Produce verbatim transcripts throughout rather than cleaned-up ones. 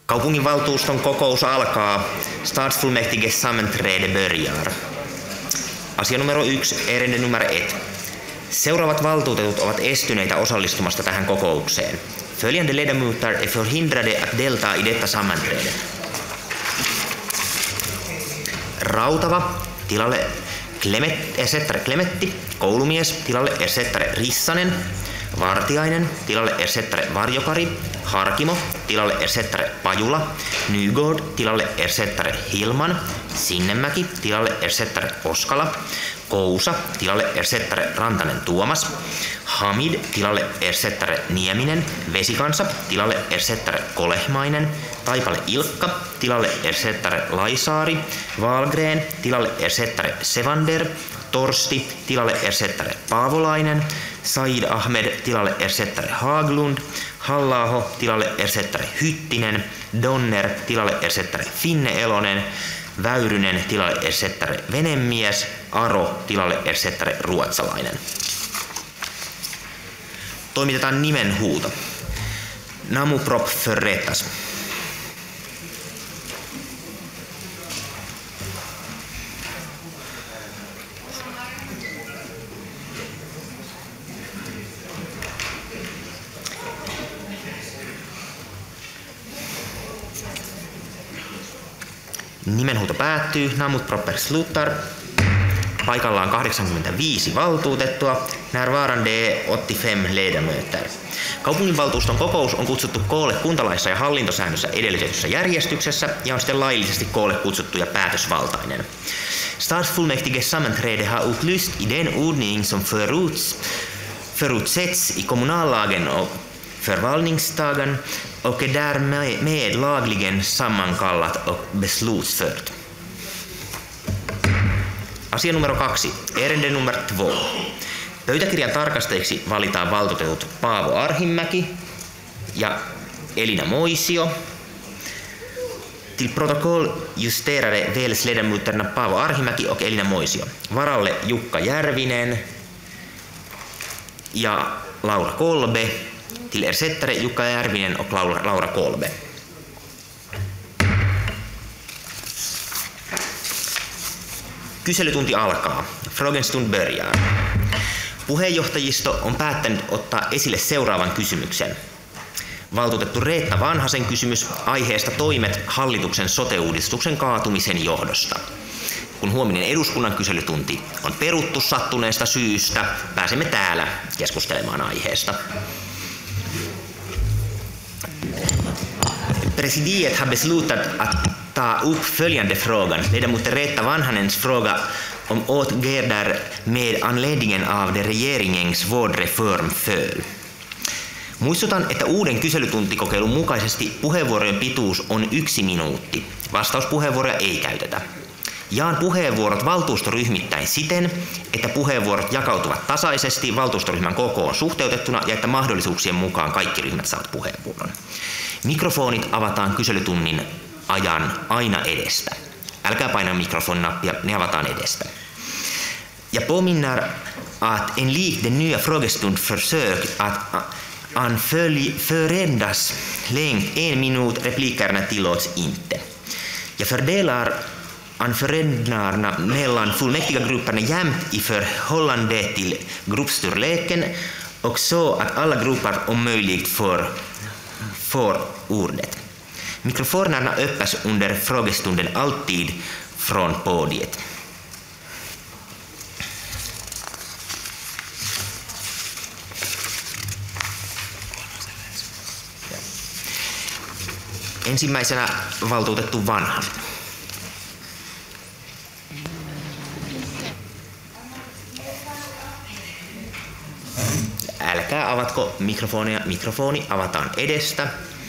Kaupunginvaltuuston kokous alkaa. Stadsfullmäktige sammanträde börjar. Asia numero yksi, ärende nummer ett. Seuraavat valtuutetut ovat estyneitä osallistumasta tähän kokoukseen. Följande ledamöter är förhindrade att delta i detta sammanträde. Rautava, tilalle Klemet, ersättare Klemetti, koulumies, tilalle ersättare Rissanen, Vartiainen, tilalle ersättare Varjokari, Harkimo, tilalle ersättare Pajula, Nygård, tilalle ersättare Hilman, Sinnemäki, tilalle ersättare Oskala, Kousa, tilalle ersättare Rantanen Tuomas, Hamid, tilalle ersättare Nieminen, Vesikansa, tilalle ersättare Kolehmainen, Taipale Ilkka, tilalle ersättare Laisaari, Wahlgren, tilalle ersättare Sevander, Torsti, tilalle ersättare Paavolainen, Said Ahmed, tilalle ersättare Haglund, Halla-aho, tilalle ersättare Hyttinen, Donner, tilalle ersättare Finne Elonen, Väyrynen, tilalle ersättare Venemies, Aro, tilalle ersättare Ruotsalainen. Toimitetaan nimenhuuto. Namuprop förrättas. Nimenhuuto päättyy. Namut proper slutar. Paikalla on kahdeksankymmentäviisi valtuutettua. Närvarande är åttiofem ledamöter. Kaupunginvaltuuston kokous on kutsuttu koolle kuntalaissa ja hallintosäännössä edellytetyssä järjestyksessä ja on sitten laillisesti koolle kutsuttu ja päätösvaltainen. Stadsfullmäktige sammanträde har upplyst i den ordning som föruts, förutsätts i kommunallagen och förvaltningslagen och är därmed lagligen sammankallat och beslutsfört. Asia numero kaksi. Ärende nummer två. Pöytäkirjan tarkastajiksi valitaan valtuutetut Paavo Arhimäki ja Elina Moisio. Till protokoll justerade väljs ledamöterna Paavo Arhimäki och Elina Moisio. Varalle Jukka Järvinen ja Laura Kolbe. Till ersättare Jukka Järvinen och Laura Kolbe. Kyselytunti alkaa. Frågestund börjar. Puheenjohtajisto on päättänyt ottaa esille seuraavan kysymyksen. Valtuutettu Reetta Vanhasen kysymys aiheesta toimet hallituksen sote-uudistuksen kaatumisen johdosta. Kun huominen eduskunnan kyselytunti on peruttu sattuneesta syystä, pääsemme täällä keskustelemaan aiheesta. Presidiet har beslutat att ta upp följande frågan. Ledamoten Reetta Vanhanens fråga om åtgärder med anledningen av det regeringens vårdreform föll. Muistutan, että uuden kyselytuntikokeilun mukaisesti puheenvuorojen pituus on yksi minuutti. Vastauspuheenvuoroja ei käytetä. Jaan puheenvuorot valtuustoryhmittäin siten, että puheenvuorot jakautuvat tasaisesti valtuustoryhmän kokoon suhteutettuna ja että mahdollisuuksien mukaan kaikki ryhmät saavat puheenvuoron. Mikrofonit avataan kyselytunnin ajan aina edestä. Älkää painaa mikrofoninappia, ne avataan edestä. Jag påminner att en lik den nya frågestundförsök att anförandas längd en minut, replikerna tillåts inte. Jag fördelar anförandena mellan fullmäktigegrupperna jämnt i förhållande till gruppstorleken och så att alla grupper om möjligt får, får ordet. Mikrofonerna öppnas under frågestunden alltid från podiet. Ensimmäisenä valtuutettu Vanhanen. Älkää avatko mikrofonia. Mikrofoni avataan edestä.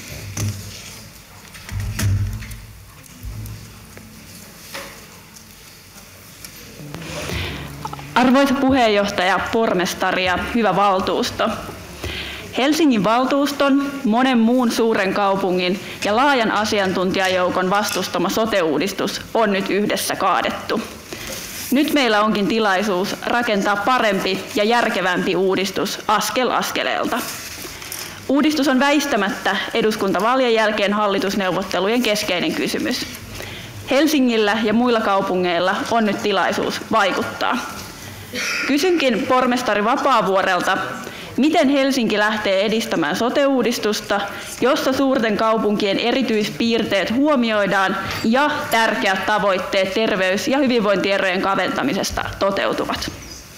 Arvoisa puheenjohtaja, pormestari ja hyvä valtuusto. Helsingin valtuuston, monen muun suuren kaupungin ja laajan asiantuntijajoukon vastustama sote-uudistus on nyt yhdessä kaadettu. Nyt meillä onkin tilaisuus rakentaa parempi ja järkevämpi uudistus askel askeleelta. Uudistus on väistämättä eduskuntavaalien jälkeen hallitusneuvottelujen keskeinen kysymys. Helsingillä ja muilla kaupungeilla on nyt tilaisuus vaikuttaa. Kysynkin pormestari Vapaavuorelta, miten Helsinki lähtee edistämään sote-uudistusta, jossa suurten kaupunkien erityispiirteet huomioidaan ja tärkeät tavoitteet terveys- ja hyvinvointierojen kaventamisesta toteutuvat?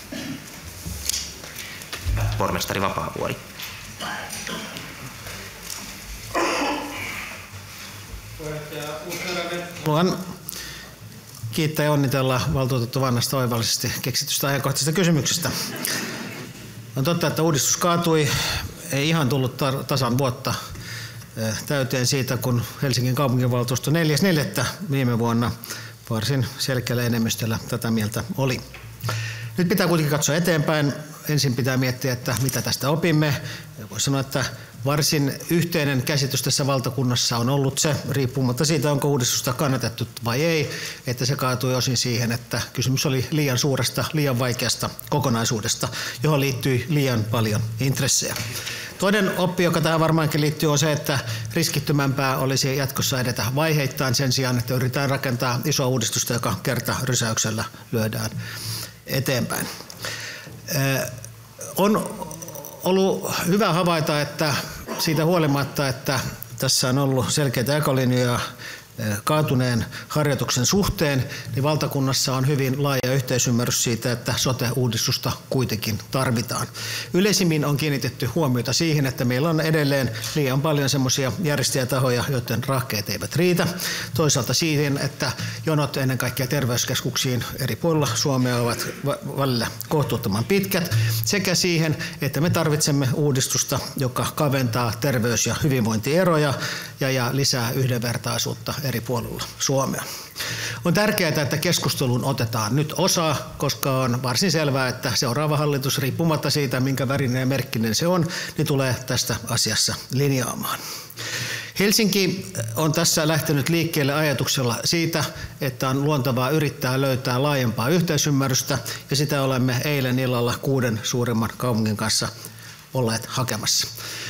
Pormestari Vapaavuori. Haluan kiittää ja onnitella valtuutettu Vannasta oivallisesti keksitystä ajankohtaisesta kysymyksestä. On totta, että uudistus kaatui, ei ihan tullut tasan vuotta täyteen siitä, kun Helsingin kaupunginvaltuusto neljäs neljättä viime vuonna varsin selkeällä enemmistöllä tätä mieltä oli. Nyt pitää kuitenkin katsoa eteenpäin. Ensin pitää miettiä, että mitä tästä opimme. Voisi sanoa, että varsin yhteinen käsitys tässä valtakunnassa on ollut se, riippumatta siitä, onko uudistusta kannatettu vai ei, että se kaatui osin siihen, että kysymys oli liian suuresta, liian vaikeasta kokonaisuudesta, johon liittyi liian paljon intressejä. Toinen oppi, joka tähän varmaankin liittyy, on se, että riskittömämpää olisi jatkossa edetä vaiheittain sen sijaan, että yritetään rakentaa isoa uudistusta, joka kerta rysäyksellä lyödään eteenpäin. On ollut hyvä havaita, että siitä huolimatta, että tässä on ollut selkeitä ekolinjoja kaatuneen harjoituksen suhteen, niin valtakunnassa on hyvin laaja yhteisymmärrys siitä, että sote-uudistusta kuitenkin tarvitaan. Yleisimmin on kiinnitetty huomiota siihen, että meillä on edelleen liian paljon semmoisia järjestäjätahoja, joiden rahkeet eivät riitä. Toisaalta siihen, että jonot ennen kaikkea terveyskeskuksiin eri puolilla Suomea ovat välillä kohtuuttoman pitkät, sekä siihen, että me tarvitsemme uudistusta, joka kaventaa terveys- ja hyvinvointieroja ja, ja lisää yhdenvertaisuutta eri puolilla Suomea. On tärkeää, että keskusteluun otetaan nyt osaa, koska on varsin selvää, että seuraava hallitus, riippumatta siitä, minkä värinen ja merkkinen se on, niin tulee tästä asiassa linjaamaan. Helsinki on tässä lähtenyt liikkeelle ajatuksella siitä, että on luontevaa yrittää löytää laajempaa yhteisymmärrystä, ja sitä olemme eilen illalla kuuden suurimman kaupungin kanssa olleet hakemassa,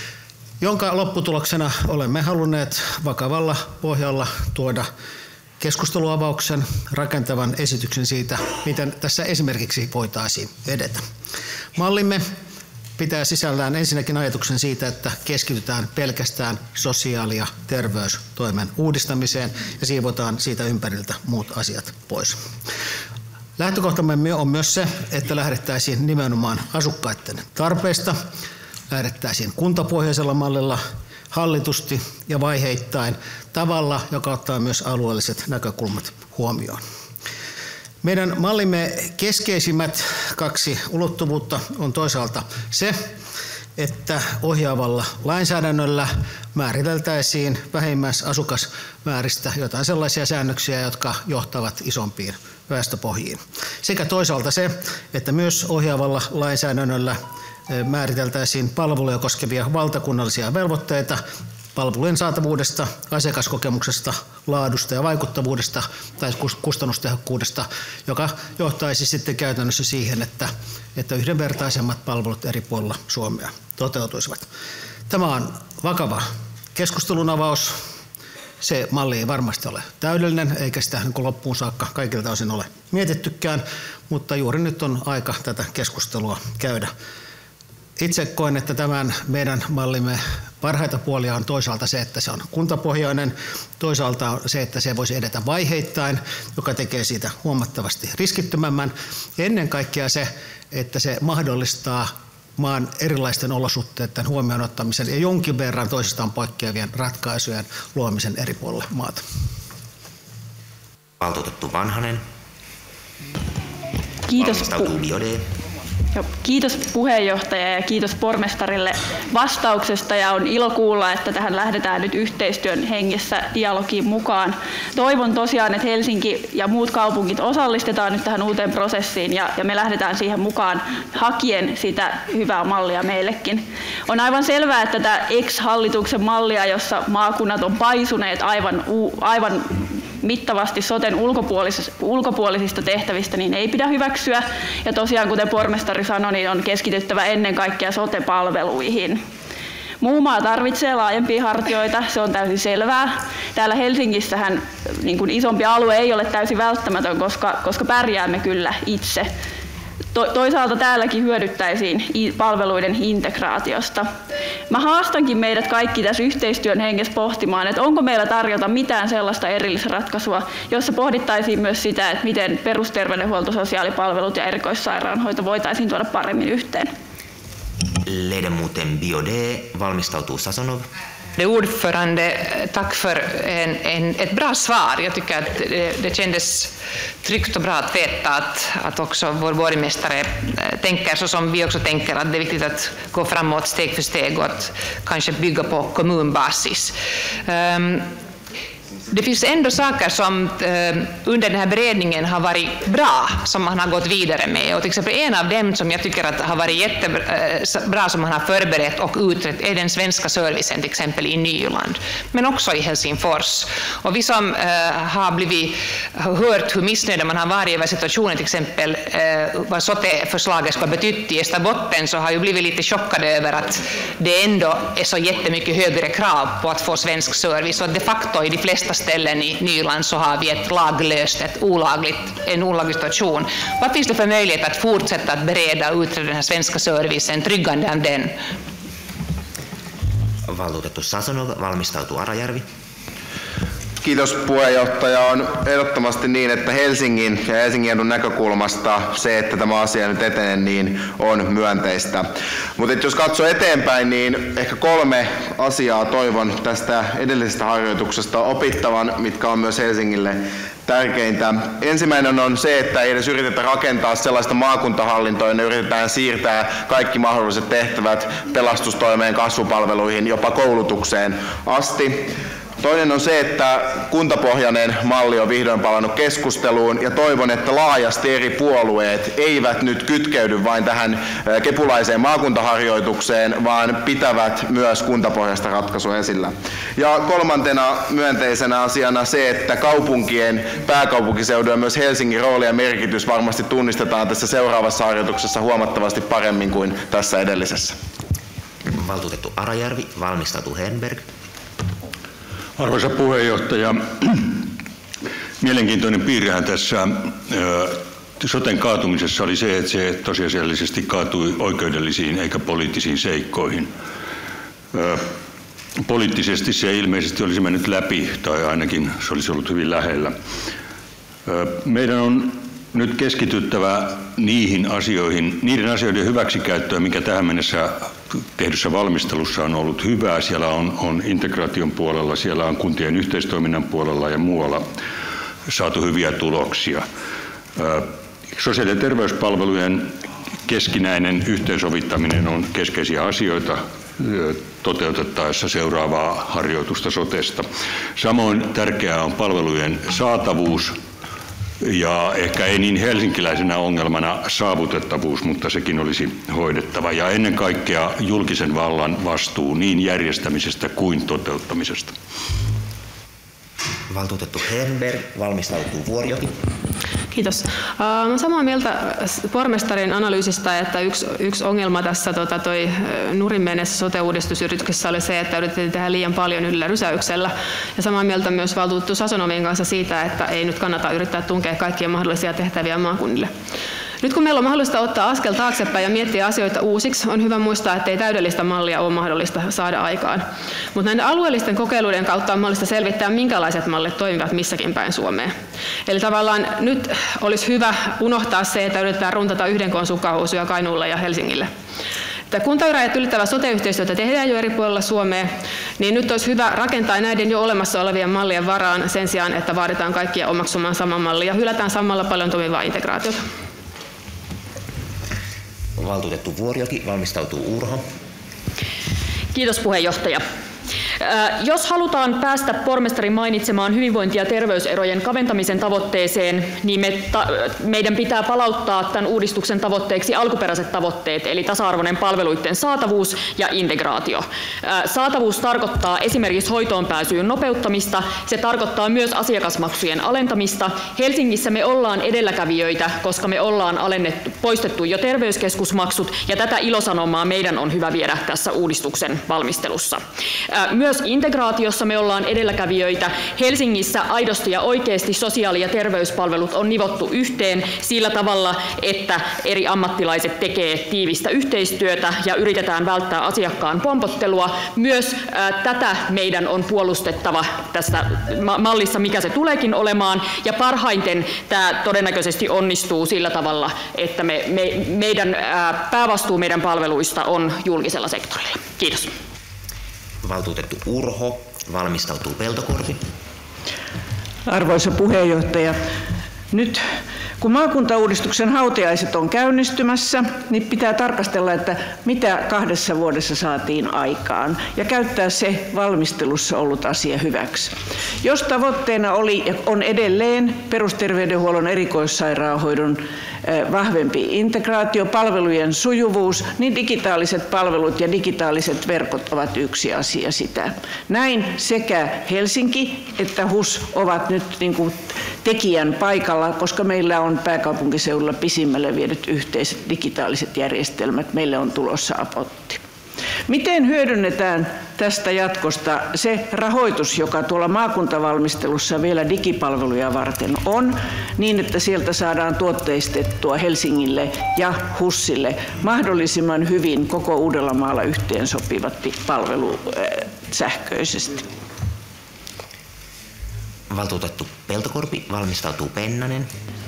jonka lopputuloksena olemme halunneet vakavalla pohjalla tuoda keskusteluavauksen, rakentavan esityksen siitä, miten tässä esimerkiksi voitaisiin edetä. Mallimme pitää sisällään ensinnäkin ajatuksen siitä, että keskitytään pelkästään sosiaali- ja terveystoimen uudistamiseen ja siivotaan siitä ympäriltä muut asiat pois. Lähtökohtamme on myös se, että lähdettäisiin nimenomaan asukkaiden tarpeista, lähdettäisiin kuntapohjaisella mallilla hallitusti ja vaiheittain tavalla, joka ottaa myös alueelliset näkökulmat huomioon. Meidän mallimme keskeisimmät kaksi ulottuvuutta on toisaalta se, että ohjaavalla lainsäädännöllä määriteltäisiin vähimmäisasukasmääristä jotain sellaisia säännöksiä, jotka johtavat isompiin väestöpohjiin. Sekä toisaalta se, että myös ohjaavalla lainsäädännöllä määriteltäisiin palveluja koskevia valtakunnallisia velvoitteita palvelujen saatavuudesta, asiakaskokemuksesta, laadusta ja vaikuttavuudesta tai kustannustehokkuudesta, joka johtaisi sitten käytännössä siihen, että, että yhdenvertaisemmat palvelut eri puolilla Suomea toteutuisivat. Tämä on vakava keskustelun avaus. Se malli ei varmasti ole täydellinen, eikä sitä niin kuin loppuun saakka kaikilta osin ole mietittykään, mutta juuri nyt on aika tätä keskustelua käydä. Itse koen, että tämän meidän mallimme parhaita puolia on toisaalta se, että se on kuntapohjainen, toisaalta se, että se voisi edetä vaiheittain, joka tekee siitä huomattavasti riskittömämmän, ja ennen kaikkea se, että se mahdollistaa maan erilaisten olosuhteiden huomioon ottamisen ja jonkin verran toisistaan poikkeavien ratkaisujen luomisen eri puolilla maata. Valtuutettu Vanhanen. Kiitos. Valmistautuu Biaudet. Kiitos puheenjohtaja ja kiitos pormestarille vastauksesta, ja on ilo kuulla, että tähän lähdetään nyt yhteistyön hengessä dialogiin mukaan. Toivon tosiaan, että Helsinki ja muut kaupungit osallistetaan nyt tähän uuteen prosessiin ja, ja me lähdetään siihen mukaan hakien sitä hyvää mallia meillekin. On aivan selvää, että tätä ex-hallituksen mallia, jossa maakunnat on paisuneet aivan, aivan mittavasti soten ulkopuolisista, ulkopuolisista tehtävistä, niin ei pidä hyväksyä. Ja tosiaan, kuten pormestari sanoi, niin on keskityttävä ennen kaikkea sote-palveluihin. Muu maa tarvitsee laajempia hartioita, se on täysin selvää. Täällä Helsingissähän niin kuin isompi alue ei ole täysin välttämätön, koska, koska pärjäämme kyllä itse. To, toisaalta täälläkin hyödyttäisiin palveluiden integraatiosta. Mä haastankin meidät kaikki tässä yhteistyön hengessä pohtimaan, että onko meillä tarjota mitään sellaista erillisratkaisua, jossa pohdittaisiin myös sitä, että miten perusterveydenhuolto, sosiaalipalvelut ja erikoissairaanhoito voitaisiin tuoda paremmin yhteen. Ledamoten Biaudet, valmistautuu Sasonov. Det ordförande, tack för en, en, ett bra svar. Jag tycker att det, det kändes tryggt och bra att veta att, att också vår borgmästare tänker så som vi också tänker, att det är viktigt att gå framåt steg för steg och att kanske bygga på kommunbasis. Um, Det finns ändå saker som eh, under den här beredningen har varit bra, som man har gått vidare med. Och till exempel en av dem som jag tycker att har varit jättebra, som man har förberett och utrett, är den svenska servicen, till exempel i Nyland, men också i Helsingfors. Och vi som eh, har blivit hört hur missnöjda man har varit över situationen, till exempel eh, vad S O T E-förslaget ska betytt i Österbotten, så har ju blivit lite chockade över att det ändå är så jättemycket högre krav på att få svensk service. Och de facto i de flesta ställen i Nyland så har vi ett laglöst, ett olagligt, en olaglig situation. Vad finns det för möjlighet att fortsätta att bereda och utreda den här svenska servicen, tryggande av den? Valtuutettu Sasonov, valmistautuu Arajärvi. Kiitos puheenjohtaja. On ehdottomasti niin, että Helsingin ja Helsingin edun näkökulmasta se, että tämä asia nyt etenee, niin on myönteistä. Mutta jos katsoo eteenpäin, niin ehkä kolme asiaa toivon tästä edellisestä harjoituksesta opittavan, mitkä on myös Helsingille tärkeintä. Ensimmäinen on se, että ei edes yritetä rakentaa sellaista maakuntahallintoa, jonne yritetään siirtää kaikki mahdolliset tehtävät pelastustoimeen, kasvupalveluihin, jopa koulutukseen asti. Toinen on se, että kuntapohjainen malli on vihdoin palannut keskusteluun ja toivon, että laajasti eri puolueet eivät nyt kytkeydy vain tähän kepulaiseen maakuntaharjoitukseen, vaan pitävät myös kuntapohjaista ratkaisua esillä. Ja kolmantena myönteisenä asiana se, että kaupunkien, pääkaupunkiseudun ja myös Helsingin rooli ja merkitys varmasti tunnistetaan tässä seuraavassa harjoituksessa huomattavasti paremmin kuin tässä edellisessä. Valtuutettu Arajärvi, valmistautuu Henberg. Arvoisa puheenjohtaja, mielenkiintoinen piirrehän tässä soten kaatumisessa oli se, että se tosiasiallisesti kaatui oikeudellisiin eikä poliittisiin seikkoihin. Poliittisesti se ilmeisesti olisi mennyt läpi, tai ainakin se olisi ollut hyvin lähellä. Meidän on nyt keskityttävä niihin asioihin, niiden asioiden hyväksikäyttöön, mikä tähän mennessä tehdyssä valmistelussa on ollut hyvää. Siellä on, on integraation puolella, siellä on kuntien yhteistoiminnan puolella ja muualla saatu hyviä tuloksia. Sosiaali- ja terveyspalvelujen keskinäinen yhteensovittaminen on keskeisiä asioita toteutettaessa seuraavaa harjoitusta sotesta. Samoin tärkeää on palvelujen saatavuus. Ja ehkä ei niin helsinkiläisenä ongelmana saavutettavuus, mutta sekin olisi hoidettava. Ja ennen kaikkea julkisen vallan vastuu niin järjestämisestä kuin toteuttamisesta. Valtuutettu Henberg, valmistautuu Vuorijoki. Kiitos. Olen samaa mieltä pormestarin analyysistä, että yksi, yksi ongelma tässä tota, toi nurin mennessä sote-uudistusyrityksessä oli se, että yritettiin tehdä liian paljon yhdellä rysäyksellä. Ja samaa mieltä myös valtuutettu Sasonovin kanssa siitä, että ei nyt kannata yrittää tunkea kaikkia mahdollisia tehtäviä maakunnille. Nyt kun meillä on mahdollista ottaa askel taaksepäin ja miettiä asioita uusiksi, on hyvä muistaa, että ei täydellistä mallia ole mahdollista saada aikaan. Mutta näiden alueellisten kokeiluiden kautta on mahdollista selvittää, minkälaiset mallit toimivat missäkin päin Suomeen. Eli tavallaan nyt olisi hyvä unohtaa se, että yritetään runtata yhden koon sukkahousuja Kainuulle ja Helsingille. Kuntarajat ylittävää sote-yhteistyötä tehdään jo eri puolilla Suomea, niin nyt olisi hyvä rakentaa näiden jo olemassa olevien mallien varaan sen sijaan, että vaaditaan kaikkia omaksumaan sama malli ja hylätään samalla paljon toimivaa integraatiota. Valtuutettu Vuorijoki, valmistautuu Urho. Kiitos puheenjohtaja. Jos halutaan päästä pormestarin mainitsemaan hyvinvointi- ja terveyserojen kaventamisen tavoitteeseen, niin me ta- meidän pitää palauttaa tämän uudistuksen tavoitteeksi alkuperäiset tavoitteet, eli tasa-arvoinen palveluiden saatavuus ja integraatio. Saatavuus tarkoittaa esimerkiksi hoitoon pääsyyn nopeuttamista, se tarkoittaa myös asiakasmaksujen alentamista. Helsingissä me ollaan edelläkävijöitä, koska me ollaan alennettu, poistettu jo terveyskeskusmaksut, ja tätä ilosanomaa meidän on hyvä viedä tässä uudistuksen valmistelussa. Myös integraatiossa me ollaan edelläkävijöitä. Helsingissä aidosti ja oikeasti sosiaali- ja terveyspalvelut on nivottu yhteen sillä tavalla, että eri ammattilaiset tekee tiivistä yhteistyötä ja yritetään välttää asiakkaan pompottelua. Myös ää, tätä meidän on puolustettava tässä mallissa, mikä se tuleekin olemaan, ja parhaiten tämä todennäköisesti onnistuu sillä tavalla, että me, me, meidän ää, päävastuu meidän palveluista on julkisella sektorilla. Kiitos. Valtuutettu Urho, valmistautuu Peltokorpi. Arvoisa puheenjohtaja, nyt kun maakuntauudistuksen hautajaiset on käynnistymässä, niin pitää tarkastella, että mitä kahdessa vuodessa saatiin aikaan ja käyttää se valmistelussa ollut asia hyväksi. Jos tavoitteena oli ja on edelleen perusterveydenhuollon erikoissairaanhoidon vahvempi integraatio, palvelujen sujuvuus, niin digitaaliset palvelut ja digitaaliset verkot ovat yksi asia sitä. Näin sekä Helsinki että H U S ovat nyt niin kuin tekijän paikalla, koska meillä on pääkaupunkiseudulla pisimmälle viedyt yhteiset digitaaliset järjestelmät. Meille on tulossa apotti. Miten hyödynnetään tästä jatkosta se rahoitus, joka tuolla maakuntavalmistelussa vielä digipalveluja varten on, niin että sieltä saadaan tuotteistettua Helsingille ja H U Sille mahdollisimman hyvin koko Uudellamaalla yhteensopivat palvelu äh, sähköisesti? Valtuutettu Peltokorpi, valmistautuu Pennanen.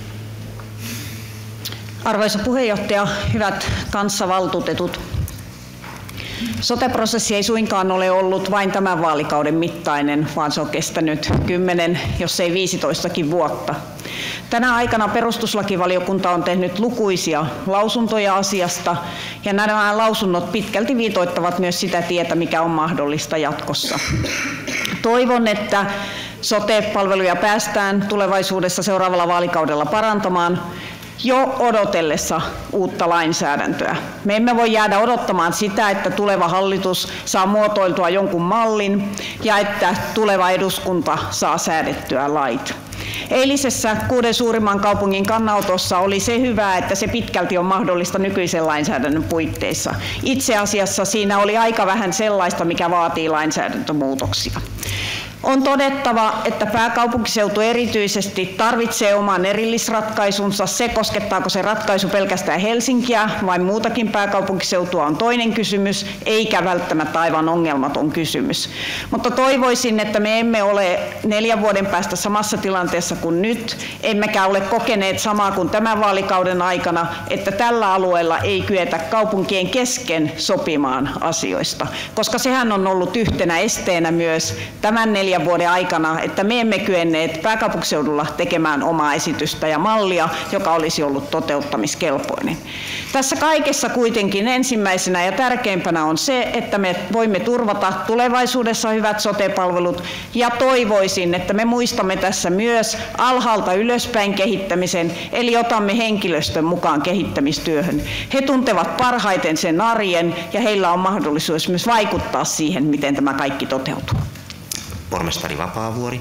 Arvoisa puheenjohtaja, hyvät kanssavaltuutetut. Sote-prosessi ei suinkaan ole ollut vain tämän vaalikauden mittainen, vaan se on kestänyt kymmenen, jos ei viisitoistakin vuotta. Tänä aikana perustuslakivaliokunta on tehnyt lukuisia lausuntoja asiasta, ja nämä lausunnot pitkälti viitoittavat myös sitä tietä, mikä on mahdollista jatkossa. Toivon, että sote-palveluja päästään tulevaisuudessa seuraavalla vaalikaudella parantamaan jo odotellessa uutta lainsäädäntöä. Me emme voi jäädä odottamaan sitä, että tuleva hallitus saa muotoiltua jonkun mallin ja että tuleva eduskunta saa säädettyä lait. Eilisessä kuuden suurimman kaupungin kannanotossa oli se hyvä, että se pitkälti on mahdollista nykyisen lainsäädännön puitteissa. Itse asiassa siinä oli aika vähän sellaista, mikä vaatii lainsäädäntömuutoksia. On todettava, että pääkaupunkiseutu erityisesti tarvitsee oman erillisratkaisunsa. Se, koskettaako se ratkaisu pelkästään Helsinkiä vai muutakin pääkaupunkiseutua, on toinen kysymys, eikä välttämättä aivan ongelmaton kysymys. Mutta toivoisin, että me emme ole neljän vuoden päästä samassa tilanteessa kuin nyt, emmekä ole kokeneet samaa kuin tämän vaalikauden aikana, että tällä alueella ei kyetä kaupunkien kesken sopimaan asioista, koska sehän on ollut yhtenä esteenä myös tämän neljän vuoden aikana, että me emme kyenneet pääkaupunkiseudulla tekemään omaa esitystä ja mallia, joka olisi ollut toteuttamiskelpoinen. Tässä kaikessa kuitenkin ensimmäisenä ja tärkeimpänä on se, että me voimme turvata tulevaisuudessa hyvät sote-palvelut, ja toivoisin, että me muistamme tässä myös alhaalta ylöspäin kehittämisen, eli otamme henkilöstön mukaan kehittämistyöhön. He tuntevat parhaiten sen arjen ja heillä on mahdollisuus myös vaikuttaa siihen, miten tämä kaikki toteutuu. Pormestari Vapaavuori.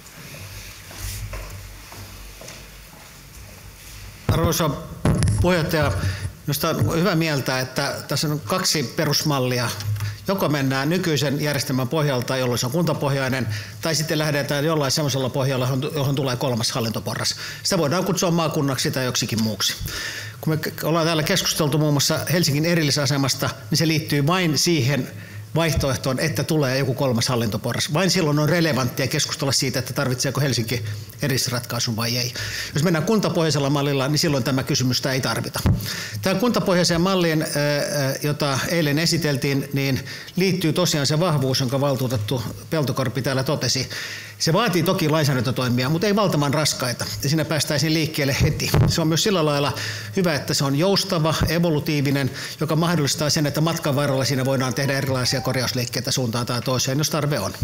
Arvoisa puheenjohtaja, minusta on hyvä mieltä, että tässä on kaksi perusmallia. Joko mennään nykyisen järjestelmän pohjalta, jolloin se on kuntapohjainen, tai sitten lähdetään jollain sellaisella pohjalla, johon tulee kolmas hallintoporras. Sitä voidaan kutsua maakunnaksi tai joksikin muuksi. Kun me ollaan täällä keskusteltu muun muassa Helsingin erillisasemasta, niin se liittyy vain siihen vaihtoehtoon, että tulee joku kolmas hallintoporras. Vain silloin on relevanttia keskustella siitä, että tarvitseeko Helsinki erillisratkaisun vai ei. Jos mennään kuntapohjaisella mallilla, niin silloin tämä kysymystä ei tarvita. Tähän kuntapohjaiseen malliin, jota eilen esiteltiin, niin liittyy tosiaan se vahvuus, jonka valtuutettu Peltokorpi täällä totesi. Se vaatii toki lainsäädäntötoimia, mutta ei valtavan raskaita, ja siinä päästäisiin liikkeelle heti. Se on myös sillä lailla hyvä, että se on joustava, evolutiivinen, joka mahdollistaa sen, että matkan varrella siinä voidaan tehdä erilaisia korjausliikkeitä suuntaan tai toiseen, jos tarve on.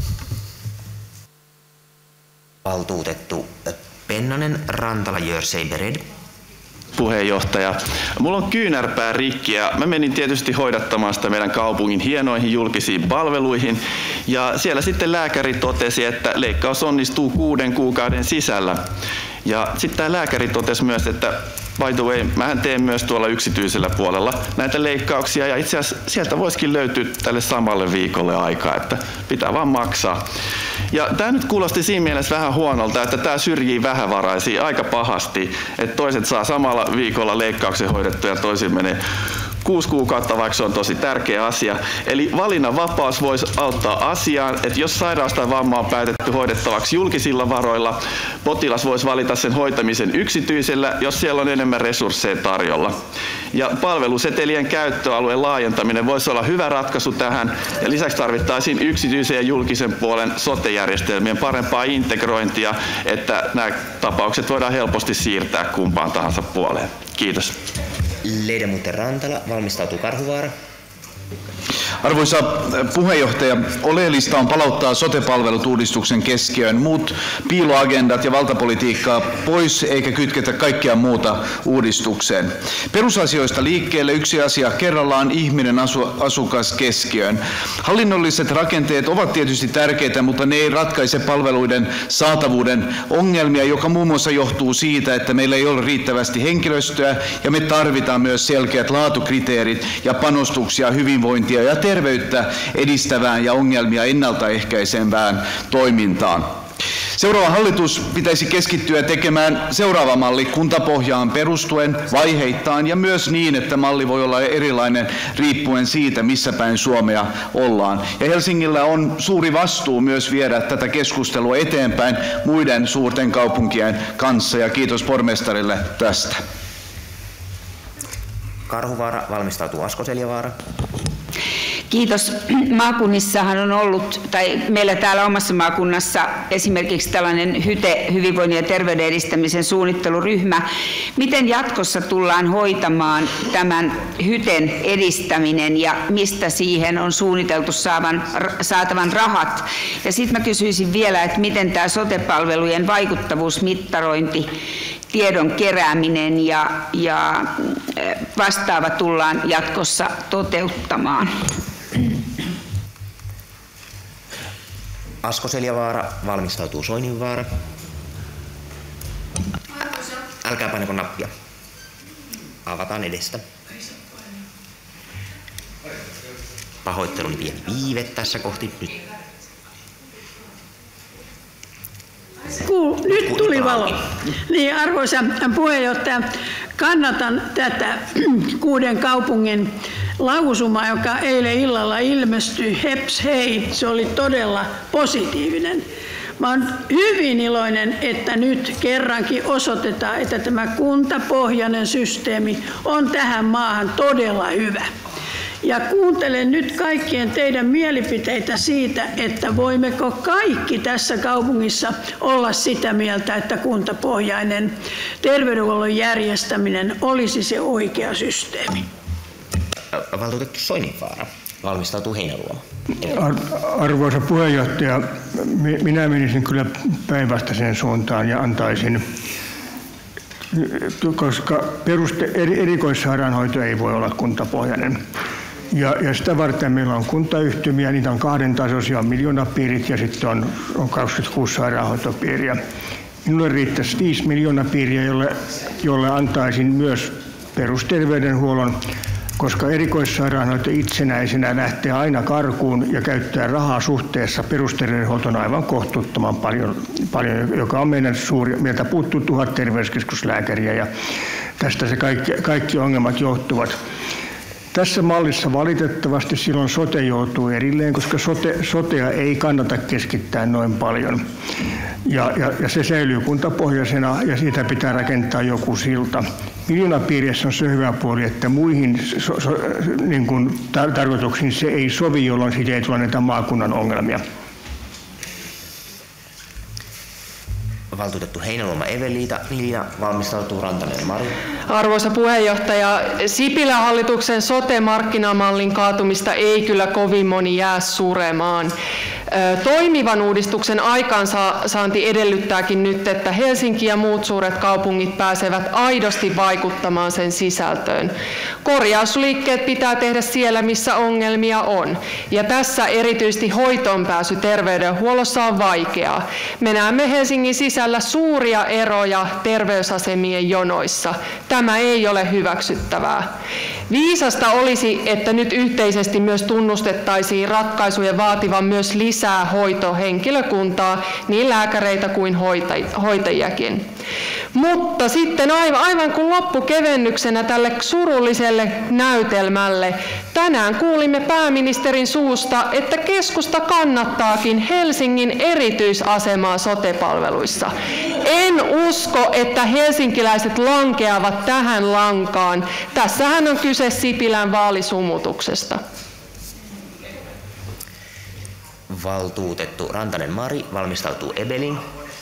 Valtuutettu Pennanen, Rantala gör sig beredd. Puheenjohtaja. Mulla on kyynärpää rikki ja mä menin tietysti hoidattamaan sitä meidän kaupungin hienoihin julkisiin palveluihin. Ja siellä sitten lääkäri totesi, että leikkaus onnistuu kuuden kuukauden sisällä. Ja sitten tämä lääkäri totesi myös, että by the way, mähän teen myös tuolla yksityisellä puolella näitä leikkauksia ja itse asiassa sieltä voisikin löytyä tälle samalle viikolle aikaa, että pitää vaan maksaa. Ja tämä nyt kuulosti siinä mielessä vähän huonolta, että tämä syrjii vähävaraisia aika pahasti, että toiset saa samalla viikolla leikkauksen hoidettua ja toisin menee kuusi kuukautta, vaikka se on tosi tärkeä asia. Eli valinnanvapaus voisi auttaa asiaan, että jos sairaus tai vamma on päätetty hoidettavaksi julkisilla varoilla, potilas voisi valita sen hoitamisen yksityisellä, jos siellä on enemmän resursseja tarjolla. Ja palvelusetelien käyttöalueen laajentaminen voisi olla hyvä ratkaisu tähän, ja lisäksi tarvittaisiin yksityisen ja julkisen puolen sote-järjestelmien parempaa integrointia, että nämä tapaukset voidaan helposti siirtää kumpaan tahansa puoleen. Kiitos. Ledamoten Rantala, valmistautuu Karhuvaara. Arvoisa puheenjohtaja, oleellista on palauttaa sote-palvelut uudistuksen keskiöön, muut piiloagendat ja valtapolitiikkaa pois eikä kytketä kaikkea muuta uudistukseen. Perusasioista liikkeelle yksi asia kerrallaan, ihminen asu, asukas keskiöön. Hallinnolliset rakenteet ovat tietysti tärkeitä, mutta ne ei ratkaise palveluiden saatavuuden ongelmia, joka muun muassa johtuu siitä, että meillä ei ole riittävästi henkilöstöä ja me tarvitaan myös selkeät laatukriteerit ja panostuksia hyvinvointia ja terveyttä edistävään ja ongelmia ennaltaehkäisevään toimintaan. Seuraava hallitus pitäisi keskittyä tekemään seuraava malli kuntapohjaan perustuen vaiheittain ja myös niin, että malli voi olla erilainen riippuen siitä, missä päin Suomea ollaan. Ja Helsingillä on suuri vastuu myös viedä tätä keskustelua eteenpäin muiden suurten kaupunkien kanssa ja kiitos pormestarille tästä. Karhuvaara, valmistautuu Asko-Seljavaara. Kiitos. Maakunnissahan on ollut, tai meillä täällä omassa maakunnassa esimerkiksi tällainen HYTE, hyvinvoinnin ja terveyden edistämisen suunnitteluryhmä. Miten jatkossa tullaan hoitamaan tämän HYTEn edistäminen ja mistä siihen on suunniteltu saavan, saatavan rahat? Ja sitten mä kysyisin vielä, että miten tämä sote-palvelujen vaikuttavuusmittarointi, tiedon kerääminen ja, ja vastaava tullaan jatkossa toteuttamaan. Asko-Seljavaara, valmistautuu Soininvaara. Älkää painako nappia. Avataan edestä. Pahoitteluni pieni viive tässä kohti. Nyt. Kuul, nyt tuli valo. Niin, arvoisa puheenjohtaja, kannatan tätä kuuden kaupungin lausumaa, joka eilen illalla ilmestyi. Heps hei, se oli todella positiivinen. Mä olen hyvin iloinen, että nyt kerrankin osoitetaan, että tämä kuntapohjainen systeemi on tähän maahan todella hyvä. Ja kuuntelen nyt kaikkien teidän mielipiteitä siitä, että voimmeko kaikki tässä kaupungissa olla sitä mieltä, että kuntapohjainen terveydenhuollon järjestäminen olisi se oikea systeemi. Valtuutettu Soininvaara, valmistautuu Heinäluoma. Arvoisa puheenjohtaja, minä menisin kyllä päinvastaiseen suuntaan ja antaisin, koska peruste, erikoissairaanhoito ei voi olla kuntapohjainen. Ja, ja sitä varten meillä on kuntayhtymiä, niitä on kahden tasoisia, on miljoonapiirit ja sitten on, on kaksikymmentäkuusi sairaanhoitopiiriä. Minulle riittäisi viisi miljoonapiiriä, jolle, jolle antaisin myös perusterveydenhuollon, koska erikoissairaanhoito itsenäisenä lähtee aina karkuun ja käyttää rahaa suhteessa perusterveydenhuoltoon aivan kohtuuttoman paljon, paljon, joka on meidän suuri. Meiltä puuttuu tuhat terveyskeskuslääkäriä ja tästä se kaikki, kaikki ongelmat johtuvat. Tässä mallissa valitettavasti silloin sote joutuu erilleen, koska sote, sotea ei kannata keskittää noin paljon. Ja, ja, ja se säilyy kuntapohjaisena ja siitä pitää rakentaa joku silta. Miljoonapiirissä on se hyvä puoli, että muihin so, so, niin kuin tar- tarkoituksiin se ei sovi, jolloin siitä ei tule näitä maakunnan ongelmia. Valtuutettu Heinäluoma Eveliina, Liina, valmistautuu Rantanen Mari. Arvoisa puheenjohtaja, Sipilän hallituksen sote-markkinamallin kaatumista ei kyllä kovin moni jää suremaan. Toimivan uudistuksen aikaansaanti edellyttääkin nyt, että Helsinki ja muut suuret kaupungit pääsevät aidosti vaikuttamaan sen sisältöön. Korjausliikkeet pitää tehdä siellä, missä ongelmia on. Ja tässä erityisesti hoitoonpääsy terveydenhuollossa on vaikeaa. Me näemme Helsingin sisällä suuria eroja terveysasemien jonoissa. Tämä ei ole hyväksyttävää. Viisasta olisi, että nyt yhteisesti myös tunnustettaisiin ratkaisujen vaativan myös lisää hoitohenkilökuntaa, niin lääkäreitä kuin hoitajiakin. Mutta sitten aivan kuin loppukevennyksenä tälle surulliselle näytelmälle, tänään kuulimme pääministerin suusta, että keskusta kannattaakin Helsingin erityisasemaa sote-palveluissa. En usko, että helsinkiläiset lankeavat tähän lankaan. Tässähän on kyse Sipilän vaalisumutuksesta. Valtuutettu Rantanen Mari, valmistautuu Ebelin.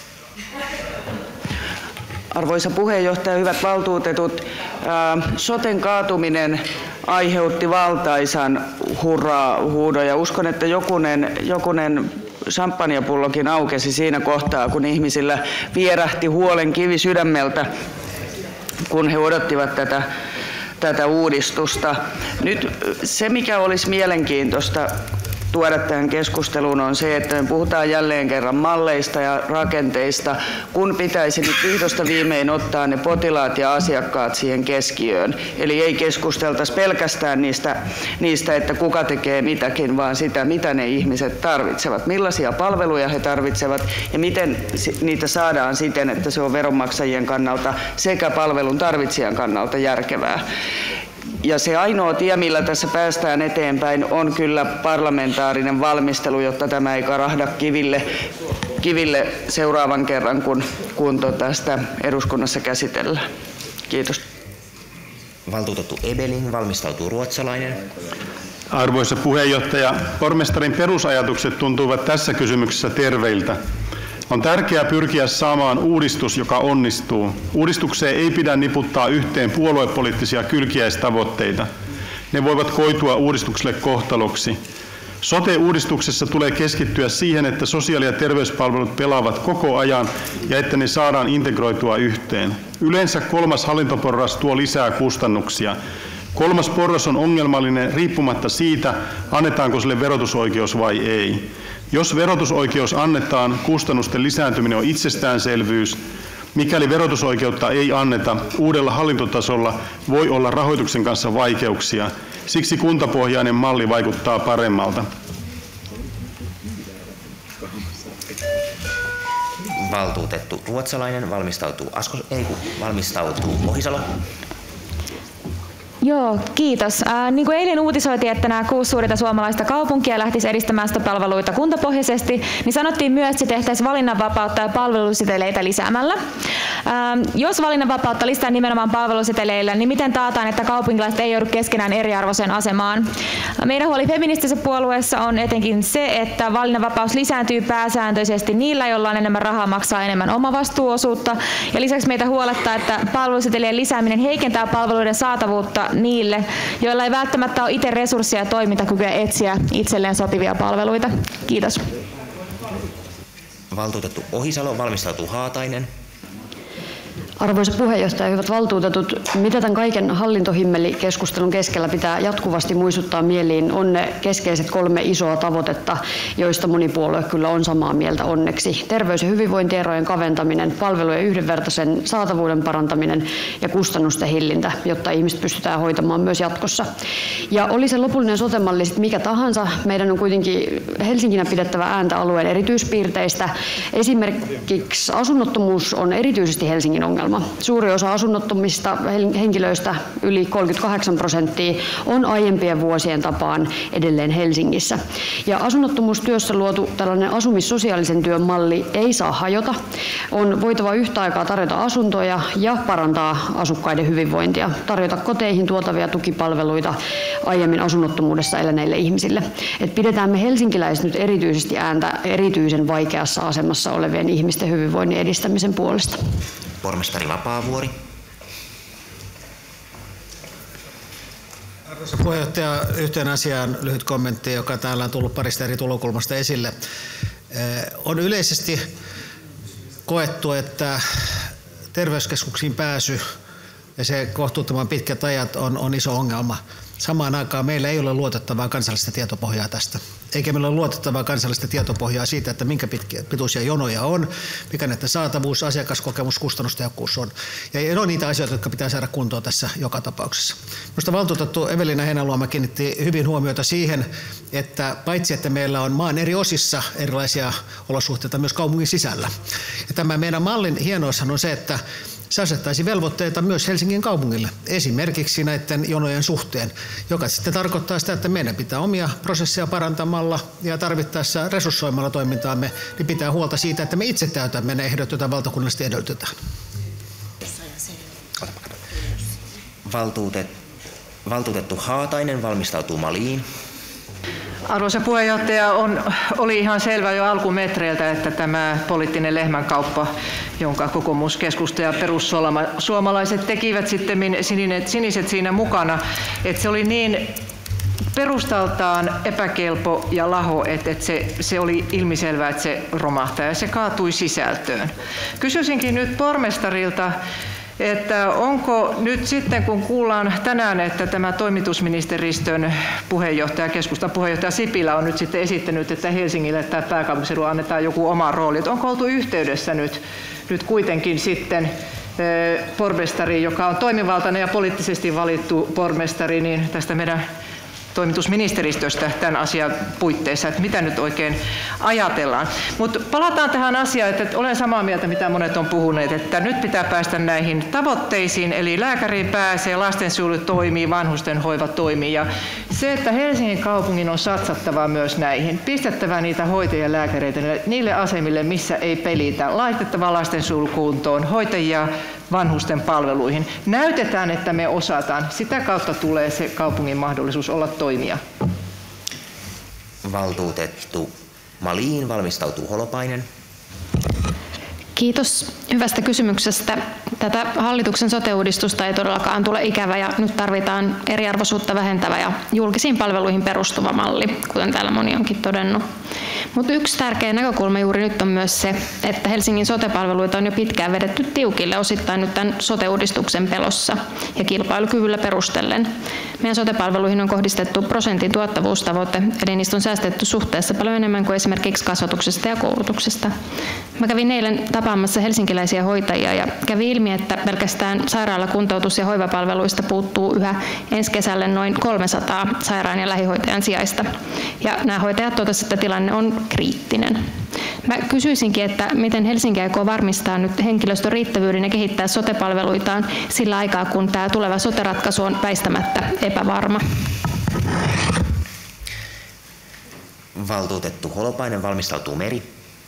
Arvoisa puheenjohtaja, hyvät valtuutetut, soten kaatuminen aiheutti valtaisan hurraa-huudon ja uskon, että jokunen, jokunen champagnepullokin aukesi siinä kohtaa, kun ihmisillä vierähti huolen kivi sydämeltä, kun he odottivat tätä, tätä uudistusta. Nyt se, mikä olisi mielenkiintoista tuoda tähän keskusteluun, on se, että me puhutaan jälleen kerran malleista ja rakenteista, kun pitäisi nyt vihdosta viimein ottaa ne potilaat ja asiakkaat siihen keskiöön. Eli ei keskusteltaisi pelkästään niistä, niistä, että kuka tekee mitäkin, vaan sitä, mitä ne ihmiset tarvitsevat, millaisia palveluja he tarvitsevat ja miten niitä saadaan siten, että se on veronmaksajien kannalta sekä palvelun tarvitsijan kannalta järkevää. Ja se ainoa tie, millä tässä päästään eteenpäin, on kyllä parlamentaarinen valmistelu, jotta tämä ei karahda kiville, kiville seuraavan kerran, kun, kun tästä eduskunnassa käsitellään. Kiitos. Valtuutettu Ebelin, valmistautuu Ruotsalainen. Arvoisa puheenjohtaja, pormestarin perusajatukset tuntuvat tässä kysymyksessä terveiltä. On tärkeää pyrkiä saamaan uudistus, joka onnistuu. Uudistukseen ei pidä niputtaa yhteen puoluepoliittisia kylkiäistavoitteita. Ne voivat koitua uudistukselle kohtaloksi. Sote-uudistuksessa tulee keskittyä siihen, että sosiaali- ja terveyspalvelut pelaavat koko ajan ja että ne saadaan integroitua yhteen. Yleensä kolmas hallintoporras tuo lisää kustannuksia. Kolmas porras on ongelmallinen riippumatta siitä, annetaanko sille verotusoikeus vai ei. Jos verotusoikeus annetaan, kustannusten lisääntyminen on itsestäänselvyys. Mikäli verotusoikeutta ei anneta, uudella hallintotasolla voi olla rahoituksen kanssa vaikeuksia. Siksi kuntapohjainen malli vaikuttaa paremmalta. Valtuutettu Ruotsalainen, valmistautuu Asko, ei kun valmistautuu Ohisalo. Joo, kiitos. Äh, niin kuin eilen uutisoitiin, että nämä kuusi suurinta suomalaista kaupunkia lähtisi edistämään sitä palveluita kuntapohjaisesti, niin sanottiin myös, että se tehtäisiin valinnanvapautta ja palveluseteleitä lisäämällä. Ähm, jos valinnanvapautta lisää nimenomaan palveluseteleillä, niin miten taataan, että kaupunkilaiset ei joudu keskenään eriarvoiseen asemaan? Meidän huoli feministisessä puolueessa on etenkin se, että valinnanvapaus lisääntyy pääsääntöisesti niillä, joilla on enemmän rahaa maksaa enemmän omavastuuosuutta. Ja lisäksi meitä huolettaa, että palvelusetelien lisääminen heikentää palveluiden saatavuutta niille, joilla ei välttämättä ole itse resursseja ja toimintakykyä etsiä itselleen sopivia palveluita. Kiitos. Valtuutettu Ohisalo, valmistautuu Haatainen. Arvoisa puheenjohtaja, hyvät valtuutetut, mitä tämän kaiken hallintohimmelikeskustelun keskellä pitää jatkuvasti muistuttaa mieliin on ne keskeiset kolme isoa tavoitetta, joista moni puolue kyllä on samaa mieltä onneksi. Terveys- ja hyvinvointierojen kaventaminen, palvelujen yhdenvertaisen saatavuuden parantaminen ja kustannusten hillintä, jotta ihmiset pystytään hoitamaan myös jatkossa. Ja oli se lopullinen sote-malli sitten mikä tahansa, meidän on kuitenkin Helsinginä pidettävä ääntä alueen erityispiirteistä. Esimerkiksi asunnottomuus on erityisesti Helsingin ongelma. Suuri osa asunnottomista henkilöistä, yli kolmekymmentäkahdeksan prosenttia, on aiempien vuosien tapaan edelleen Helsingissä. Ja asunnottomuustyössä luotu tällainen asumissosiaalisen työn malli ei saa hajota. On voitava yhtä aikaa tarjota asuntoja ja parantaa asukkaiden hyvinvointia, tarjota koteihin tuotavia tukipalveluita, aiemmin asunnottomuudessa eläneille ihmisille. Et pidetään me helsinkiläiset nyt erityisesti ääntä erityisen vaikeassa asemassa olevien ihmisten hyvinvoinnin edistämisen puolesta. Pormestari Vapaavuori. Arvoisa puheenjohtaja, yhteen asiaan lyhyt kommentti, joka täällä on tullut parista eri tulokulmasta esille. On yleisesti koettu, että terveyskeskuksiin pääsy ja se kohtuuttoman pitkät ajat on, on iso ongelma. Samaan aikaan meillä ei ole luotettavaa kansallista tietopohjaa tästä. Eikä meillä ole luotettavaa kansallista tietopohjaa siitä, että minkä pitkiä, pituisia jonoja on, mikä näiden saatavuus, asiakaskokemus, kustannustehokkuus on. Ja ne on niitä asioita, jotka pitää saada kuntoon tässä joka tapauksessa. Minusta valtuutettu Evelina Heinäluoma kiinnitti hyvin huomiota siihen, että paitsi että meillä on maan eri osissa erilaisia olosuhteita myös kaupungin sisällä. Ja tämä meidän mallin hienoushan on se, että se asettaisi velvoitteita myös Helsingin kaupungille, esimerkiksi näiden jonojen suhteen, joka sitten tarkoittaa sitä, että meidän pitää omia prosesseja parantamalla ja tarvittaessa resurssoimalla toimintaamme, niin pitää huolta siitä, että me itse täytämme ne ehdot, joita valtakunnallisesti edellytetään. Valtuutet, valtuutettu Haatainen valmistautuu Maliin. Arvoisa puheenjohtaja, on, oli ihan selvä jo alkumetreiltä, että tämä poliittinen lehmänkauppa, jonka kokoomus, keskusta ja perussuomalaiset tekivät sitten siniset, siniset siinä mukana, että se oli niin perustaltaan epäkelpo ja laho, että, että se, se oli ilmiselvää, että se romahtaa ja se kaatui sisältöön. Kysyisinkin nyt pormestarilta, että onko nyt sitten, kun kuullaan tänään, että tämä toimitusministeristön puheenjohtaja, keskustan puheenjohtaja Sipilä on nyt sitten esittänyt, että Helsingille tai pääkaupunkiseudulle annetaan joku oma rooli, että onko oltu yhteydessä nyt, nyt kuitenkin sitten pormestari, joka on toimivaltainen ja poliittisesti valittu pormestari, niin tästä meidän toimitusministeristöstä tämän asian puitteissa, että mitä nyt oikein ajatellaan. Mutta palataan tähän asiaan, että olen samaa mieltä, mitä monet on puhuneet, että nyt pitää päästä näihin tavoitteisiin, eli lääkäriin pääsee, lastensuojelu toimii, vanhustenhoiva toimii. Ja se, että Helsingin kaupungin on satsattava myös näihin, pistettävä niitä hoitajia ja lääkäreitä niille asemille, missä ei pelitä, laitettava lastensuojelu kuntoon, hoitajia vanhusten palveluihin. Näytetään, että me osataan. Sitä kautta tulee se kaupungin mahdollisuus olla toimija. Valtuutettu Maliin valmistautuu Holopainen. Kiitos hyvästä kysymyksestä. Tätä hallituksen sote-uudistusta ei todellakaan tule ikävä ja nyt tarvitaan eriarvoisuutta vähentävä ja julkisiin palveluihin perustuva malli, kuten täällä moni onkin todennut. Mutta yksi tärkeä näkökulma juuri nyt on myös se, että Helsingin sote-palveluita on jo pitkään vedetty tiukille osittain nyt tämän sote-uudistuksen pelossa ja kilpailukyvyllä perustellen. Meidän sote-palveluihin on kohdistettu prosentin tuottavuustavoite, eli niistä on säästetty suhteessa paljon enemmän kuin esimerkiksi kasvatuksesta ja koulutuksesta. Mä kävin eilen tapaamassa helsinkiläisiä hoitajia ja kävi ilmi, että pelkästään sairaalakuntoutus- ja hoivapalveluista puuttuu yhä ensi kesälle noin kolmesataa sairaan ja lähihoitajan sijaista. Ja nämä hoitajat totesivat, että tilanne on kriittinen. Mä kysyisinkin, että miten Helsinki aikoo varmistaa nyt henkilöstön riittävyyden ja kehittää sote-palveluitaan sillä aikaa, kun tämä tuleva sote-ratkaisu on väistämättä epävarma. Valtuutettu Holopainen valmistautuu Meri.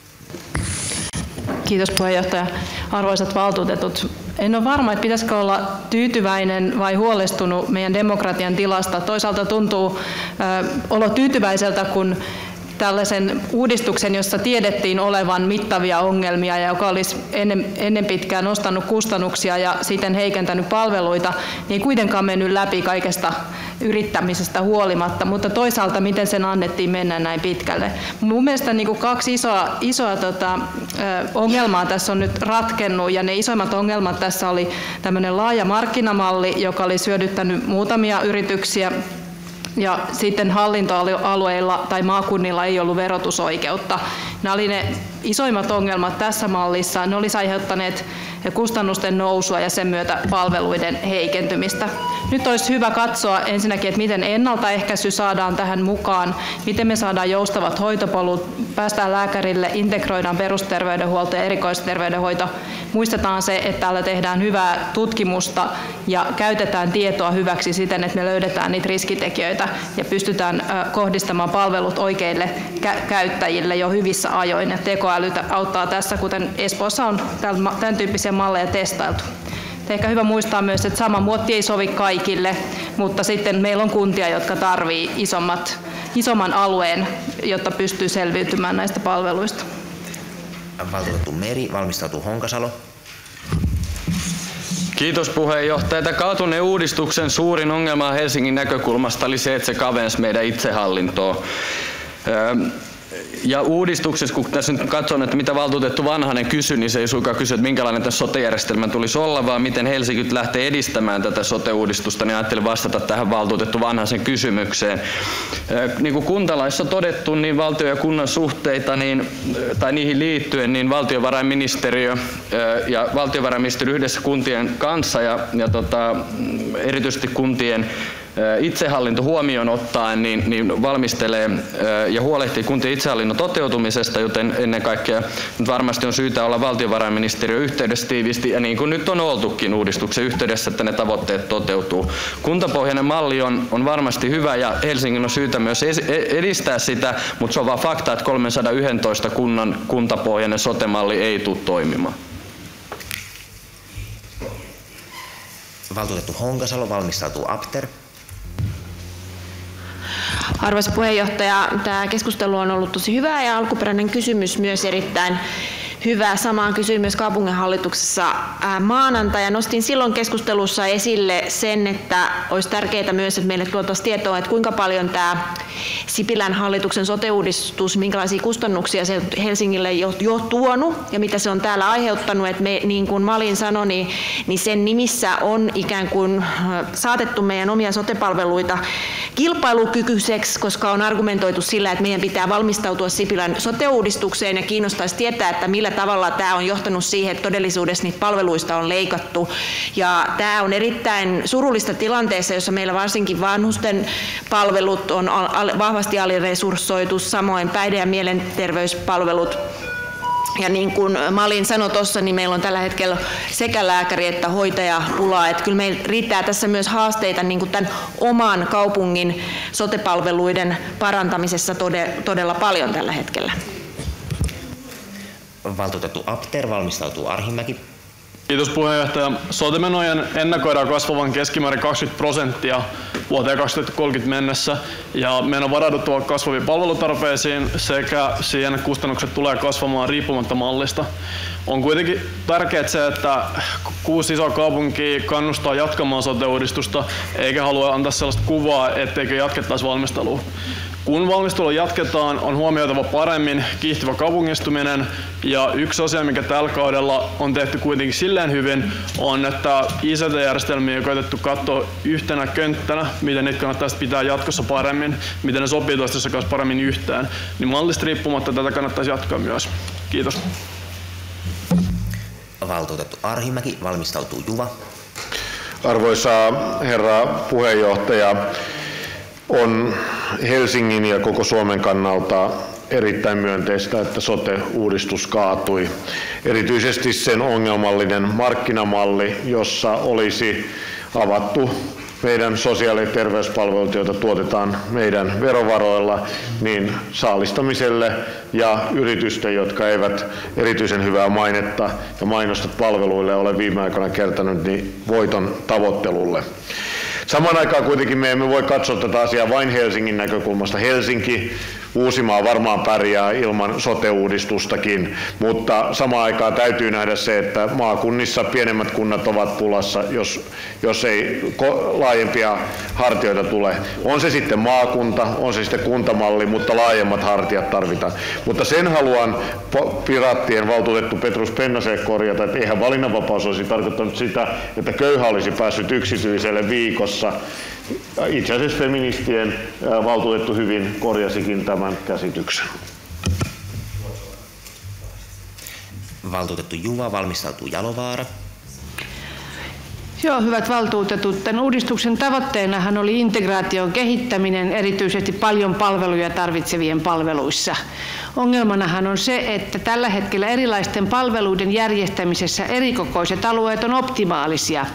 Kiitos puheenjohtaja. Arvoisat valtuutetut, en ole varma, että pitäisikö olla tyytyväinen vai huolestunut meidän demokratian tilasta. Toisaalta tuntuu ö, olo tyytyväiseltä, kun tällaisen uudistuksen, jossa tiedettiin olevan mittavia ongelmia ja joka olisi ennen, ennen pitkään nostanut kustannuksia ja siten heikentänyt palveluita, niin ei kuitenkaan mennyt läpi kaikesta yrittämisestä huolimatta, mutta toisaalta miten sen annettiin mennä näin pitkälle. Mun mielestä niin kuin kaksi isoa, isoa tota, ongelmaa tässä on nyt ratkennut ja ne isoimmat ongelmat tässä oli tämmöinen laaja markkinamalli, joka oli syödyttänyt muutamia yrityksiä. Ja sitten hallintoalueilla tai maakunnilla ei ollut verotusoikeutta. Nämä oli ne isoimmat ongelmat tässä mallissa. Ne olisi aiheuttaneet kustannusten nousua ja sen myötä palveluiden heikentymistä. Nyt olisi hyvä katsoa ensinnäkin, että miten ennaltaehkäisy saadaan tähän mukaan, miten me saadaan joustavat hoitopolut, päästään lääkärille, integroidaan perusterveydenhuolto ja erikoisterveydenhoito. Muistetaan se, että täällä tehdään hyvää tutkimusta ja käytetään tietoa hyväksi siten, että me löydetään niitä riskitekijöitä ja pystytään kohdistamaan palvelut oikeille käyttäjille jo hyvissä ajoin. Ja tekoäly auttaa tässä, kuten Espoossa on tämän tyyppisiä malleja testailtu. Ehkä hyvä muistaa myös, että sama muotti ei sovi kaikille, mutta sitten meillä on kuntia, jotka tarvii isommat, isomman alueen, jotta pystyy selviytymään näistä palveluista. Valtuutettu Meri, valmistautuu Honkasalo. Kiitos puheenjohtaja. Tämä kaatuneen uudistuksen suurin ongelma Helsingin näkökulmasta oli se, että se kavensi meidän itsehallintoa. Ja uudistuksessa, kun tässä nyt katson, että mitä valtuutettu Vanhanen kysyi, niin se ei suinkaan kysy, että minkälainen tässä sote-järjestelmän tulisi olla, vaan miten Helsinki lähtee edistämään tätä sote-uudistusta, niin ajattelin vastata tähän valtuutettu Vanhasen kysymykseen. Niin kuin kuntalaissa on todettu, niin valtio- ja kunnan suhteita, niin, tai niihin liittyen, niin valtiovarainministeriö ja valtiovarainministeriö yhdessä kuntien kanssa ja, ja tota, erityisesti kuntien itsehallinto huomioon ottaen niin, niin valmistelee ja huolehtii kuntien itsehallinnon toteutumisesta, joten ennen kaikkea nyt varmasti on syytä olla valtiovarainministeriön yhteydessä tiivisti ja niin kuin nyt on oltukin uudistuksen yhteydessä, että ne tavoitteet toteutuu. Kuntapohjainen malli on, on varmasti hyvä ja Helsingin on syytä myös edistää sitä, mutta se on vaan fakta, että kolmesataayksitoista kunnan kuntapohjainen sote-malli ei tule toimimaan. Valtuutettu Honkasalo, valmistautuu Apter. Arvoisa puheenjohtaja, tämä keskustelu on ollut tosi hyvä ja alkuperäinen kysymys myös erittäin hyvä. Samaan kysyin myös kaupunginhallituksessa maanantaina. Nostin silloin keskustelussa esille sen, että olisi tärkeää myös, että meille tuotaisiin tietoa, että kuinka paljon tämä Sipilän hallituksen sote-uudistus, minkälaisia kustannuksia se Helsingille jo, jo tuonut ja mitä se on täällä aiheuttanut. Että me, niin kuin Malin sanoi, niin, niin sen nimissä on ikään kuin saatettu meidän omia sote-palveluita kilpailukykyiseksi, koska on argumentoitu sillä, että meidän pitää valmistautua Sipilän sote-uudistukseen ja kiinnostaisi tietää, että millä tavalla tämä on johtanut siihen, että todellisuudessa niitä palveluista on leikattu. Ja tämä on erittäin surullista tilanteessa, jossa meillä varsinkin vanhusten palvelut on vahvasti aliresurssoitu, samoin päihde- ja mielenterveyspalvelut. Ja niin kuin Malin sanoi tuossa, niin meillä on tällä hetkellä sekä lääkäri- että hoitajapulaa. Että kyllä meillä riittää tässä myös haasteita niin kuin tämän oman kaupungin sote-palveluiden parantamisessa todella paljon tällä hetkellä. Valtuutettu Apter, valmistautuu Arhimäki. Kiitos puheenjohtaja. Sote-menojen ennakoidaan kasvavan keskimäärin kaksikymmentä prosenttia vuoteen kaksituhattakolmekymmentä mennessä ja meidän on varauduttava kasvaviin palvelutarpeisiin sekä siihen kustannukset tulee kasvamaan riippumatta mallista. On kuitenkin tärkeää se, että kuusi isoa kaupunkia kannustaa jatkamaan sote-uudistusta eikä halua antaa sellaista kuvaa, etteikö jatkettaisi valmistelua. Kun valmistelua jatketaan, on huomioitava paremmin kiihtyvä kaupungistuminen ja yksi asia, mikä tällä kaudella on tehty kuitenkin silleen hyvin, on, että I C T-järjestelmiä on koetettu katsoa yhtenä könttänä, miten niitä kannattaisi pitää jatkossa paremmin, miten ne sopii toistensa kanssa paremmin yhteen. Niin mallista riippumatta tätä kannattaisi jatkaa myös. Kiitos. Valtuutettu Arhimäki, valmistautuu Juva. Arvoisa herra puheenjohtaja, on Helsingin ja koko Suomen kannalta erittäin myönteistä, että sote-uudistus kaatui. Erityisesti sen ongelmallinen markkinamalli, jossa olisi avattu meidän sosiaali- ja terveyspalvelut, joita tuotetaan meidän verovaroilla, niin saalistamiselle ja yritysten, jotka eivät erityisen hyvää mainetta ja mainosta palveluille ole viime aikoina kertonut, niin voiton tavoittelulle. Samaan aikaan kuitenkin me emme voi katsoa tätä asiaa vain Helsingin näkökulmasta. Helsinki, Uusimaa varmaan pärjää ilman sote-uudistustakin, mutta samaan aikaan täytyy nähdä se, että maakunnissa pienemmät kunnat ovat pulassa, jos, jos ei laajempia hartioita tule. On se sitten maakunta, on se sitten kuntamalli, mutta laajemmat hartiat tarvitaan. Mutta sen haluan Piraattien valtuutettu Petrus Pennaselle korjata, että eihän valinnanvapaus olisi tarkoittanut sitä, että köyhä olisi päässyt yksityiselle viikossa. Itse asiassa feministien valtuutettu hyvin korjasikin tämän käsityksen. Valtuutettu Juva, valmistautuu Jalovaara. Joo, hyvät valtuutetut. Tämän uudistuksen tavoitteenahan oli integraation kehittäminen erityisesti paljon palveluja tarvitsevien palveluissa. Ongelmanahan on se, että tällä hetkellä erilaisten palveluiden järjestämisessä erikokoiset alueet on optimaalisia.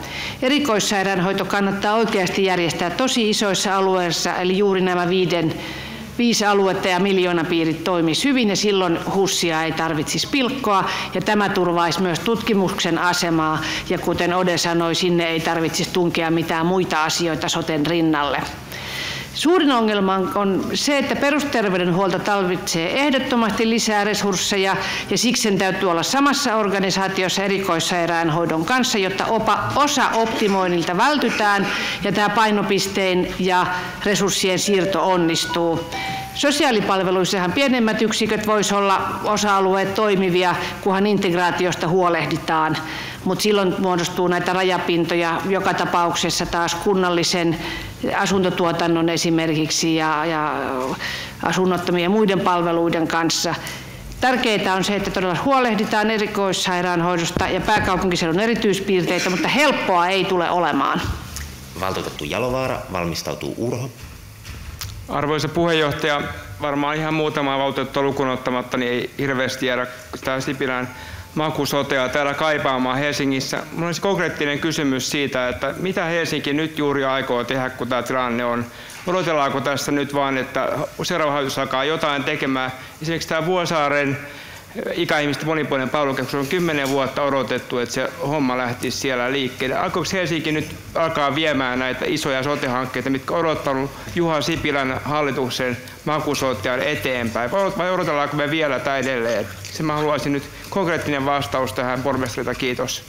Erikoissairaanhoito kannattaa oikeasti järjestää tosi isoissa alueissa, eli juuri nämä viiden viisi aluetta ja miljoonapiirit toimisi hyvin ja silloin HUSia ei tarvitsisi pilkkoa ja tämä turvaisi myös tutkimuksen asemaa ja kuten Ode sanoi, sinne ei tarvitsisi tunkea mitään muita asioita soten rinnalle. Suurin ongelma on se, että perusterveydenhuolto tarvitsee ehdottomasti lisää resursseja ja siksi sen täytyy olla samassa organisaatiossa erikoissairaanhoidon kanssa, jotta osa optimoinnilta vältytään ja tämä painopisteen ja resurssien siirto onnistuu. Sosiaalipalveluissahan pienemmät yksiköt voisi olla osa-alueet toimivia, kunhan integraatiosta huolehditaan, mutta silloin muodostuu näitä rajapintoja joka tapauksessa taas kunnallisen asuntotuotannon esimerkiksi ja, ja asunnottomien ja muiden palveluiden kanssa. Tärkeää on se, että todella huolehditaan erikoissairaanhoidosta ja pääkaupunkiseudun erityispiirteitä, mutta helppoa ei tule olemaan. Valtuutettu Jalovaara, valmistautuu Urho. Arvoisa puheenjohtaja, varmaan ihan muutamaa valtuutettua lukuun ottamatta, niin ei hirveästi jäädä tämä Sipilän makusotea täällä kaipaamaan Helsingissä. Minulla olisi konkreettinen kysymys siitä, että mitä Helsinki nyt juuri aikoo tehdä, kun tämä tilanne on. Odotellaanko tässä nyt vaan, että seuraava hallitus alkaa jotain tekemään. Esimerkiksi tämä Vuosaaren ikäihmisten monipuolinen palvelukeskus on kymmenen vuotta odotettu, että se homma lähtisi siellä liikkeelle. Alkoiko Helsinki nyt alkaa viemään näitä isoja sote-hankkeita, mitkä on odottanut Juha Sipilän hallituksen makusotean eteenpäin? Vai odotellaanko me vielä tai edelleen? Se mä haluaisin nyt konkreettinen vastaus tähän pormestarilta. Kiitos.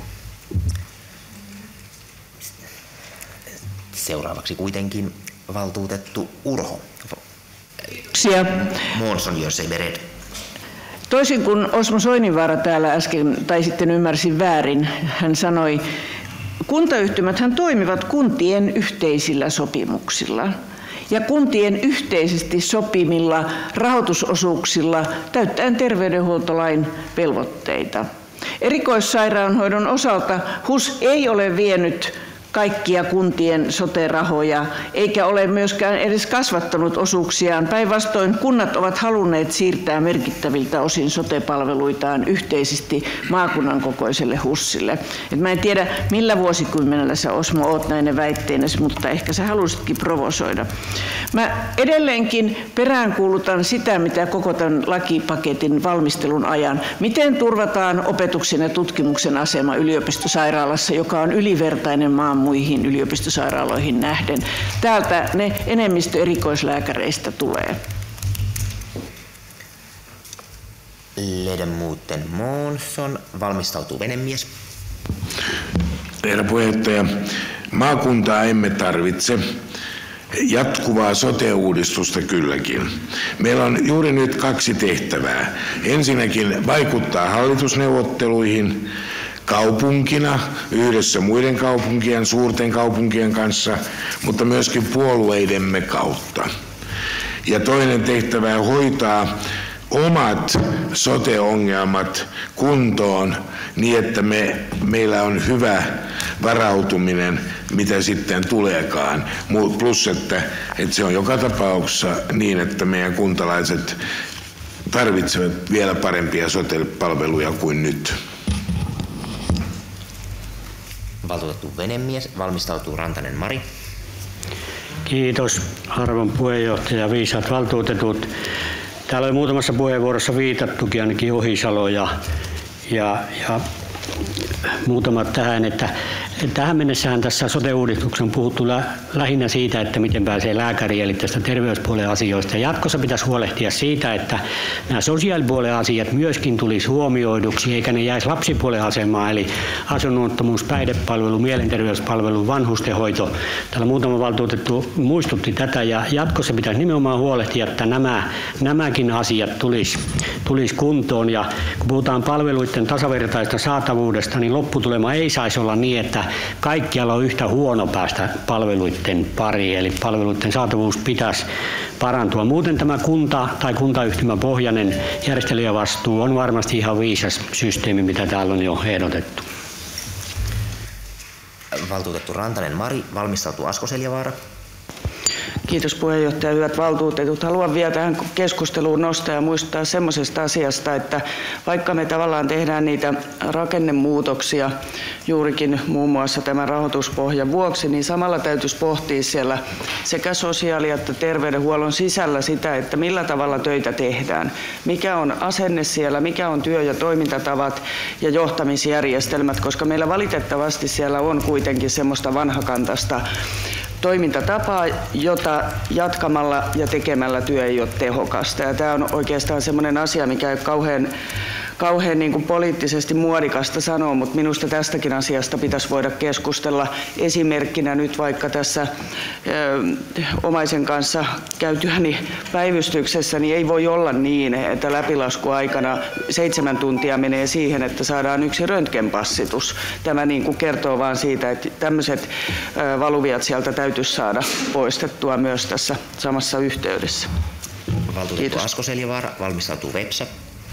Seuraavaksi kuitenkin valtuutettu Urho. Kiitoksia. Månsson gör sig beredd. Toisin kuin Osmo Soininvaara täällä äsken, tai sitten ymmärsin väärin, hän sanoi, kuntayhtymäthän toimivat kuntien yhteisillä sopimuksilla. Ja kuntien yhteisesti sopimilla rahoitusosuuksilla täyttäen terveydenhuoltolain velvoitteita. Erikoissairaanhoidon osalta HUS ei ole vienyt kaikkia kuntien sote-rahoja, eikä ole myöskään edes kasvattanut osuuksiaan. Päinvastoin kunnat ovat halunneet siirtää merkittäviltä osin sote-palveluitaan yhteisesti maakunnan kokoiselle HUSille. Et mä en tiedä, millä vuosikymmenellä sä, Osmo, oot näinen väitteinesi, mutta ehkä sä halusitkin provosoida. Mä edelleenkin peräänkuulutan sitä, mitä koko tämän lakipaketin valmistelun ajan. Miten turvataan opetuksen ja tutkimuksen asema yliopistosairaalassa, joka on ylivertainen maan muihin yliopistosairaaloihin nähden. Täältä ne enemmistö erikoislääkäreistä tulee. Ledamoten Månsson, valmistautuu venemies. Herra puheenjohtaja, maakuntaa emme tarvitse. Jatkuvaa sote-uudistusta kylläkin. Meillä on juuri nyt kaksi tehtävää. Ensinnäkin vaikuttaa hallitusneuvotteluihin kaupunkina yhdessä muiden kaupunkien, suurten kaupunkien kanssa, mutta myöskin puolueidemme kautta. Ja toinen tehtävä on hoitaa omat sote-ongelmat kuntoon niin, että me, meillä on hyvä varautuminen, mitä sitten tuleekaan. Plus, että, että se on joka tapauksessa niin, että meidän kuntalaiset tarvitsevat vielä parempia sote-palveluja kuin nyt. Valtuutettu venemies, valmistautuu Rantanen Mari. Kiitos arvon puheenjohtaja ja viisaat valtuutetut. Täällä on muutamassa puheenvuorossa viitattukin ainakin Ohisalo ja, ja, ja muutamat tähän, että tähän mennessähän tässä sote-uudistuksessa on puhuttu lä- lähinnä siitä, että miten pääsee lääkäriin, eli tästä terveyspuolen asioista. Jatkossa pitäisi huolehtia siitä, että nämä sosiaalipuolen asiat myöskin tulisi huomioiduksi, eikä ne jäisi lapsipuolen asemaan, eli asunnottomuus, päihdepalvelu, mielenterveyspalvelu, vanhustenhoito. Täällä muutama valtuutettu muistutti tätä, ja jatkossa pitäisi nimenomaan huolehtia, että nämä, nämäkin asiat tulisi, tulisi kuntoon. Ja kun puhutaan palveluiden tasavertaista saatavuudesta, niin lopputulema ei saisi olla niin, että kaikkialla on yhtä huono päästä palveluiden pariin, eli palveluiden saatavuus pitäisi parantua. Muuten tämä kunta- tai kuntayhtymäpohjainen järjestelijävastuu on varmasti ihan viisas systeemi, mitä täällä on jo ehdotettu. Valtuutettu Rantanen Mari, valmistautuu Asko Seljavaara. Kiitos puheenjohtaja, hyvät valtuutetut. Haluan vielä tähän keskusteluun nostaa ja muistuttaa semmoisesta asiasta, että vaikka me tavallaan tehdään niitä rakennemuutoksia juurikin muun muassa tämän rahoituspohjan vuoksi, niin samalla täytyisi pohtia siellä sekä sosiaali- että terveydenhuollon sisällä sitä, että millä tavalla töitä tehdään. Mikä on asenne siellä, mikä on työ- ja toimintatavat ja johtamisjärjestelmät, koska meillä valitettavasti siellä on kuitenkin semmoista vanhakantasta toimintatapaa, jota jatkamalla ja tekemällä työ ei ole tehokasta. Ja tämä on oikeastaan semmoinen asia, mikä ei ole kauhean, kauhean niin kuin poliittisesti muodikasta sanoa, mutta minusta tästäkin asiasta pitäisi voida keskustella. Esimerkkinä nyt vaikka tässä ö, omaisen kanssa käytyäni päivystyksessä, niin ei voi olla niin, että läpilaskuaikana seitsemän tuntia menee siihen, että saadaan yksi röntgenpassitus. Tämä niin kuin kertoo vain siitä, että tämmöiset ö, valuviat sieltä täytyisi saada poistettua myös tässä samassa yhteydessä. Valtuutettu Asko-Seljavaara, valmistautuu Vepsä.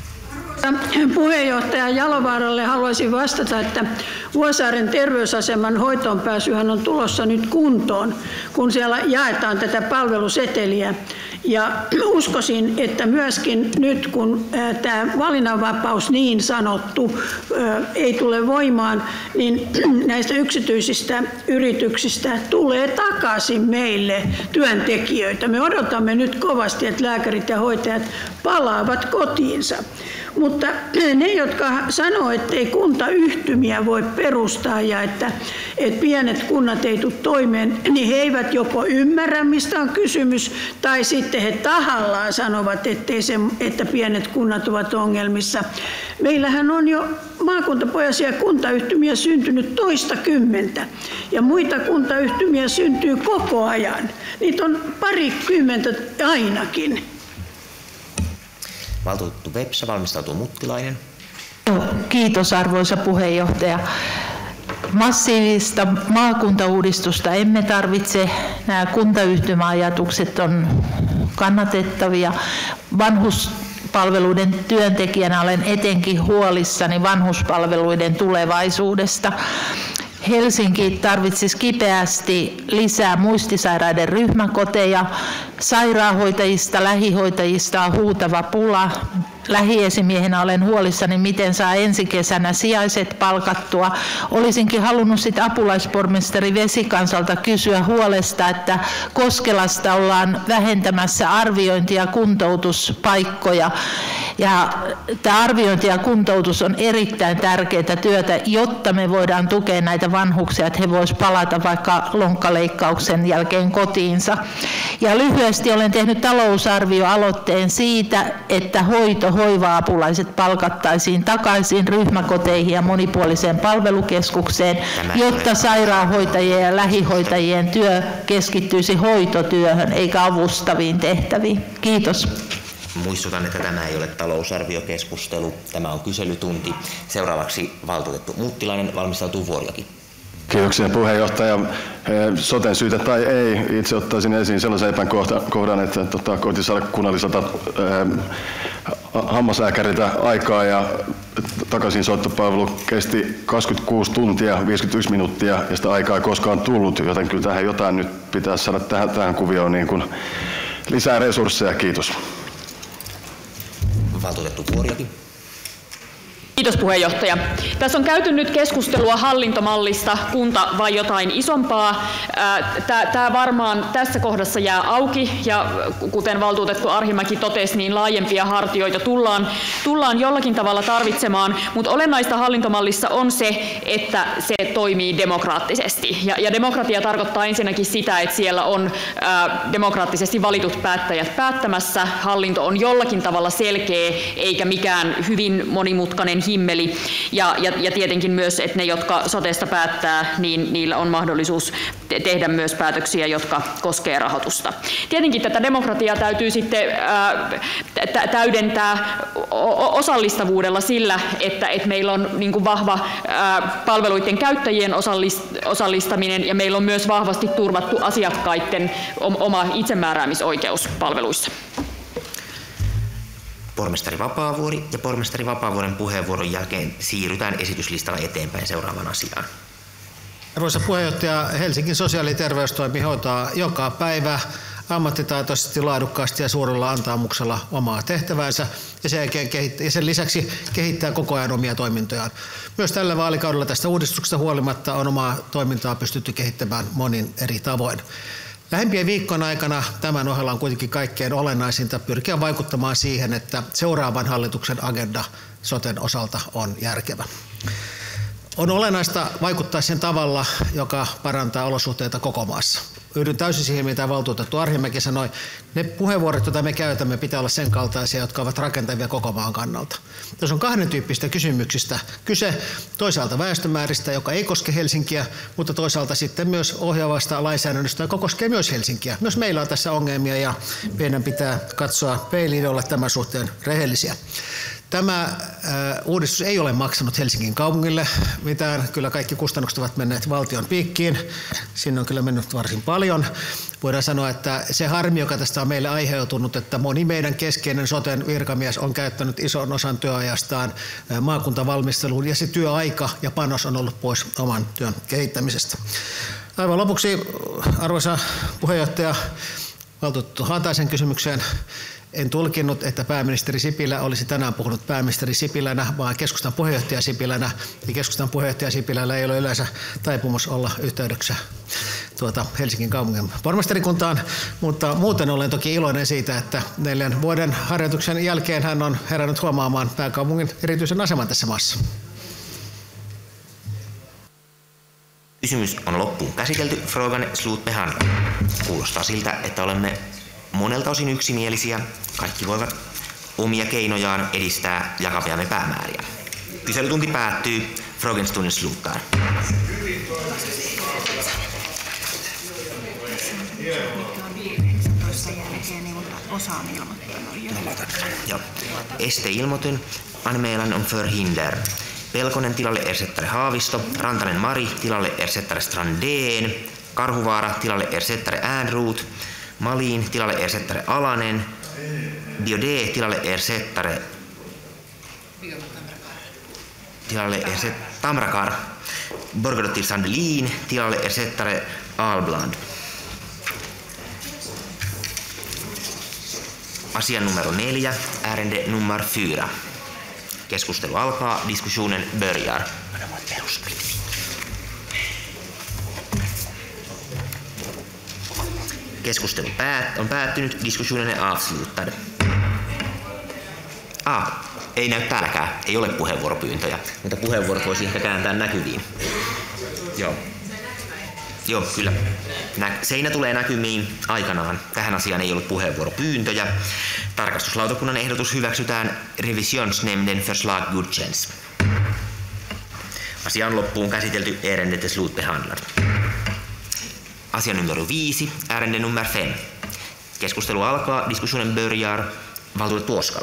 Puheenjohtaja Jalovaaralle haluaisin vastata, että Vuosaaren terveysaseman hoitoonpääsyhän on tulossa nyt kuntoon, kun siellä jaetaan tätä palveluseteliä. Ja uskoisin, että myöskin nyt kun tämä valinnanvapaus niin sanottu ei tule voimaan, niin näistä yksityisistä yrityksistä tulee takaisin meille työntekijöitä. Me odotamme nyt kovasti, että lääkärit ja hoitajat palaavat kotiinsa. Mutta ne, jotka sanoo, että ei kuntayhtymiä voi perustaa ja että, että pienet kunnat ei tule toimeen, niin he eivät joko ymmärrä, mistä on kysymys, tai sitten he tahallaan sanovat, ettei se, että pienet kunnat ovat ongelmissa. Meillähän on jo maakuntapohjaisia kuntayhtymiä syntynyt toista kymmentä, ja muita kuntayhtymiä syntyy koko ajan. Niitä on parikymmentä ainakin. Valtuutettu Vepsä, valmistautuu Muttilainen. Kiitos arvoisa puheenjohtaja. Massiivista maakuntauudistusta emme tarvitse. Nämä kuntayhtymäajatukset on kannatettavia. Vanhuspalveluiden työntekijänä olen etenkin huolissani vanhuspalveluiden tulevaisuudesta. Helsinki tarvitsisi kipeästi lisää muistisairaiden ryhmäkoteja. Sairaanhoitajista, lähihoitajista on huutava pula. Lähiesimiehenä olen huolissani, miten saa ensi kesänä sijaiset palkattua. Olisinkin halunnut sit apulaispormestari Vesikansalta kysyä huolesta, että Koskelasta ollaan vähentämässä arviointi- ja kuntoutuspaikkoja. Ja tämä arviointi ja kuntoutus on erittäin tärkeää työtä, jotta me voidaan tukea näitä vanhuksia, että he voisivat palata vaikka lonkkaleikkauksen jälkeen kotiinsa. Ja lyhyesti olen tehnyt talousarvioaloitteen siitä, että hoito hoiva-apulaiset palkattaisiin takaisin ryhmäkoteihin ja monipuoliseen palvelukeskukseen, jotta sairaanhoitajien ja lähihoitajien työ keskittyisi hoitotyöhön eikä avustaviin tehtäviin. Kiitos. Muistutan, että tämä ei ole talousarviokeskustelu, tämä on kyselytunti. Seuraavaksi valtuutettu Muttilainen, valmistautuu Vuorijoki. Kiitoksia puheenjohtaja. Soten syytä tai ei, itse ottaisin esiin sellaisen epäkohdan, että tota, koitin saada kunnalliselta äh, hammaslääkäriltä aikaa ja takaisin soittopalvelu kesti kaksikymmentäkuusi tuntia, viisikymmentäyksi minuuttia ja sitä aikaa ei koskaan tullut, joten kyllä tähän jotain nyt pitäisi saada tähän, tähän kuvioon niin kuin lisää resursseja. Kiitos. Valtuutettu Vuorijoki. Kiitos puheenjohtaja. Tässä on käyty nyt keskustelua hallintomallista, kunta vai jotain isompaa. Tämä varmaan tässä kohdassa jää auki ja kuten valtuutettu Arhimäki totesi, niin laajempia hartioita tullaan, tullaan jollakin tavalla tarvitsemaan, mutta olennaista hallintomallissa on se, että se toimii demokraattisesti. Ja, ja demokratia tarkoittaa ensinnäkin sitä, että siellä on ää, demokraattisesti valitut päättäjät päättämässä, hallinto on jollakin tavalla selkeä eikä mikään hyvin monimutkainen himmeli. Ja, ja, ja tietenkin myös, että ne, jotka sotesta päättää, niin niillä on mahdollisuus te- tehdä myös päätöksiä, jotka koskee rahoitusta. Tietenkin tätä demokratiaa täytyy sitten ää, tä- täydentää o- osallistavuudella sillä, että et meillä on niin kuin vahva ää, palveluiden käyttäjien osallist- osallistaminen ja meillä on myös vahvasti turvattu asiakkaiden oma itsemääräämisoikeus palveluissa. Pormestari Vapaavuori ja pormestari Vapaavuoren puheenvuoron jälkeen siirrytään esityslistalla eteenpäin seuraavaan asiaan. Arvoisa puheenjohtaja, Helsingin sosiaali- ja terveystoimi hoitaa joka päivä ammattitaitoisesti, laadukkaasti ja suurella antaumuksella omaa tehtäväänsä ja sen, jälkeen kehittää, ja sen lisäksi kehittää koko ajan omia toimintojaan. Myös tällä vaalikaudella tästä uudistuksesta huolimatta on omaa toimintaa pystytty kehittämään monin eri tavoin. Lähempien viikkojen aikana tämän ohella on kuitenkin kaikkein olennaisinta pyrkiä vaikuttamaan siihen, että seuraavan hallituksen agenda soten osalta on järkevä. On olennaista vaikuttaa sen tavalla, joka parantaa olosuhteita koko maassa. Yhdyn täysin siihen, mitä valtuutettu Arhimäki sanoi. Ne puheenvuorot, joita me käytämme, pitää olla sen kaltaisia, jotka ovat rakentavia koko maan kannalta. Tässä on kahden tyyppistä kysymyksistä kyse. Toisaalta väestömääristä, joka ei koske Helsinkiä, mutta toisaalta sitten myös ohjaavasta lainsäädännöstä, joka koskee myös Helsinkiä. Myös meillä on tässä ongelmia ja meidän pitää katsoa peiliin ja olla tämän suhteen rehellisiä. Tämä äh, uudistus ei ole maksanut Helsingin kaupungille mitään. Kyllä kaikki kustannukset ovat menneet valtion piikkiin. Sinne on kyllä mennyt varsin paljon. Voidaan sanoa, että se harmi, joka tästä on meille aiheutunut, että moni meidän keskeinen soten virkamies on käyttänyt ison osan työajastaan äh, maakuntavalmisteluun ja se työaika ja panos on ollut pois oman työn kehittämisestä. Aivan lopuksi, arvoisa puheenjohtaja, valtuutettu Haataisen kysymykseen. En tulkinnut, että pääministeri Sipilä olisi tänään puhunut pääministeri Sipilänä, vaan keskustan puheenjohtaja Sipilänä. Ja keskustan puheenjohtaja Sipilällä ei ole yleensä taipumus olla yhteydessä tuota Helsingin kaupungin pormestarikuntaan, mutta muuten olen toki iloinen siitä, että neljän vuoden harjoituksen jälkeen hän on herännyt huomaamaan pääkaupungin erityisen aseman tässä maassa. Kysymys on loppuun käsitelty. Frågan slutbehandlad. Kuulostaa siltä, että olemme monelta osin yksimielisiä. Kaikki voivat omia keinojaan edistää jakamiamme päämääriä. Kyselytunti päättyy. Frågestunden slutar. Ja. Este-ilmoitun anmälan om förhinder. Pelkonen tilalle ersättare Haavisto, Rantanen Mari tilalle ersättare Strandén, Karhuvaara tilalle ersättare Äänruut, Malin tilalle ersättare Alanen, Biodé tilalle ersättare tilalle ersättare Tamrakar, Borgerdottir Sandelin tilalle ersättare Ahlblad. Asia numero neljä, ärende nummer fyra. Keskustelu alkaa, diskussionen börjar. Keskustelu päät, on päättynyt, diskussionen är avslutad. Ah, ei näy täälläkään, ei ole puheenvuoropyyntöjä, mutta puheenvuorot voisi ehkä kääntää näkyviin. Joo. Joo, kyllä. Nä- seinä tulee näkymiin aikanaan. Tähän asiaan ei ollut puheenvuoropyyntöjä. Tarkastuslautakunnan ehdotus hyväksytään. Revisionsnämnden förslag godkänns. Asia on loppuun käsitelty. Ärendet är slutbehandlad. Asia numero viisi. Ärende nummer fem. Keskustelu alkaa. Diskussionen börjar. Valtuutettu Oskala.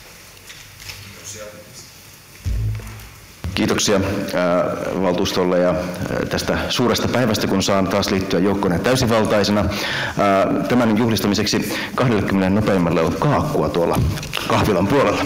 Kiitoksia valtuustolle ja tästä suuresta päivästä, kun saan taas liittyä joukkoon täysivaltaisena. Tämän juhlistamiseksi kaksikymmentä nopeimmalle on kaakkua tuolla kahvilan puolella.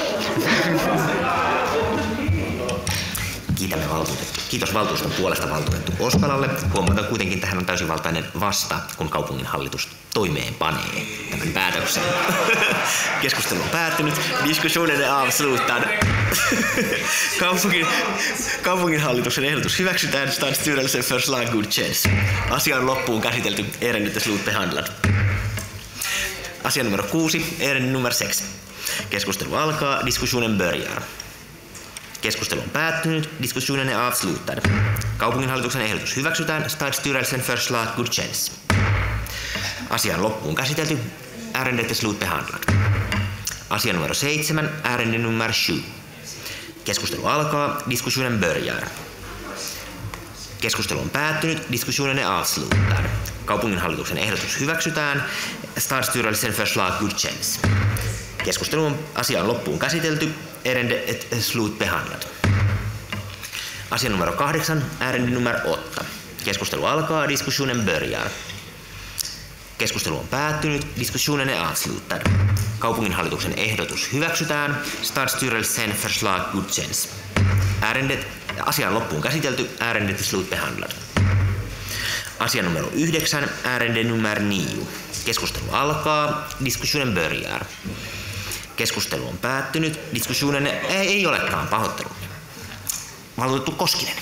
Kiitämme valtuutettu. Kiitos valtuuston puolesta valtuutettu Oskalalle. Huomataan kuitenkin, että hän on täysivaltainen vasta, kun kaupungin hallitus toimeenpanee tämän päätöksen. Keskustelu on päättynyt. Diskussionen är avslutad. Kaupungin, kaupungin hallituksen ehdotus hyväksytään. Stadsstyrelsen förslag godkänns. Asia on loppuun käsitelty. Ärendet är slutbehandlad. Asia numero kuusi. Ärende nummer sex. Keskustelu alkaa. Diskussionen börjar. Keskustelu on päättynyt. Diskussionen är avslutad. Kaupunginhallituksen ehdotus hyväksytään. Stadsstyrelsen förslag godkänns. Asia on loppuun käsitelty. Ärendet är slutbehandlad. Asia numero seitsemän. Ärende nummer sju. Keskustelu alkaa. Diskussionen börjar. Keskustelu on päättynyt. Diskussionen är avslutad. Kaupunginhallituksen ehdotus hyväksytään. Stadsstyrelsen förslag godkänns. Keskustelun asia on loppuun käsitelty. Ärende är slutbehandlad. Asia numero kahdeksan. Ärende nummer åtta. Keskustelu alkaa. Diskussionen börjar. Keskustelu on päättynyt. Diskussionen är avslutad. Kaupunginhallituksen ehdotus hyväksytään. Stadsstyrelsen förslag godkänns. Ärendet, asia on loppuun käsitelty. Ärendet är slutbehandlad. Asia numero yhdeksän, ärende nummer nio. Keskustelu alkaa, diskussionen börjar. Keskustelu on päättynyt, diskussionen ei, ei olekaan pahoittelut. Valtuutettu Koskinen.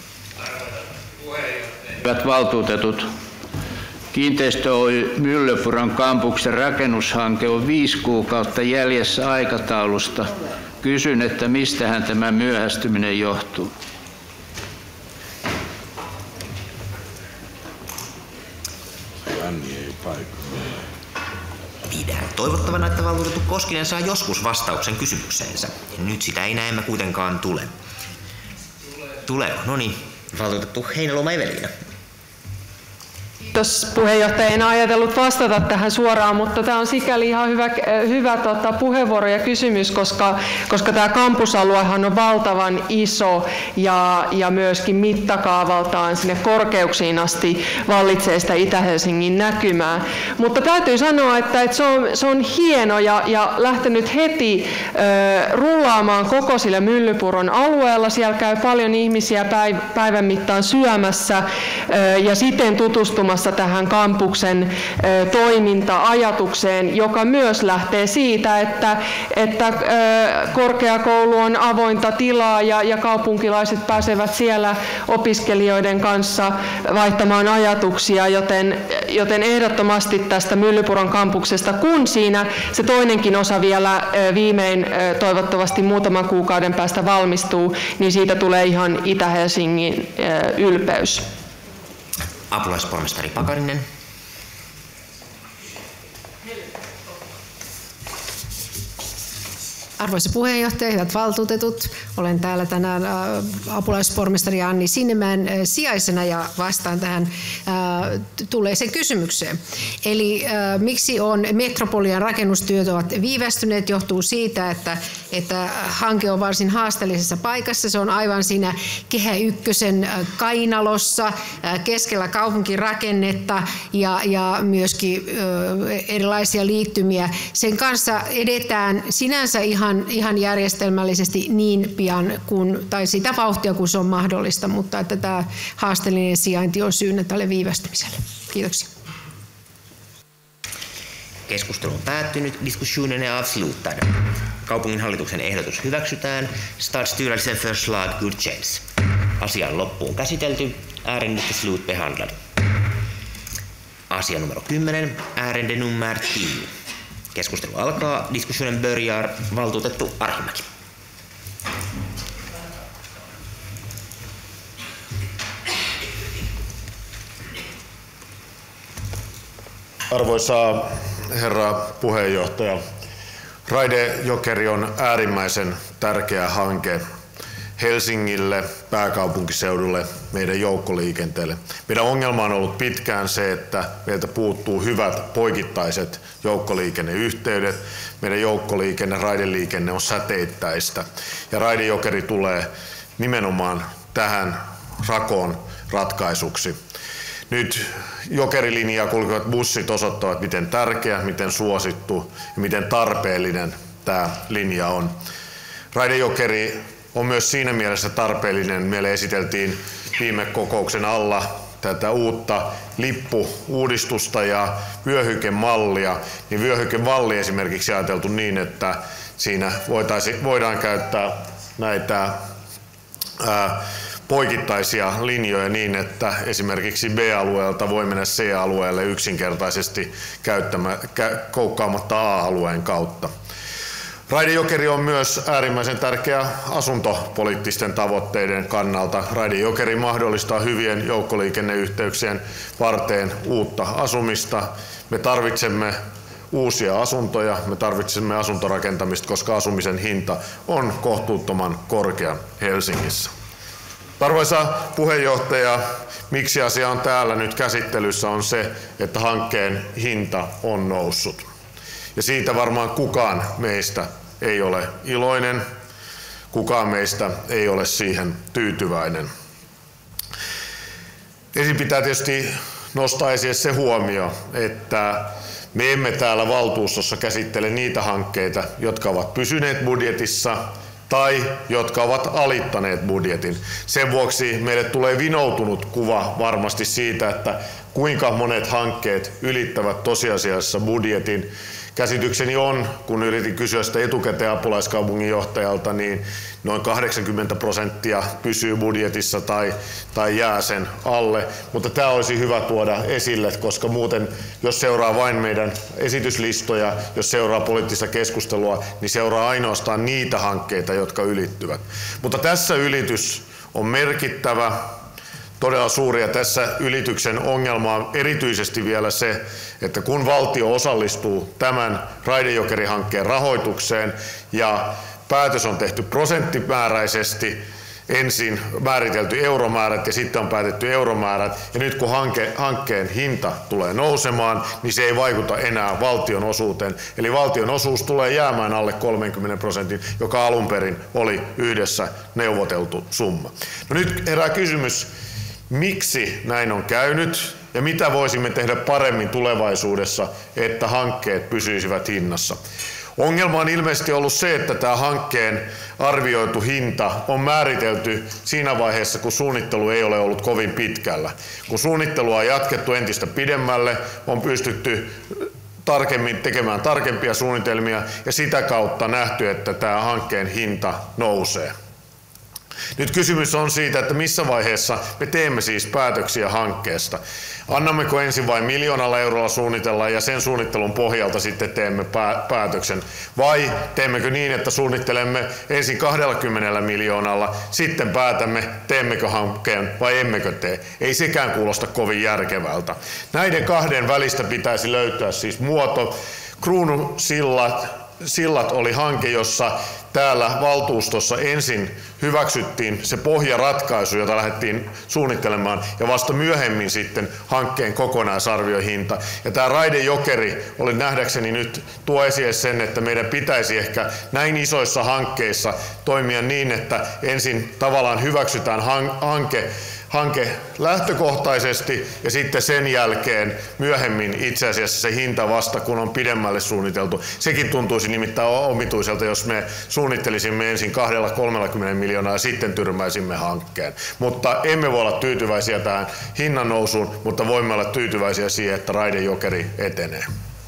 Hyvät valtuutetut, Kiinteistö Oy Myllypuron kampuksen rakennushanke on viisi kuukautta jäljessä aikataulusta. Kysyn, että mistähän tämä myöhästyminen johtuu? Pidän toivottavana, että valtuutettu Koskinen saa joskus vastauksen kysymykseensä. Nyt sitä ei näemmä kuitenkaan tule. Tuleeko? No niin, valtuutettu Heinäluoma Eveliina. Kiitos puheenjohtaja. En ajatellut vastata tähän suoraan, mutta tämä on sikäli ihan hyvä, hyvä tota, puheenvuoro ja kysymys, koska, koska tämä kampusaluehan on valtavan iso ja, ja myöskin mittakaavaltaan sinne korkeuksiin asti vallitsee sitä Itä-Helsingin näkymää. Mutta täytyy sanoa, että, että se, on, se on hieno ja, ja lähtenyt heti äh, rullaamaan koko sillä Myllypuron alueella. Siellä käy paljon ihmisiä päiv- päivän mittaan syömässä äh, ja siten tutustumassa tähän kampuksen toiminta-ajatukseen, joka myös lähtee siitä, että, että korkeakoulu on avointa tilaa ja, ja kaupunkilaiset pääsevät siellä opiskelijoiden kanssa vaihtamaan ajatuksia, joten, joten ehdottomasti tästä Myllypuron kampuksesta, kun siinä se toinenkin osa vielä viimein toivottavasti muutaman kuukauden päästä valmistuu, niin siitä tulee ihan Itä-Helsingin ylpeys. Apulaispormestari Pakarinen. Arvoisa puheenjohtaja, hyvät valtuutetut, olen täällä tänään apulaispormestari Anni Sinnemäen sijaisena ja vastaan tähän tulleeseen kysymykseen. Eli miksi on Metropolian rakennustyöt ovat viivästyneet, johtuu siitä, että, että hanke on varsin haasteellisessa paikassa. Se on aivan siinä Kehä Ykkösen kainalossa, keskellä kaupunkirakennetta ja, ja myöskin erilaisia liittymiä. Sen kanssa edetään sinänsä ihan Ihan, ihan järjestelmällisesti niin pian kuin, tai sitä vauhtia kuin se on mahdollista, mutta että tämä haasteellinen sijainti on syynä tälle viivästymiselle. Kiitoksia. Keskustelu on päättynyt. Diskussionen är avslutad. Kaupunginhallituksen ehdotus hyväksytään. Stadsstyrelsen förslag godkänns. Asian loppuun käsitelty. Ärendet är slutbehandlad. Asia numero kymmenen. Ärende nummer tio. Keskustelu alkaa. Diskussionen börjar. Valtuutettu Arhimäki. Arvoisa herra puheenjohtaja, Raide Jokeri on äärimmäisen tärkeä hanke Helsingille, pääkaupunkiseudulle, meidän joukkoliikenteelle. Meidän ongelma on ollut pitkään se, että meiltä puuttuu hyvät poikittaiset joukkoliikenneyhteydet. Meidän joukkoliikenne, raideliikenne on säteittäistä ja Raide Jokeri tulee nimenomaan tähän rakoon ratkaisuksi. Nyt Jokerilinjaa kulkevat bussit osoittavat, miten tärkeä, miten suosittu ja miten tarpeellinen tämä linja on. Raide Jokeri on myös siinä mielessä tarpeellinen. Meille esiteltiin viime kokouksen alla tätä uutta lippu-uudistusta ja vyöhykemallia. Niin vyöhykemalli esimerkiksi ajateltu niin, että siinä voidaan käyttää näitä ää, poikittaisia linjoja niin, että esimerkiksi B-alueelta voi mennä C-alueelle yksinkertaisesti koukkaamatta A-alueen kautta. Raide Jokeri on myös äärimmäisen tärkeä asuntopoliittisten tavoitteiden kannalta. Raide Jokeri mahdollistaa hyvien joukkoliikenneyhteyksien varteen uutta asumista. Me tarvitsemme uusia asuntoja, me tarvitsemme asuntorakentamista, koska asumisen hinta on kohtuuttoman korkea Helsingissä. Arvoisa puheenjohtaja, miksi asia on täällä nyt käsittelyssä on se, että hankkeen hinta on noussut. Ja siitä varmaan kukaan meistä ei ole iloinen, kukaan meistä ei ole siihen tyytyväinen. Ensin pitää tietysti nostaa esille se huomio, että me emme täällä valtuustossa käsittele niitä hankkeita, jotka ovat pysyneet budjetissa tai jotka ovat alittaneet budjetin. Sen vuoksi meille tulee vinoutunut kuva varmasti siitä, että kuinka monet hankkeet ylittävät tosiasiassa budjetin. Käsitykseni on, kun yritin kysyä sitä etukäteen apulaiskaupunginjohtajalta, niin noin kahdeksankymmentä prosenttia pysyy budjetissa tai, tai jää sen alle. Mutta tämä olisi hyvä tuoda esille, koska muuten, jos seuraa vain meidän esityslistoja, jos seuraa poliittista keskustelua, niin seuraa ainoastaan niitä hankkeita, jotka ylittyvät. Mutta tässä ylitys on merkittävä. Todella suuri, ja tässä ylityksen ongelma on erityisesti vielä se, että kun valtio osallistuu tämän Raide-Jokeri-hankkeen rahoitukseen ja päätös on tehty prosenttimääräisesti, ensin määritelty euromäärät ja sitten on päätetty euromäärät, ja nyt kun hanke, hankkeen hinta tulee nousemaan, niin se ei vaikuta enää valtion osuuteen. Eli valtion osuus tulee jäämään alle kolmekymmentä prosentin, joka alun perin oli yhdessä neuvoteltu summa. No nyt herää kysymys, miksi näin on käynyt ja mitä voisimme tehdä paremmin tulevaisuudessa, että hankkeet pysyisivät hinnassa. Ongelma on ilmeisesti ollut se, että tämä hankkeen arvioitu hinta on määritelty siinä vaiheessa, kun suunnittelu ei ole ollut kovin pitkällä. Kun suunnittelua on jatkettu entistä pidemmälle, on pystytty tarkemmin tekemään tarkempia suunnitelmia ja sitä kautta nähty, että tämä hankkeen hinta nousee. Nyt kysymys on siitä, että missä vaiheessa me teemme siis päätöksiä hankkeesta. Annammeko ensin vain miljoonalla eurolla suunnitella ja sen suunnittelun pohjalta sitten teemme päätöksen? Vai teemmekö niin, että suunnittelemme ensin kaksikymmentä miljoonalla, sitten päätämme teemmekö hankkeen vai emmekö tee? Ei sekään kuulosta kovin järkevältä. Näiden kahden välistä pitäisi löytää siis muoto. Kruunusillat Sillat oli hanke, jossa täällä valtuustossa ensin hyväksyttiin se pohjaratkaisu, jota lähdettiin suunnittelemaan, ja vasta myöhemmin sitten hankkeen kokonaisarviohinta. Ja tämä Raide-Jokeri oli nähdäkseni nyt tuo esille sen, että meidän pitäisi ehkä näin isoissa hankkeissa toimia niin, että ensin tavallaan hyväksytään hanke, hanke lähtökohtaisesti ja sitten sen jälkeen myöhemmin itse asiassa se hinta vasta, kun on pidemmälle suunniteltu. Sekin tuntuisi nimittäin omituiselta, jos me suunnittelisimme ensin kaksikymmentä kolmekymmentä miljoonaa ja sitten tyrmäisimme hankkeen. Mutta emme voi olla tyytyväisiä tähän hinnan nousuun, mutta voimme olla tyytyväisiä siihen, että Raide-Jokeri etenee.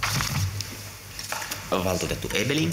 Valtuutettu Ebelin.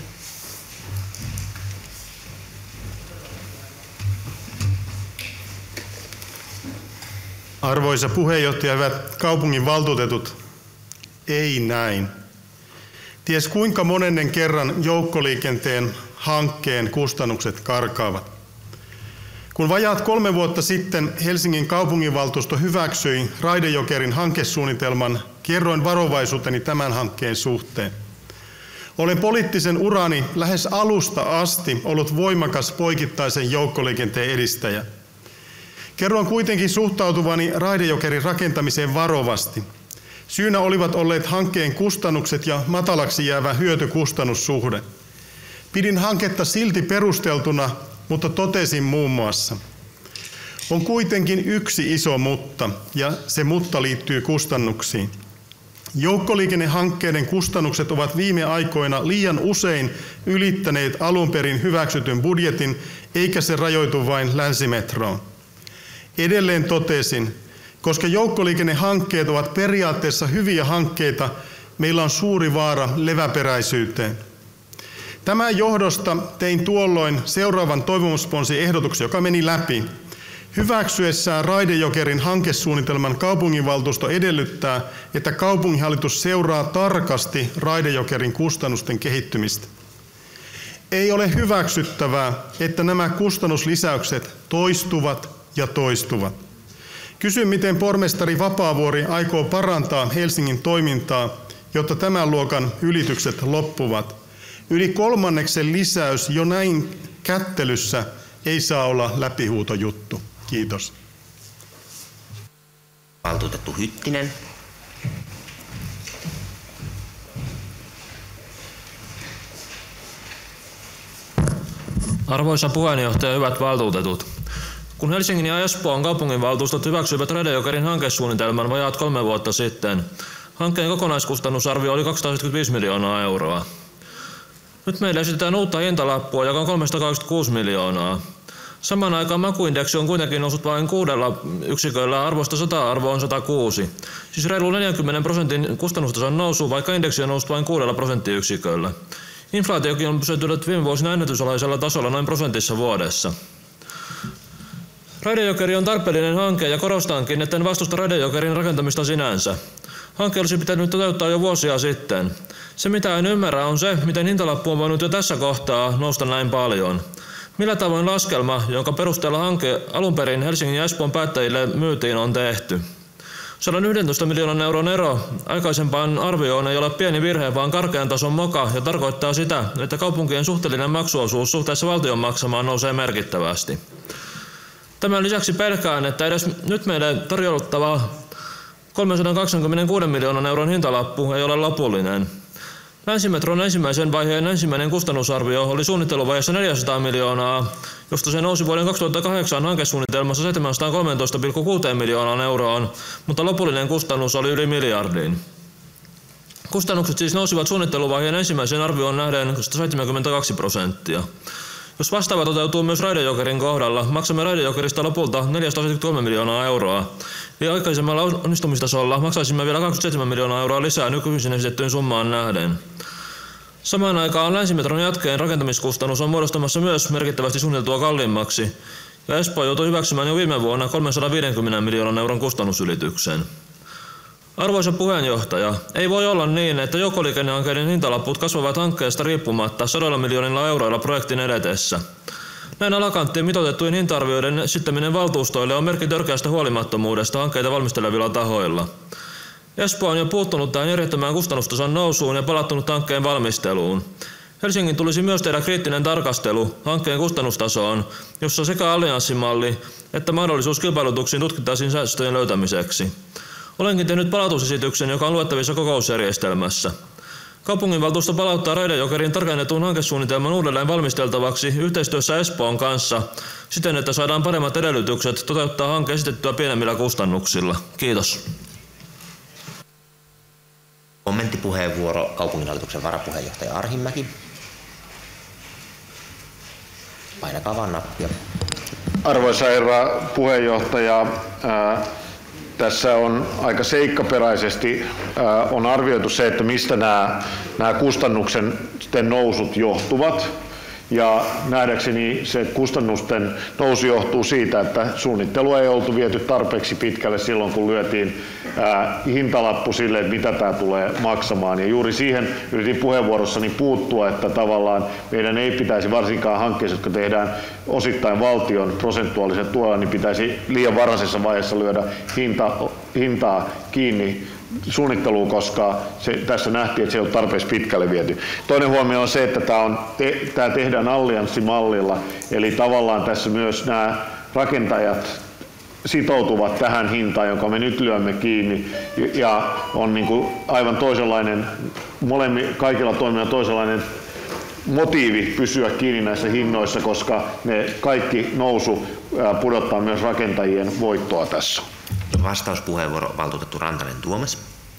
Arvoisa puheenjohtaja, hyvät kaupungin valtuutetut, ei näin. Ties kuinka monennen kerran joukkoliikenteen hankkeen kustannukset karkaavat. Kun vajaat kolme vuotta sitten Helsingin kaupunginvaltuusto hyväksyi Raide-Jokerin hankesuunnitelman, kerroin varovaisuuteni tämän hankkeen suhteen. Olen poliittisen urani lähes alusta asti ollut voimakas poikittaisen joukkoliikenteen edistäjä. Kerroin kuitenkin suhtautuvani Raide-Jokerin rakentamiseen varovasti. Syynä olivat olleet hankkeen kustannukset ja matalaksi jäävä hyötykustannussuhde. Pidin hanketta silti perusteltuna, mutta totesin muun muassa. On kuitenkin yksi iso mutta, ja se mutta liittyy kustannuksiin. Joukkoliikennehankkeiden kustannukset ovat viime aikoina liian usein ylittäneet alun perin hyväksytyn budjetin, eikä se rajoitu vain länsimetroon. Edelleen totesin, koska joukkoliikennehankkeet ovat periaatteessa hyviä hankkeita, meillä on suuri vaara leväperäisyyteen. Tämän johdosta tein tuolloin seuraavan toivomusponsiehdotuksen, joka meni läpi. Hyväksyessään Raide-Jokerin hankesuunnitelman kaupunginvaltuusto edellyttää, että kaupunginhallitus seuraa tarkasti Raide-Jokerin kustannusten kehittymistä. Ei ole hyväksyttävää, että nämä kustannuslisäykset toistuvat ja toistuvat. Kysyn, miten pormestari Vapaavuori aikoo parantaa Helsingin toimintaa, jotta tämän luokan ylitykset loppuvat. Yli kolmanneksen lisäys jo näin kättelyssä ei saa olla läpihuutojuttu. Kiitos. Valtuutettu Hyttinen. Arvoisa puheenjohtaja, hyvät valtuutetut. Kun Helsingin ja Espoon kaupunginvaltuustot hyväksyivät Raide-Jokerin hankesuunnitelman vajaat kolme vuotta sitten, hankkeen kokonaiskustannusarvio oli kaksisataaseitsemänkymmentäviisi miljoonaa euroa. Nyt meille esitetään uutta hintalappua, joka on kolmesataakaksikymmentäkuusi miljoonaa. Samaan aikaan makuindeksi on kuitenkin noussut vain kuudella yksiköllä, arvosta sata-arvo on sata kuusi. Siis reilu neljänkymmenen prosentin kustannustason nousu, vaikka indeksi on noussut vain kuudella prosenttiyksiköllä. Inflaatiokin on pysytellyt viime vuosina ennätysalaisella tasolla noin prosentissa vuodessa. Raide-Jokeri on tarpeellinen hanke ja korostankin, että en vastusta Raide-Jokerin rakentamista sinänsä. Hanke olisi pitänyt toteuttaa jo vuosia sitten. Se mitä en ymmärrä on se, miten hintalappu on voinut jo tässä kohtaa nousta näin paljon. Millä tavoin laskelma, jonka perusteella hanke alun perin Helsingin ja Espoon päättäjille myytiin, on tehty? sata yksitoista miljoonan euron ero aikaisempaan arvioon ei ole pieni virhe, vaan karkean tason moka ja tarkoittaa sitä, että kaupunkien suhteellinen maksuosuus suhteessa valtion maksamaan nousee merkittävästi. Tämän lisäksi pelkään, että edes nyt meille tarjottava kolmesataakaksikymmentäkuusi miljoonan euron hintalappu ei ole lopullinen. Länsimetron ensimmäisen vaiheen ensimmäinen kustannusarvio oli suunnitteluvaiheessa neljäsataa miljoonaa, josta se nousi vuoden kaksituhattakahdeksan hankesuunnitelmassa seitsemänsataakolmetoista pilkku kuusi miljoonaan euroon, mutta lopullinen kustannus oli yli miljardin. Kustannukset siis nousivat suunnitteluvaiheen ensimmäiseen arvioon nähden sata seitsemänkymmentäkaksi prosenttia. Jos vastaava toteutuu myös Raide-Jokerin kohdalla, maksamme Raide-Jokerista lopulta neljäsataaseitsemänkymmentäkolme miljoonaa euroa. Ja aikaisemmalla onnistumistasolla maksaisimme vielä kaksikymmentäseitsemän miljoonaa euroa lisää nykyisin esitettyyn summaan nähden. Samaan aikaan Länsimetron jatkeen rakentamiskustannus on muodostamassa myös merkittävästi suunniteltua kalliimmaksi, ja Espoo joutui hyväksymään jo viime vuonna kolmesataaviisikymmentä miljoonan euron kustannusylityksen. Arvoisa puheenjohtaja, ei voi olla niin, että joukkoliikennehankkeiden hintalaput kasvavat hankkeesta riippumatta sadoilla miljoonilla euroilla projektin edetessä. Näin alakanttiin mitoitettujen hinta-arvioiden esittäminen valtuustoille on merkki törkeästä huolimattomuudesta hankkeita valmistelevilla tahoilla. Espoo on jo puuttunut tähän järjettömään kustannustason nousuun ja palattunut hankkeen valmisteluun. Helsingin tulisi myös tehdä kriittinen tarkastelu hankkeen kustannustasoon, jossa sekä allianssimalli että mahdollisuus kilpailutuksiin tutkittaisiin säästöjen löytämiseksi. Olenkin tehnyt palautusesityksen, joka on luettavissa kokousjärjestelmässä. Kaupunginvaltuusto palauttaa Raide-Jokerin tarkennetun hankesuunnitelman uudelleen valmisteltavaksi yhteistyössä Espoon kanssa siten, että saadaan paremmat edellytykset toteuttaa hanke esitettyä pienemmillä kustannuksilla. Kiitos. Kommenttipuheenvuoro kaupunginhallituksen varapuheenjohtaja Arhimäki. Painakaa vaan nappia. Arvoisa herra puheenjohtaja, ää, tässä on aika seikkaperäisesti ää, on arvioitu se, että mistä nämä, nämä kustannuksen nousut johtuvat. Ja nähdäkseni se kustannusten nousu johtuu siitä, että suunnittelua ei oltu viety tarpeeksi pitkälle silloin, kun lyötiin ää, hintalappu sille, että mitä tämä tulee maksamaan. Ja juuri siihen yritin puheenvuorossani puuttua, että tavallaan meidän ei pitäisi varsinkaan hankkeissa, jotka tehdään osittain valtion prosentuaalisen tuella, niin pitäisi liian varhaisessa vaiheessa lyödä hinta, hintaa kiinni suunnitteluun, koska se, tässä nähtiin, että se ei ole tarpeeksi pitkälle viety. Toinen huomio on se, että tämä, on, te, tämä tehdään allianssimallilla, eli tavallaan tässä myös nämä rakentajat sitoutuvat tähän hintaan, jonka me nyt lyömme kiinni, ja on niin kuin aivan toisenlainen, molemmin, kaikilla toimijoilla toisenlainen motiivi pysyä kiinni näissä hinnoissa, koska ne kaikki nousu pudottaa myös rakentajien voittoa tässä. Vastauspuheenvuoro valtuutettu Rantanen Tuomas.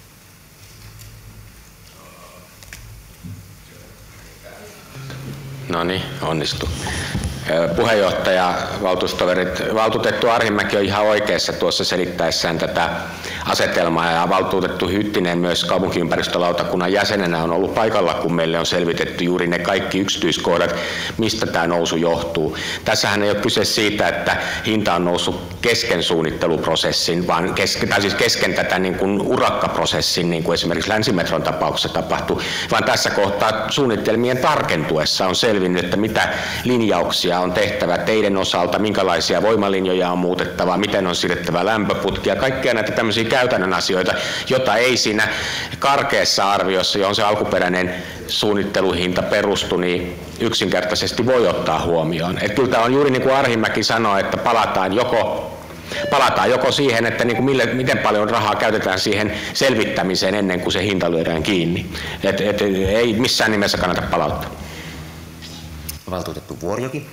No niin, onnistu. Puheenjohtaja, valtuustoverit, valtuutettu Arhimäki on ihan oikeassa tuossa selittäessään tätä asetelmaa, ja valtuutettu Hyttinen myös kaupunkiympäristölautakunnan jäsenenä on ollut paikalla, kun meille on selvitetty juuri ne kaikki yksityiskohdat, mistä tämä nousu johtuu. Tässähän ei ole kyse siitä, että hinta on noussut kesken suunnitteluprosessin, vaan kesken, tai siis kesken tätä niin kuin urakkaprosessin, niin kuin esimerkiksi Länsimetron tapauksessa tapahtui, vaan tässä kohtaa suunnitelmien tarkentuessa on selvinnyt, että mitä linjauksia on tehtävä teiden osalta, minkälaisia voimalinjoja on muutettava, miten on siirrettävä lämpöputkia, kaikkea näitä tämmöisiä käytännön asioita, jota ei siinä karkeassa arviossa, johon se alkuperäinen suunnitteluhinta perustui, niin yksinkertaisesti voi ottaa huomioon. Et kyllä tämä on juuri niin kuin Arhimäki sanoi, että palataan joko Palataan joko siihen, että niin kuin mille, miten paljon rahaa käytetään siihen selvittämiseen ennen kuin se hinta lyödään kiinni. Et, et, ei missään nimessä kannata palauttaa. Valtuutettu Vuorijoki.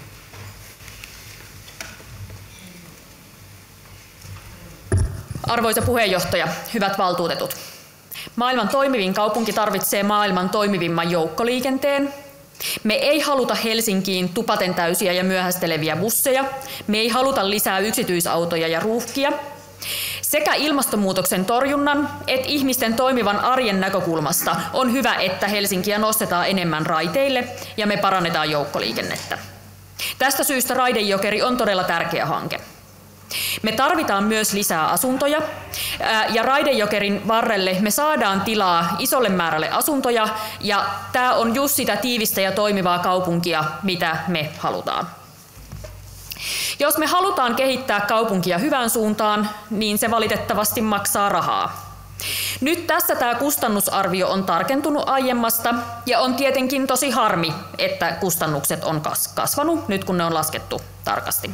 Arvoisa puheenjohtaja, hyvät valtuutetut. Maailman toimivin kaupunki tarvitsee maailman toimivimman joukkoliikenteen. Me ei haluta Helsinkiin tupaten täysiä ja myöhästeleviä busseja. Me ei haluta lisää yksityisautoja ja ruuhkia. Sekä ilmastonmuutoksen torjunnan että ihmisten toimivan arjen näkökulmasta on hyvä, että Helsinkiä nostetaan enemmän raiteille ja me parannetaan joukkoliikennettä. Tästä syystä Raide-Jokeri on todella tärkeä hanke. Me tarvitaan myös lisää asuntoja ja Raide-Jokerin varrelle me saadaan tilaa isolle määrälle asuntoja ja tämä on just sitä tiivistä ja toimivaa kaupunkia, mitä me halutaan. Jos me halutaan kehittää kaupunkia hyvään suuntaan, niin se valitettavasti maksaa rahaa. Nyt tässä tämä kustannusarvio on tarkentunut aiemmasta ja on tietenkin tosi harmi, että kustannukset on kasvanut nyt kun ne on laskettu tarkasti.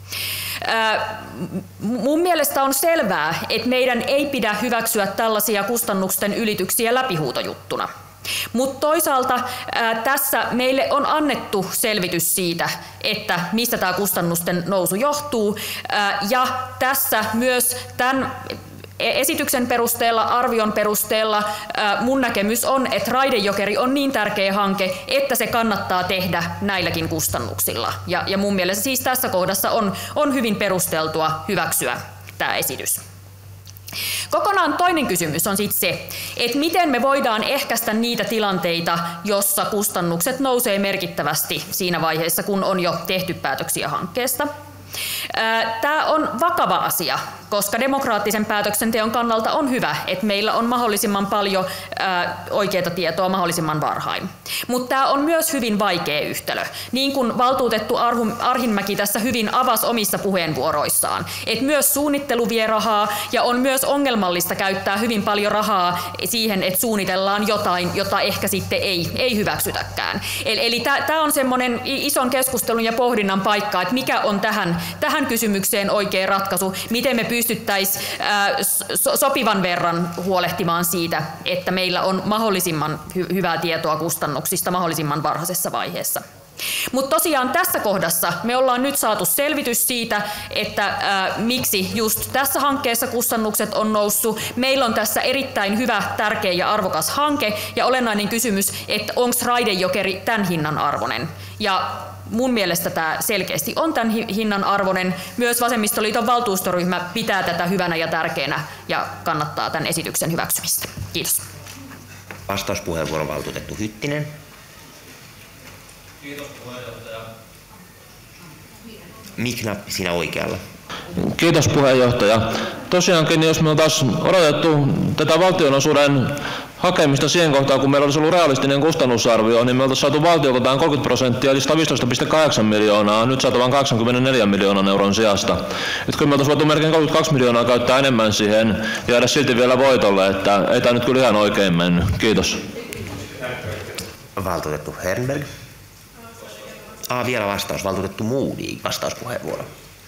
Mun mielestä on selvää, että meidän ei pidä hyväksyä tällaisia kustannusten ylityksiä läpihuutojuttuna. Mutta toisaalta ää, tässä meille on annettu selvitys siitä, että mistä tämä kustannusten nousu johtuu. Ää, ja tässä myös tämän esityksen perusteella, arvion perusteella ää, mun näkemys on, että Raide-Jokeri on niin tärkeä hanke, että se kannattaa tehdä näilläkin kustannuksilla. Ja, ja mun mielestä siis tässä kohdassa on, on hyvin perusteltua hyväksyä tämä esitys. Kokonaan toinen kysymys on sitten se, että miten me voidaan ehkäistä niitä tilanteita, jossa kustannukset nousee merkittävästi siinä vaiheessa, kun on jo tehty päätöksiä hankkeesta. Tämä on vakava asia, koska demokraattisen päätöksenteon kannalta on hyvä, että meillä on mahdollisimman paljon oikeaa tietoa mahdollisimman varhain. Mutta tämä on myös hyvin vaikea yhtälö, niin kuin valtuutettu Arhinmäki tässä hyvin avasi omissa puheenvuoroissaan. Että myös suunnittelu vie rahaa ja on myös ongelmallista käyttää hyvin paljon rahaa siihen, että suunnitellaan jotain, jota ehkä sitten ei, ei hyväksytäkään. Eli, eli tämä on semmoinen ison keskustelun ja pohdinnan paikka, että mikä on tähän tähän kysymykseen oikea ratkaisu, miten me pystyttäisiin sopivan verran huolehtimaan siitä, että meillä on mahdollisimman hy- hyvää tietoa kustannuksista mahdollisimman varhaisessa vaiheessa. Mutta tosiaan tässä kohdassa me ollaan nyt saatu selvitys siitä, että ää, miksi just tässä hankkeessa kustannukset on noussut. Meillä on tässä erittäin hyvä, tärkeä ja arvokas hanke ja olennainen kysymys, että onko Raide-Jokeri tämän hinnan arvoinen. Ja mun mielestä tämä selkeästi on tämän hinnan arvoinen. Myös Vasemmistoliiton valtuustoryhmä pitää tätä hyvänä ja tärkeänä ja kannattaa tämän esityksen hyväksymistä. Kiitos. Vastauspuheenvuoro valtuutettu Hyttinen. Kiitos puheenjohtaja. Miknappi siinä oikealla. Kiitos puheenjohtaja. Tosiaankin, jos me on taas odotettu tätä valtionosuuden hakemista siihen kohtaan, kun meillä olisi ollut realistinen kustannusarvio, niin me oltaisiin saatu valtiolta tämän kolmekymmentä prosenttia, eli sata viisitoista pilkku kahdeksan miljoonaa, nyt saatavan kahdeksankymmentäneljä miljoonan euron sijasta. Että kyllä me oltaisiin voitu melkein kolmekymmentäkaksi miljoonaa käyttää enemmän siihen ja jäädä silti vielä voitolle, että ei tämä nyt kyllä ihan oikein mennyt. Kiitos. Valtuutettu Hernberg. Ah, vielä vastaus. Valtuutettu Modig, vastauspuheenvuoro.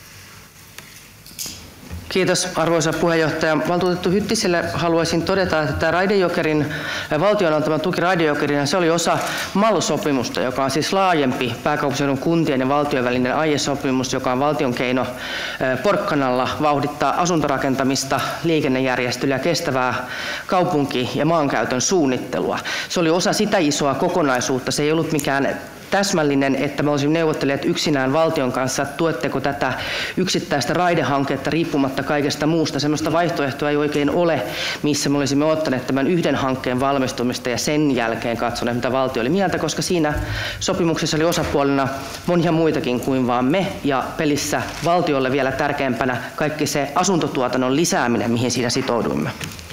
Kiitos arvoisa puheenjohtaja. Valtuutettu Hyttiselle haluaisin todeta, että tämä Raide-Jokerin, valtion antama tuki Raide-Jokerina, se oli osa M A L-sopimusta, joka on siis laajempi pääkaupunkiseudun kuntien ja valtion välinen aiesopimus, joka on valtion keino porkkanalla vauhdittaa asuntorakentamista, liikennejärjestelyä, kestävää kaupunki- ja maankäytön suunnittelua. Se oli osa sitä isoa kokonaisuutta. Se ei ollut mikään täsmällinen, että me olisimme neuvotteleet yksinään valtion kanssa, tuetteko tätä yksittäistä raidehanketta riippumatta kaikesta muusta. Sellaista vaihtoehtoa ei oikein ole, missä me olisimme ottaneet tämän yhden hankkeen valmistumista ja sen jälkeen katsoneet, mitä valtio oli mieltä, koska siinä sopimuksessa oli osapuolena monia muitakin kuin vaan me, ja pelissä valtiolle vielä tärkeämpänä kaikki se asuntotuotannon lisääminen, mihin siinä sitouduimme.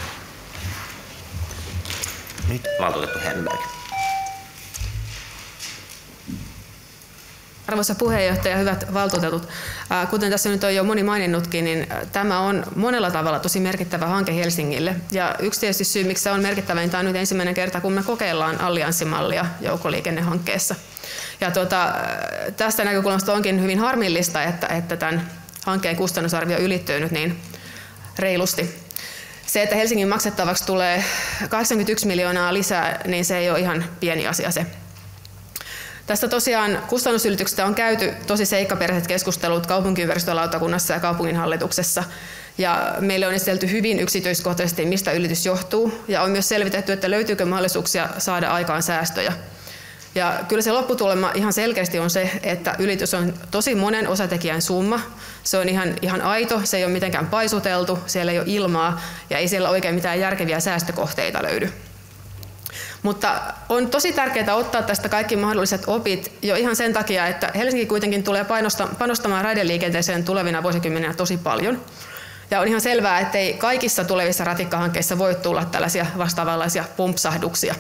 Nyt valtuutettu Hernberg. Arvoisa puheenjohtaja, hyvät valtuutetut. Kuten tässä nyt on jo moni maininnutkin, niin tämä on monella tavalla tosi merkittävä hanke Helsingille. Ja yksi tietysti syy, miksi se on merkittävä, tämä on nyt ensimmäinen kerta, kun me kokeillaan allianssimallia joukkoliikennehankkeessa. Ja tuota, tästä näkökulmasta onkin hyvin harmillista, että, että tämän hankkeen kustannusarvio ylittyy nyt niin reilusti. Se, että Helsingin maksettavaksi tulee kahdeksankymmentäyksi miljoonaa lisää, niin se ei ole ihan pieni asia se. Tästä tosiaan kustannusylityksestä on käyty tosi seikkaperäiset keskustelut kaupunkiympäristölautakunnassa ja kaupunginhallituksessa. Ja meille on esitelty hyvin yksityiskohtaisesti, mistä ylitys johtuu. Ja on myös selvitetty, että löytyykö mahdollisuuksia saada aikaan säästöjä. Ja kyllä se lopputulema ihan selkeästi on se, että ylitys on tosi monen osatekijän summa. Se on ihan, ihan aito, se ei ole mitenkään paisuteltu, siellä ei ole ilmaa ja ei siellä oikein mitään järkeviä säästökohteita löydy. Mutta on tosi tärkeää ottaa tästä kaikki mahdolliset opit jo ihan sen takia, että Helsinki kuitenkin tulee panostamaan raideliikenteeseen tulevina vuosikymmeninä tosi paljon. Ja on ihan selvää, ettei kaikissa tulevissa ratikkahankkeissa voi tulla tällaisia vastaavanlaisia pumpsahduksia.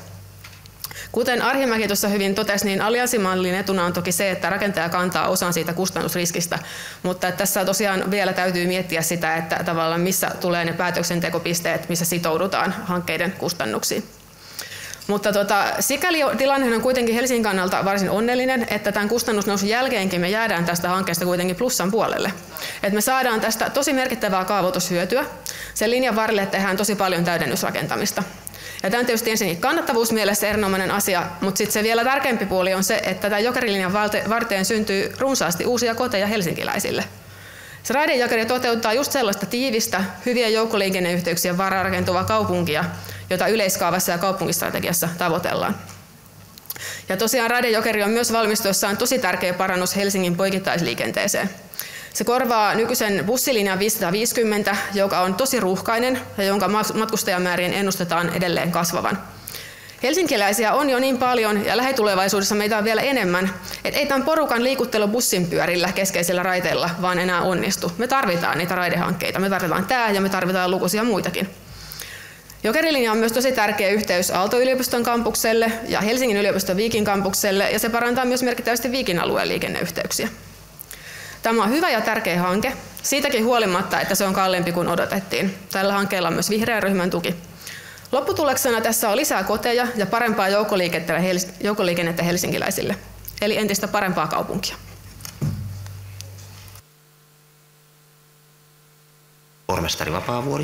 Kuten Arhimäki tuossa hyvin totesi, niin allianssimallin etuna on toki se, että rakentaja kantaa osan siitä kustannusriskistä, mutta tässä tosiaan vielä täytyy miettiä sitä, että tavallaan missä tulee ne päätöksentekopisteet, missä sitoudutaan hankkeiden kustannuksiin. Mutta tota, sikäli tilanne on kuitenkin Helsingin kannalta varsin onnellinen, että tämän kustannusnousun jälkeenkin me jäädään tästä hankkeesta kuitenkin plussan puolelle. Et me saadaan tästä tosi merkittävää kaavoitushyötyä. Sen linjan varrelle tehdään tosi paljon täydennysrakentamista. Ja tämä on tietysti ensinnäkin kannattavuusmielessä erinomainen asia, mutta sitten se vielä tärkeämpi puoli on se, että tämän jokerilinjan varteen syntyy runsaasti uusia koteja helsinkiläisille. Se raidejokeri toteuttaa just sellaista tiivistä, hyvien joukkoliikenneyhteyksien varaan rakentuvaa kaupunkia, jota yleiskaavassa ja kaupunkistrategiassa tavoitellaan. Ja tosiaan raidejokeri on myös valmistuessaan tosi tärkeä parannus Helsingin poikittaisliikenteeseen. Se korvaa nykyisen bussilinjan viisisataaviisikymmentä, joka on tosi ruuhkainen ja jonka matkustajamäärien ennustetaan edelleen kasvavan. Helsinkiläisiä on jo niin paljon ja lähitulevaisuudessa meitä on vielä enemmän, että ei tämän porukan liikuttelu bussin pyörillä keskeisillä raiteilla vaan enää onnistu. Me tarvitaan niitä raidehankkeita, me tarvitaan tämä ja me tarvitaan lukuisia muitakin. Jokerilinja on myös tosi tärkeä yhteys Aalto-yliopiston kampukselle ja Helsingin yliopiston Viikin kampukselle ja se parantaa myös merkittävästi Viikin alueen liikenneyhteyksiä. Tämä on hyvä ja tärkeä hanke, siitäkin huolimatta, että se on kalliimpi kuin odotettiin. Tällä hankkeella on myös vihreän ryhmän tuki. Lopputuloksena tässä on lisää koteja ja parempaa joukkoliikennettä helsinkiläisille, eli entistä parempaa kaupunkia. Pormestari Vapaavuori.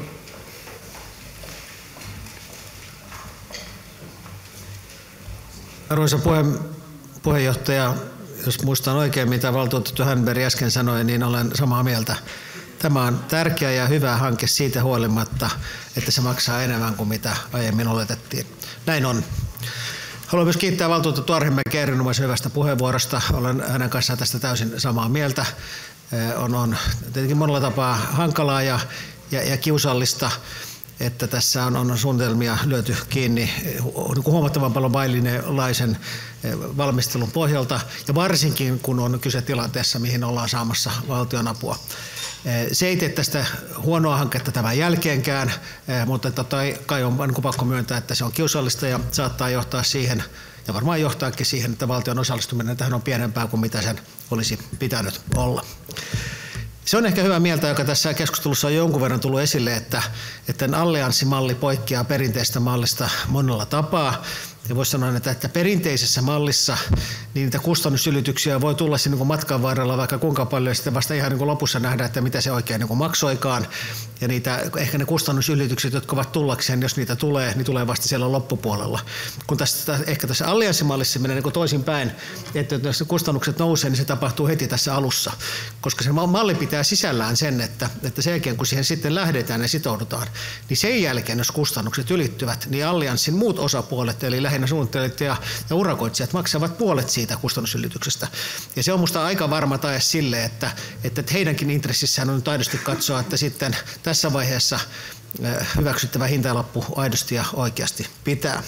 Arvoisa puhe, puheenjohtaja, jos muistan oikein, mitä valtuutettu Hänberg äsken sanoi, niin olen samaa mieltä. Tämä on tärkeä ja hyvä hanke siitä huolimatta, että se maksaa enemmän kuin mitä aiemmin oletettiin. Näin on. Haluan myös kiittää valtuutettu Arhimäkeä erinomaisen hyvästä puheenvuorosta. Olen hänen kanssaan tästä täysin samaa mieltä. On, on tietenkin monella tapaa hankalaa ja, ja, ja kiusallista, että tässä on, on suunnitelmia lyöty kiinni huomattavan paljon laillinen valmistelun pohjalta, ja varsinkin kun on kyse tilanteessa, mihin ollaan saamassa valtionapua. Se ei tee tästä huonoa hanketta tämän jälkeenkään, mutta totta kai on pakko myöntää, että se on kiusallista ja saattaa johtaa siihen, ja varmaan johtaakin siihen, että valtion osallistuminen tähän on pienempää kuin mitä sen olisi pitänyt olla. Se on ehkä hyvä mieltä, joka tässä keskustelussa on jonkun verran tullut esille, että, että allianssimalli poikkeaa perinteistä mallista monella tapaa. Ja voisi sanoa, että, että perinteisessä mallissa niin niitä kustannusylityksiä voi tulla siinä niin matkan varrella vaikka kuinka paljon, ja sitten vasta ihan niin lopussa nähdä, että mitä se oikein niin maksoikaan. Ja niitä, ehkä ne kustannusylitykset, jotka ovat tullakseen, jos niitä tulee, niin tulee vasta siellä loppupuolella. Kun tässä, ehkä tässä allianssimallissa menee niin toisinpäin, että jos kustannukset nousee, niin se tapahtuu heti tässä alussa. Koska se malli pitää sisällään sen, että, että sen jälkeen kun siihen sitten lähdetään ja sitoudutaan, niin sen jälkeen, jos kustannukset ylittyvät, niin allianssin muut osapuolet, eli lähinnä suunnittelijat ja, ja urakoitsijat maksavat puolet siitä kustannusylityksestä. Ja se on musta aika varma tae sille, että, että heidänkin intressissään on nyt aidosti katsoa, että sitten tässä vaiheessa hyväksyttävä hintalappu aidosti ja oikeasti pitää.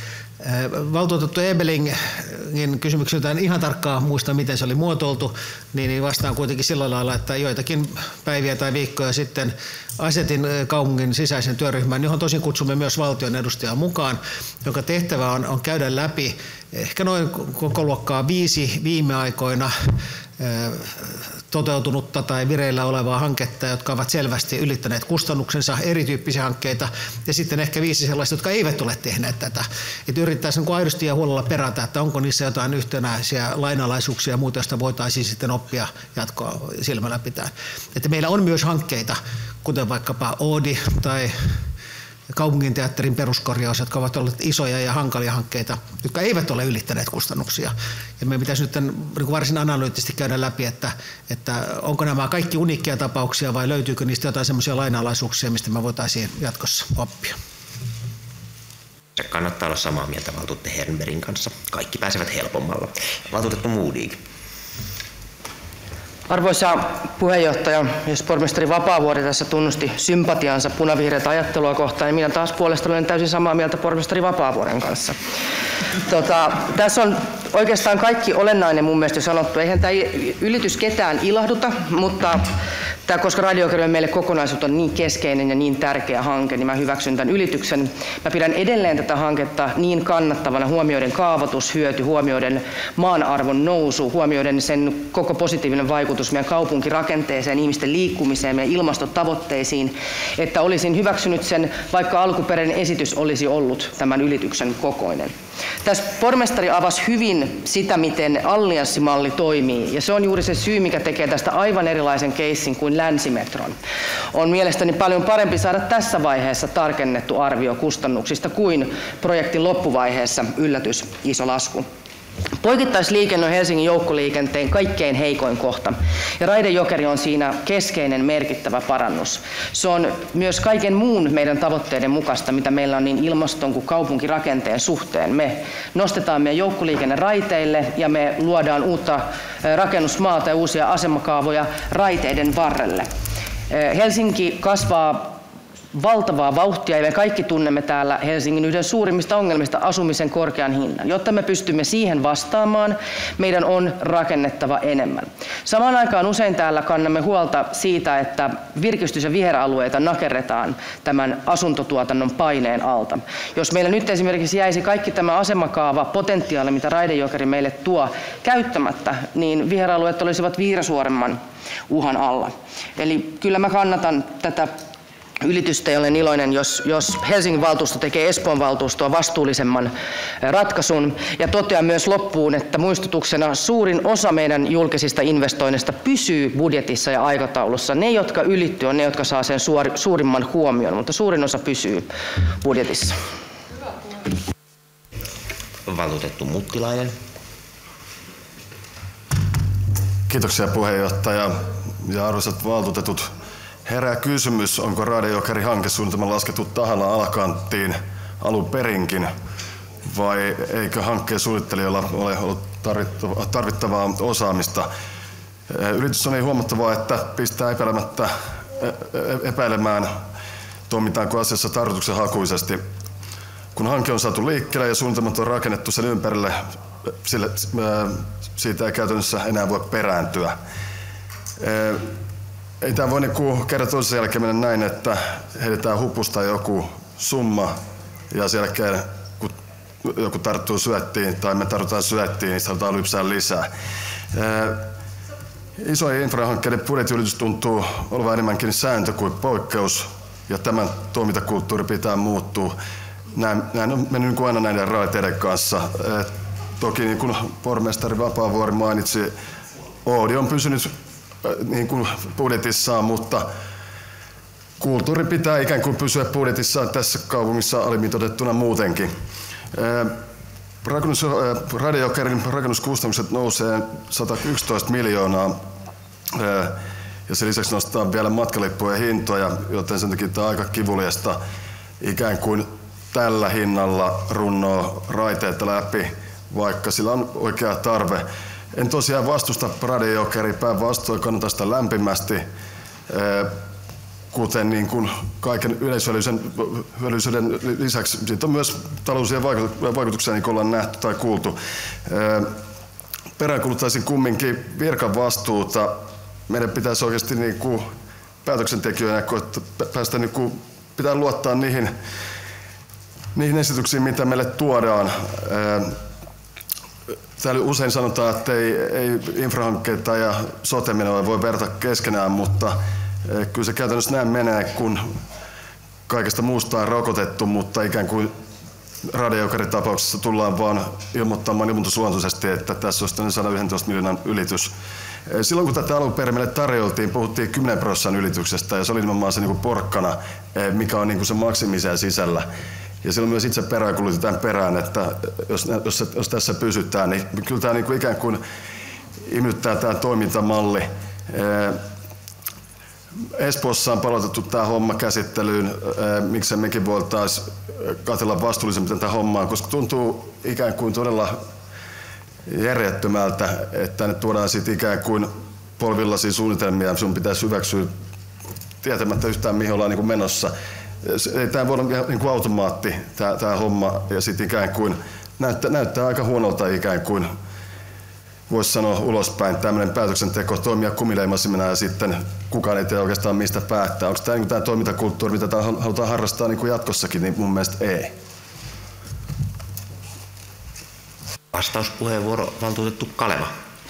Valtuutettu Ebelingin kysymyksiä en ihan tarkkaan muista, miten se oli muotoiltu, niin vastaan kuitenkin sillä lailla, että joitakin päiviä tai viikkoja sitten asetin kaupungin sisäisen työryhmän, johon tosin kutsumme myös valtion edustajaa mukaan, jonka tehtävä on, on käydä läpi ehkä noin koko luokkaa viisi viime aikoina toteutunutta tai vireillä olevaa hanketta, jotka ovat selvästi ylittäneet kustannuksensa, erityyppisiä hankkeita, ja sitten ehkä viisi sellaista, jotka eivät ole tehneet tätä. Että yrittäisiin niin aidosti ja huolella perata, että onko niissä jotain yhtenäisiä lainalaisuuksia ja muuta, joista voitaisiin sitten oppia jatkoa silmällä pitää. Että meillä on myös hankkeita, kuten vaikkapa Oodi tai kaupunginteatterin peruskorjaus, jotka ovat olleet isoja ja hankalia hankkeita, jotka eivät ole ylittäneet kustannuksia. Ja meidän pitäisi nyt niin varsin analyyttisesti käydä läpi, että, että onko nämä kaikki uniikkia tapauksia vai löytyykö niistä jotain semmoisia lainalaisuuksia, mistä me voitaisiin jatkossa oppia. Se kannattaa olla samaa mieltä valtuutettu Hernbergin kanssa. Kaikki pääsevät helpommalla. Valtuutettu Modig. Arvoisa puheenjohtaja, jos pormestari Vapaavuori tässä tunnusti sympatiansa punavihreätä ajattelua kohtaan, niin minä taas puolestani olen täysin samaa mieltä pormestari Vapaavuoren kanssa. Tota, tässä on oikeastaan kaikki olennainen mun mielestä sanottu. Eihän tämä ylitys ketään ilahduta, mutta tämä, koska radiokirjo meille kokonaisuus on niin keskeinen ja niin tärkeä hanke, niin mä hyväksyn tämän ylityksen. Mä pidän edelleen tätä hanketta niin kannattavana huomioiden kaavoitushyöty, huomioiden maan arvon nousu, huomioiden sen koko positiivinen vaikutus meidän kaupunkirakenteeseen, ihmisten liikkumiseen, meidän ilmastotavoitteisiin, että olisin hyväksynyt sen, vaikka alkuperäinen esitys olisi ollut tämän ylityksen kokoinen. Tässä pormestari avasi hyvin sitä, miten allianssimalli toimii, ja se on juuri se syy, mikä tekee tästä aivan erilaisen keissin kuin Länsimetron. On mielestäni paljon parempi saada tässä vaiheessa tarkennettu arvio kustannuksista kuin projektin loppuvaiheessa yllätys iso lasku. Poikittaisliikenne on Helsingin joukkoliikenteen kaikkein heikoin kohta, ja Raide-Jokeri on siinä keskeinen merkittävä parannus. Se on myös kaiken muun meidän tavoitteiden mukaista, mitä meillä on niin ilmaston kuin kaupunkirakenteen suhteen. Me nostetaan meidän joukkoliikenne raiteille ja me luodaan uutta rakennusmaata ja uusia asemakaavoja raiteiden varrelle. Helsinki kasvaa valtavaa vauhtia, ja me kaikki tunnemme täällä Helsingin yhden suurimmista ongelmista, asumisen korkean hinnan. Jotta me pystymme siihen vastaamaan, meidän on rakennettava enemmän. Samaan aikaan usein täällä kannamme huolta siitä, että virkistys- ja viheralueita nakerretaan tämän asuntotuotannon paineen alta. Jos meillä nyt esimerkiksi jäisi kaikki tämä asemakaava potentiaali, mitä Raide-Jokeri meille tuo, käyttämättä, niin viheralueet olisivat viirasuoremman uhan alla. Eli kyllä mä kannatan tätä ylitystä, ja olen iloinen, jos, jos Helsingin valtuusto tekee Espoon valtuustoa vastuullisemman ratkaisun. Ja totean myös loppuun, että muistutuksena suurin osa meidän julkisista investoinneista pysyy budjetissa ja aikataulussa. Ne, jotka ylittyy, on ne, jotka saa sen suori, suurimman huomion, mutta suurin osa pysyy budjetissa. Valtuutettu Muttilainen. Kiitoksia puheenjohtaja ja arvoisat valtuutetut. Herää kysymys, onko Raide-Jokeri hankesuunnitelma laskettu tahalla alakanttiin alun perinkin, vai eikö hankkeen suunnittelijoilla ole ollut tarvittavaa osaamista. Ylitys on niin huomattavaa, että pistää epäilemättä epäilemään, toimitaanko asiassa tarkoituksenhakuisesti. Kun hanke on saatu liikkeelle ja suunnitelmat on rakennettu sen ympärille, sille, siitä ei käytännössä enää voi perääntyä. Ei tämä voi niin kerran toisen jälkeen mennä näin, että heitetään hupusta joku summa ja sen jälkeen kun joku tarttuu syöttiin tai me tartutaan syöttiin, niin halutaan lypsää lisää. Isojen infrahankkeiden budjettiylitys tuntuu olevan enemmänkin sääntö kuin poikkeus, ja tämän toimintakulttuuri pitää muuttua. Näin, näin on mennyt niin aina näiden raiteiden kanssa. Toki niin kuin pormestari Vapaavuori mainitsi, Oodi on pysynyt niin kuin budjetissaan, mutta kulttuuri pitää ikään kuin pysyä budjetissaan tässä kaupungissa alimitoitettuna muutenkin. Rakennus, Raide-Jokerin rakennuskustannukset nousee sata yksitoista miljoonaa ja sen lisäksi nostaa vielä matkalippujen hintoja, joten sen takia tämä on aika kivuliasta ikään kuin tällä hinnalla runnoo raiteita läpi, vaikka sillä on oikea tarve. En tosiaan vastusta Raide-Jokeria, päinvastoin kannatan sitä lämpimästi, kuten niin kuin kaiken yleishyödyllisyyden lisäksi. Siitä on myös taloudellisia vaikutuksia, niin kuin ollaan nähty tai kuultu. Peräänkuluttaisin kumminkin virkavastuuta. Meidän pitäisi oikeasti niin kuin päätöksentekijöinä, että päästä niin kuin, pitää luottaa niihin, niihin esityksiin, mitä meille tuodaan. Täällä usein sanotaan, että ei, ei infrahankkeita ja sote-menoja voi verrata keskenään, mutta kyllä se käytännössä näin menee, kun kaikesta muusta on rokotettu, mutta ikään kuin Raide-Jokerin tapauksessa tullaan vaan ilmoittamaan ilmoitusluontoisesti, että tässä olisi sata yksitoista miljoonan ylitys. Silloin kun tätä alun perin meille tarjoltiin, puhuttiin kymmenen prosentin ylityksestä, ja se oli nimenomaan se niin kuin porkkana, mikä on niin kuin se maksimiseen sisällä. Ja silloin myös itse peräänkuulutin tämän perään, että jos, jos, jos tässä pysytään, niin kyllä tämä niin kuin ikään kuin imyttää tämä toimintamalli. Espoossa on palautettu tämä homma käsittelyyn. Miksei mekin voitaisiin katsella vastuullisemmin tätä hommaa, koska tuntuu ikään kuin todella järjettömältä, että ne tuodaan sitten ikään kuin polvillaisia suunnitelmia, sun pitäisi hyväksyä tietämättä yhtään mihin ollaan niin kuin menossa. Tämä voi olla niin kuin automaatti tämä, tämä homma ja sitten ikään kuin näyttää, näyttää aika huonolta ikään kuin voisi sanoa ulospäin tämmöinen päätöksenteko toimia kumileimasimena ja sitten kukaan ei tiedä oikeastaan mistä päättää. Onko tämä, niin tämä toimintakulttuuri, mitä tämä halutaan harrastaa niin kuin jatkossakin, niin mun mielestä ei. Vastauspuheenvuoro valtuutettu Kaleva.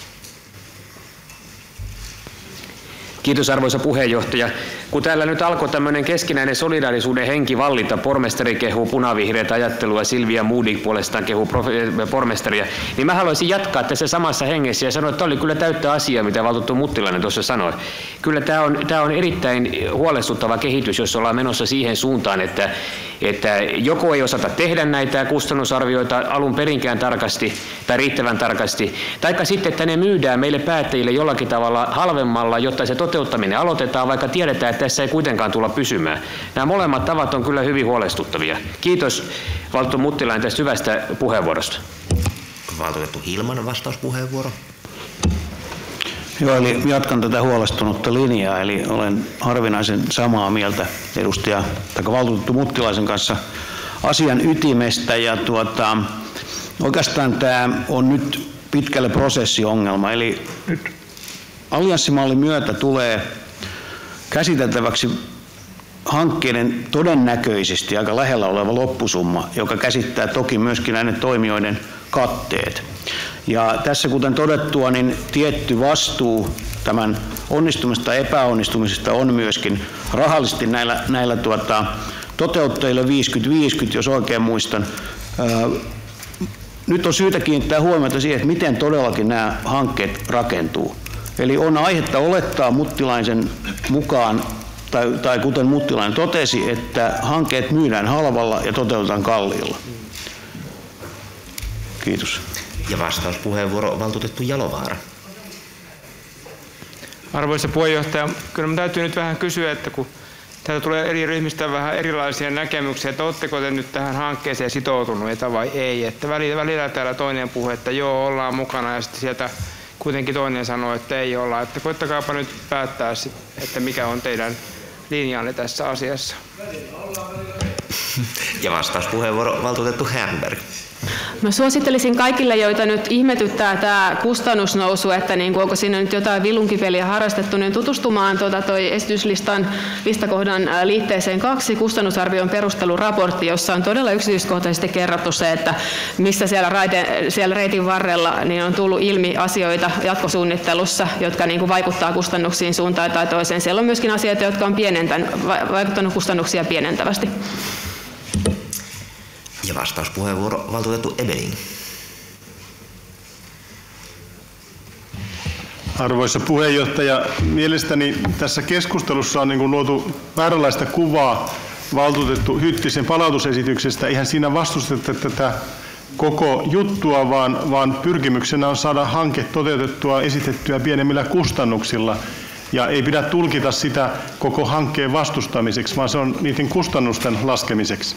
Kiitos arvoisa puheenjohtaja. Kun täällä nyt alkoi tämmöinen keskinäinen solidaarisuuden henki vallita, pormestari kehuu punavihreätä ajattelua, Silvia Modig puolestaan kehuu pormestaria, niin mä haluaisin jatkaa tässä samassa hengessä ja sanoa, että oli kyllä täyttä asiaa, mitä valtuutettu Muttilainen tuossa sanoi. Kyllä tämä on, tämä on erittäin huolestuttava kehitys, jos ollaan menossa siihen suuntaan, että, että joko ei osata tehdä näitä kustannusarvioita alun perinkään tarkasti tai riittävän tarkasti, taikka sitten, että ne myydään meille päättäjille jollakin tavalla halvemmalla, jotta se toteuttaminen aloitetaan, vaikka tiedetään, että tässä ei kuitenkaan tulla pysymään. Nämä molemmat tavat on kyllä hyvin huolestuttavia. Kiitos valtuutettu Muttilainen tästä hyvästä puheenvuorosta. Valtuutettu Hilman vastauspuheenvuoro. Joo, eli jatkan tätä huolestunutta linjaa, eli olen harvinaisen samaa mieltä edustaja tai valtuutettu Muttilaisen kanssa asian ytimestä. Ja tuota, oikeastaan tämä on nyt pitkälle prosessiongelma, eli nyt allianssimallin myötä tulee käsiteltäväksi hankkeiden todennäköisesti aika lähellä oleva loppusumma, joka käsittää toki myöskin näiden toimijoiden katteet. Ja tässä kuten todettua, niin tietty vastuu tämän onnistumisesta tai epäonnistumisesta on myöskin rahallisesti näillä, näillä tuota, toteuttajilla viisikymmentä viisikymmentä, jos oikein muistan. Nyt on syytä kiinnittää huomiota siihen, että miten todellakin nämä hankkeet rakentuu. Eli on aihetta olettaa Muttilaisen mukaan, tai, tai kuten Muttilainen totesi, että hankkeet myydään halvalla ja toteutetaan kalliilla. Kiitos. Ja vastauspuheenvuoro valtuutettu Jalovaara. Arvoisa puheenjohtaja, kyllä minun täytyy nyt vähän kysyä, että kun täältä tulee eri ryhmistä vähän erilaisia näkemyksiä, että oletteko te nyt tähän hankkeeseen sitoutuneita vai ei. Että välillä, välillä täällä toinen puhuu, että joo, ollaan mukana ja sitten sieltä kuitenkin toinen sanoo, että ei olla. Että koittakaapa nyt päättää, että mikä on teidän linjanne tässä asiassa. Ja vastauspuheenvuoro valtuutettu Herberg. Mä suosittelisin kaikille, joita nyt ihmetyttää tämä kustannusnousu, että niin onko siinä nyt jotain vilunkipeliä harrastettu, niin tutustumaan tuota toi esityslistan listakohdan liitteeseen kaksi kustannusarvion perusteluraportti, jossa on todella yksityiskohtaisesti kerrottu se, että missä siellä, raide, siellä reitin varrella niin on tullut ilmi asioita jatkosuunnittelussa, jotka niin kuin vaikuttaa kustannuksiin suuntaan tai toiseen. Siellä on myöskin asioita, jotka on vaikuttanut kustannuksia pienentävästi. Ja vastauspuheenvuoro valtuutettu Ebeling. Arvoisa puheenjohtaja, mielestäni tässä keskustelussa on niin kuin luotu vääränlaista kuvaa valtuutettu Hyttisen palautusesityksestä. Eihän siinä vastusteta tätä koko juttua, vaan, vaan pyrkimyksenä on saada hanke toteutettua esitettyä pienemmillä kustannuksilla. Ja ei pidä tulkita sitä koko hankkeen vastustamiseksi, vaan se on niiden kustannusten laskemiseksi.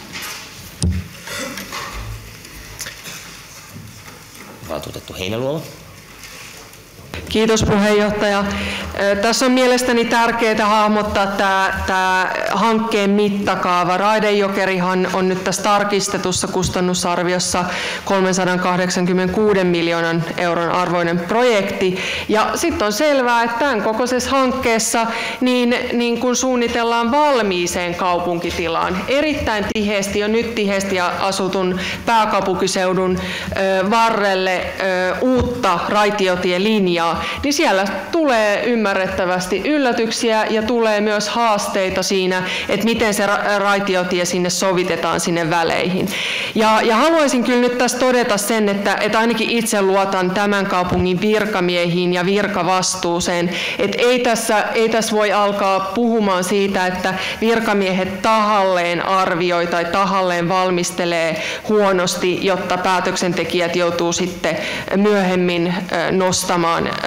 Valtuutettu Heinäluoma. Kiitos puheenjohtaja. Tässä on mielestäni tärkeää hahmottaa tämä, tämä hankkeen mittakaava. Raidejokerihan on nyt tässä tarkistetussa kustannusarviossa kolmesataakahdeksankymmentäkuusi miljoonan euron arvoinen projekti. Ja sitten on selvää, että tämän kokoisessa hankkeessa niin, niin kun suunnitellaan valmiiseen kaupunkitilaan, erittäin tiheesti, jo nyt tiheesti asutun pääkaupunkiseudun varrelle uutta raitiotielinjaa, niin siellä tulee ymmärrettävästi yllätyksiä ja tulee myös haasteita siinä, että miten se raitiotie sinne sovitetaan sinne väleihin. Ja, ja haluaisin kyllä nyt tässä todeta sen, että, että ainakin itse luotan tämän kaupungin virkamiehiin ja virkavastuuseen, että ei tässä, ei tässä voi alkaa puhumaan siitä, että virkamiehet tahalleen arvioi tai tahalleen valmistelee huonosti, jotta päätöksentekijät joutuu sitten myöhemmin nostamaan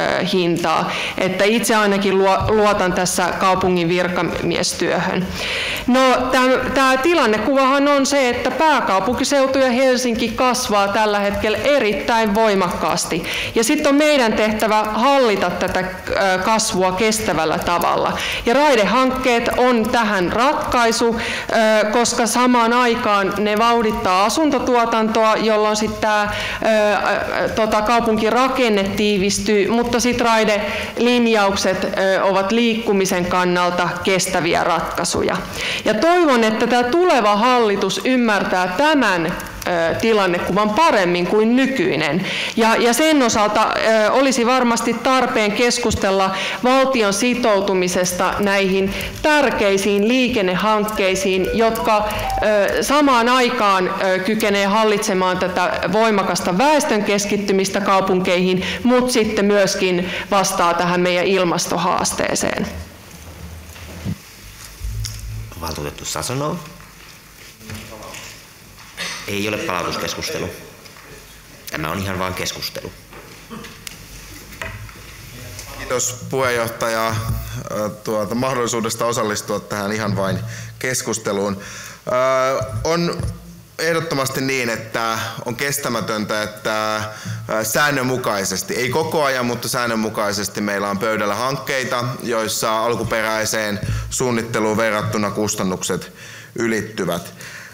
hintaa. Että itse ainakin luotan tässä kaupungin virkamiestyöhön. No, tämä tilannekuvahan on se, että pääkaupunkiseutu ja Helsinki kasvaa tällä hetkellä erittäin voimakkaasti. Ja sitten on meidän tehtävä hallita tätä kasvua kestävällä tavalla. Ja raidehankkeet on tähän ratkaisu, koska samaan aikaan ne vauhdittaa asuntotuotantoa, jolloin sitten tämä tota, kaupunkirakenne tiivistyy, mutta sitten raidelinjaukset ovat liikkumisen kannalta kestäviä ratkaisuja. Ja toivon, että tämä tuleva hallitus ymmärtää tämän tilannekuvan paremmin kuin nykyinen. Ja, ja sen osalta ö, olisi varmasti tarpeen keskustella valtion sitoutumisesta näihin tärkeisiin liikennehankkeisiin, jotka ö, samaan aikaan ö, kykenee hallitsemaan tätä voimakasta väestön keskittymistä kaupunkeihin, mutta sitten myöskin vastaa tähän meidän ilmastohaasteeseen. Valtuutettu Sasonov. Ei ole palautuskeskustelu. Tämä on ihan vain keskustelu. Kiitos puheenjohtaja tuota, mahdollisuudesta osallistua tähän ihan vain keskusteluun. On ehdottomasti niin, että on kestämätöntä, että säännönmukaisesti, ei koko ajan, mutta säännönmukaisesti meillä on pöydällä hankkeita, joissa alkuperäiseen suunnitteluun verrattuna kustannukset ylittyvät.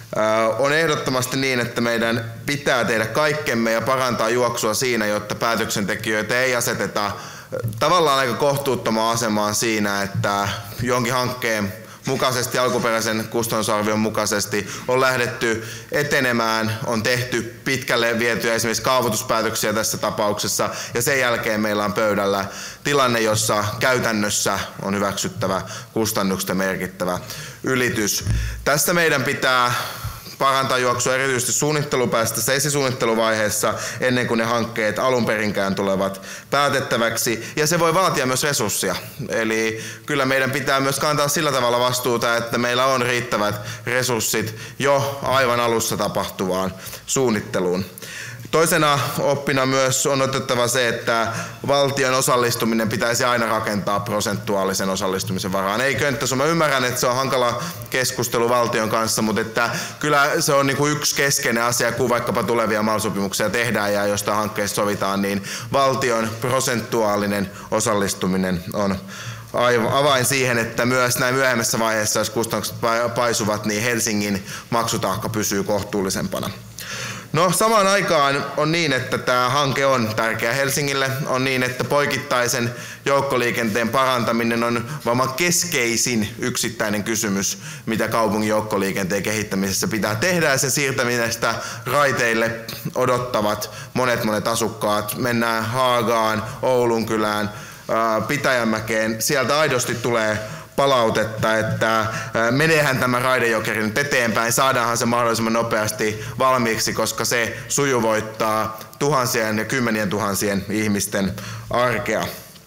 On ehdottomasti niin, että meidän pitää tehdä kaikkemme ja parantaa juoksua siinä, jotta päätöksentekijöitä ei aseteta tavallaan aika kohtuuttomaan asemaan siinä, että jonkin hankkeen mukaisesti, alkuperäisen kustannusarvion mukaisesti on lähdetty etenemään, on tehty pitkälle vietyjä esimerkiksi kaavoituspäätöksiä tässä tapauksessa, ja sen jälkeen meillä on pöydällä tilanne, jossa käytännössä on hyväksyttävä kustannusten merkittävä ylitys. Tässä meidän pitää parantaa juoksua erityisesti suunnittelupäästä tässä esisuunnitteluvaiheessa ennen kuin ne hankkeet alun perinkään tulevat päätettäväksi. Ja se voi vaatia myös resursseja. Eli kyllä meidän pitää myös kantaa sillä tavalla vastuuta, että meillä on riittävät resurssit jo aivan alussa tapahtuvaan suunnitteluun. Toisena oppina myös on otettava se, että valtion osallistuminen pitäisi aina rakentaa prosentuaalisen osallistumisen varaan. Ei könttäs, mä ymmärrän, että se on hankala keskustelu valtion kanssa, mutta että kyllä se on niin kuin yksi keskeinen asia, kun vaikkapa tulevia MAL-sopimuksia tehdään ja jostain hankkeesta sovitaan, niin valtion prosentuaalinen osallistuminen on avain siihen, että myös näin myöhemmässä vaiheessa, jos kustannukset paisuvat, niin Helsingin maksutaakka pysyy kohtuullisempana. No, samaan aikaan on niin, että tämä hanke on tärkeä Helsingille. On niin, että poikittaisen joukkoliikenteen parantaminen on varmaan keskeisin yksittäinen kysymys, mitä kaupungin joukkoliikenteen kehittämisessä pitää tehdä. Ja sen siirtämisestä raiteille odottavat monet monet asukkaat. Mennään Haagaan, Oulunkylään, Pitäjänmäkeen. Sieltä aidosti tulee palautetta, että meneehän tämä raidejokeri nyt eteenpäin, saadaanhan se mahdollisimman nopeasti valmiiksi, koska se sujuvoittaa tuhansien ja kymmenien tuhansien ihmisten arkea.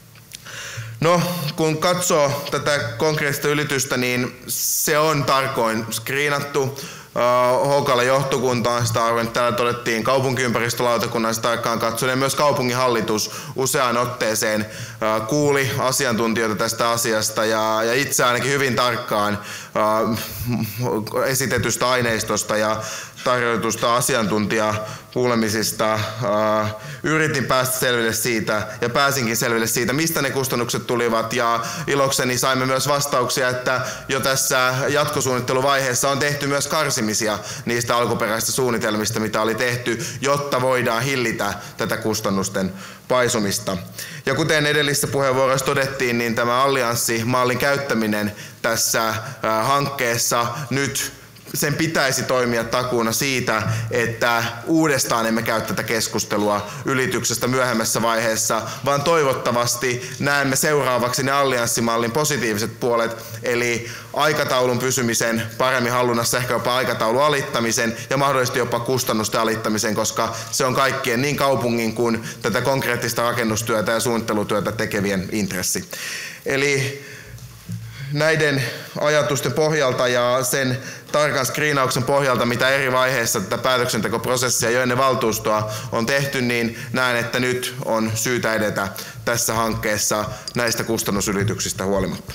No, kun katsoo tätä konkreettista ylitystä, niin se on tarkoin skriinattu. H K:lla johtokunta on sitä arvioinut, täällä todettiin kaupunkiympäristölautakunnan tarkkaan katsoen, ja myös kaupunginhallitus useaan otteeseen kuuli asiantuntijoita tästä asiasta, ja, ja itse ainakin hyvin tarkkaan esitetystä aineistosta ja tarjoitusta asiantuntijakuulemisista yritin päästä selville siitä ja pääsinkin selville siitä, mistä ne kustannukset tulivat, ja ilokseni saimme myös vastauksia, että jo tässä jatkosuunnitteluvaiheessa on tehty myös karsimisia niistä alkuperäisistä suunnitelmista, mitä oli tehty, jotta voidaan hillitä tätä kustannusten paisumista. Ja kuten edellisessä puheenvuorossa todettiin, niin tämä allianssimallin käyttäminen tässä hankkeessa nyt sen pitäisi toimia takuuna siitä, että uudestaan emme käy tätä keskustelua ylityksestä myöhemmässä vaiheessa, vaan toivottavasti näemme seuraavaksi ne allianssimallin positiiviset puolet, eli aikataulun pysymisen paremmin hallinnassa, ehkä jopa aikataulun alittamisen ja mahdollisesti jopa kustannusten alittamisen, koska se on kaikkien niin kaupungin kuin tätä konkreettista rakennustyötä ja suunnittelutyötä tekevien intressi. Eli näiden ajatusten pohjalta ja sen tarkan skriinauksen pohjalta, mitä eri vaiheissa tätä päätöksentekoprosessia jo ennen valtuustoa on tehty, niin näen, että nyt on syytä edetä tässä hankkeessa näistä kustannusylityksistä huolimatta.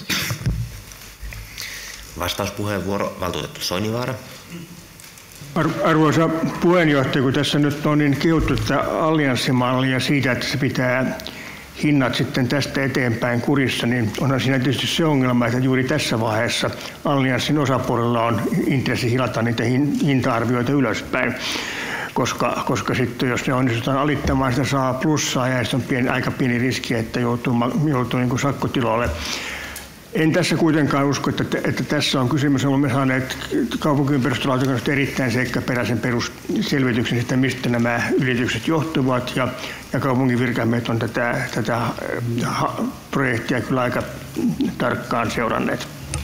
Vastauspuheenvuoro valtuutettu Soinivaara. Arvoisa puheenjohtaja, kun tässä nyt on niin kehuttu tätä allianssimallia siitä, että se pitää hinnat sitten tästä eteenpäin kurissa, niin onhan siinä tietysti se ongelma, että juuri tässä vaiheessa allianssin osapuolella on intressi hilata niitä hinta-arvioita ylöspäin, koska, koska sitten jos ne onnistutaan alittamaan, sitä saa plussaa ja sitten on pieni, aika pieni riski, että joutuu, joutuu niin kuin sakkotiloille. En tässä kuitenkaan usko, että, että tässä on kysymys. Olemme saaneet kaupunkiympäristölautakunnasta erittäin seikkaperäisen perusselvityksen siitä, mistä nämä ylitykset johtuvat. Ja, ja kaupungin virkamiehet on tätä, tätä projektia kyllä aika tarkkaan seuranneet.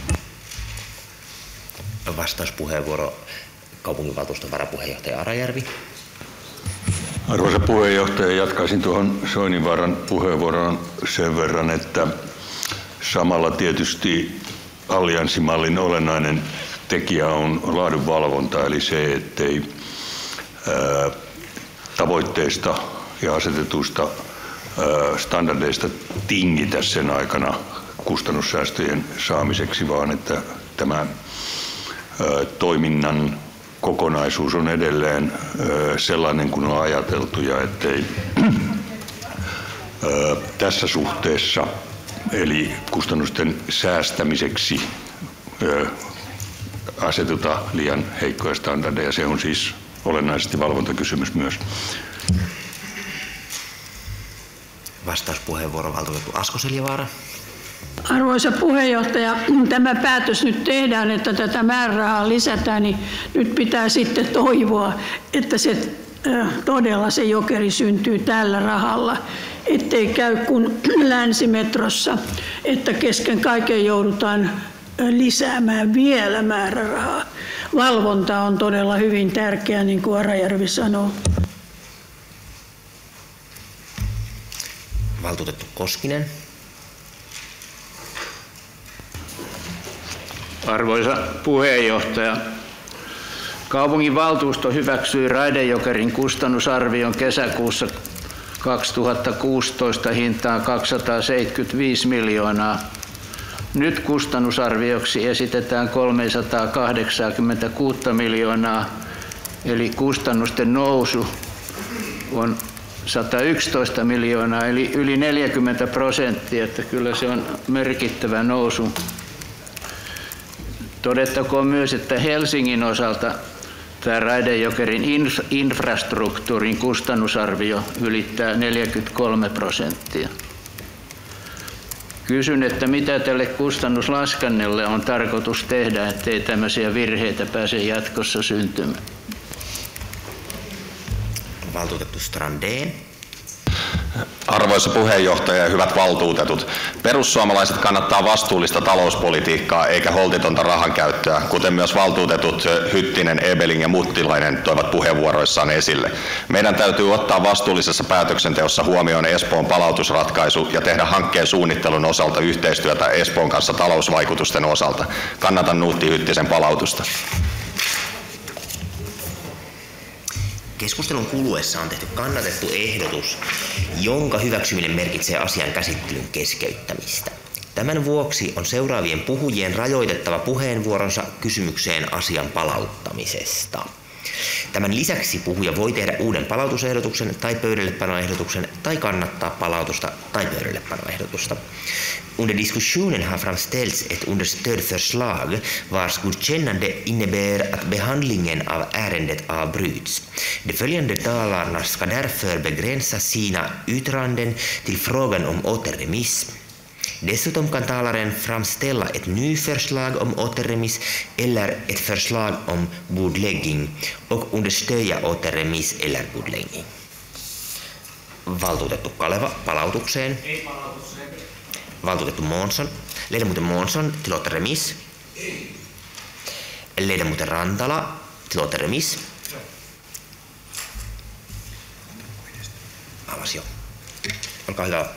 Vastauspuheenvuoro kaupunginvaltuuston varapuheenjohtaja Arajärvi. Arvoisa puheenjohtaja, jatkaisin tuohon Soininvaaran puheenvuoroon sen verran, että samalla tietysti allianssimallin olennainen tekijä on laadunvalvonta, eli se, ettei ää, tavoitteista ja asetetuista ää, standardeista tingitä sen aikana kustannussäästöjen saamiseksi, vaan että tämä ää, toiminnan kokonaisuus on edelleen ää, sellainen kuin on ajateltu ja ettei ää, tässä suhteessa eli kustannusten säästämiseksi ö, asetuta liian heikkoja standardeja. Se on siis olennaisesti valvontakysymys myös. Vastauspuheenvuoro valtuutettu Asko-Seljavaara. Arvoisa puheenjohtaja, tämä päätös nyt tehdään, että tätä määrärahaa lisätään, niin nyt pitää sitten toivoa, että se todella se jokeri syntyy tällä rahalla, ettei käy kuin Länsimetrossa, että kesken kaiken joudutaan lisäämään vielä määrärahaa. Valvonta on todella hyvin tärkeää, niin kuin Arajärvi sanoo. Valtuutettu Koskinen. Arvoisa puheenjohtaja, kaupunginvaltuusto hyväksyi Raidejokerin kustannusarvion kesäkuussa kaksituhattakuusitoista hintaan kaksisataaseitsemänkymmentäviisi miljoonaa. Nyt kustannusarvioksi esitetään kolmesataakahdeksankymmentäkuusi miljoonaa, eli kustannusten nousu on sata yksitoista miljoonaa, eli yli neljäkymmentä prosenttia, että kyllä se on merkittävä nousu. Todettakoon myös, että Helsingin osalta tämä Raidejokerin infrastruktuurin kustannusarvio ylittää neljäkymmentäkolme prosenttia. Kysyn, että mitä tälle kustannuslaskennelle on tarkoitus tehdä, ettei tämmöisiä virheitä pääse jatkossa syntymään. Valtuutettu Strandén. Arvoisa puheenjohtaja ja hyvät valtuutetut, perussuomalaiset kannattaa vastuullista talouspolitiikkaa eikä holtitonta rahankäyttöä, kuten myös valtuutetut Hyttinen, Ebeling ja Muttilainen toivat puheenvuoroissaan esille. Meidän täytyy ottaa vastuullisessa päätöksenteossa huomioon Espoon palautusratkaisu ja tehdä hankkeen suunnittelun osalta yhteistyötä Espoon kanssa talousvaikutusten osalta. Kannatan Nuutti Hyttisen palautusta. Keskustelun kuluessa on tehty kannatettu ehdotus, jonka hyväksyminen merkitsee asian käsittelyn keskeyttämistä. Tämän vuoksi on seuraavien puhujien rajoitettava puheenvuoronsa kysymykseen asian palauttamisesta. Tämän lisäksi puhuja voi tehdä uuden palautusehdotuksen tai pöydällepanoehdotuksen tai kannattaa palautusta tai pöydällepanoehdotusta. Under diskussionen har framställts ett understödförslag vars godkännande innebär att behandlingen av ärendet avbryts. De följande talarna ska därför begränsa sina yttranden till frågan om återremiss. Dessutom kan talaren framställa ett nyförslag om återremiss eller ett förslag om bordläggning och understödja återremiss eller bordläggning. Valtuutettu Kaleva palautukseen. Ei palautukseen. Valtuutettu Månsson. Ledamoten Månsson till återremiss. Ei. Ledamoten Rantala till återremiss. Avas jo. Olkaa hyvä.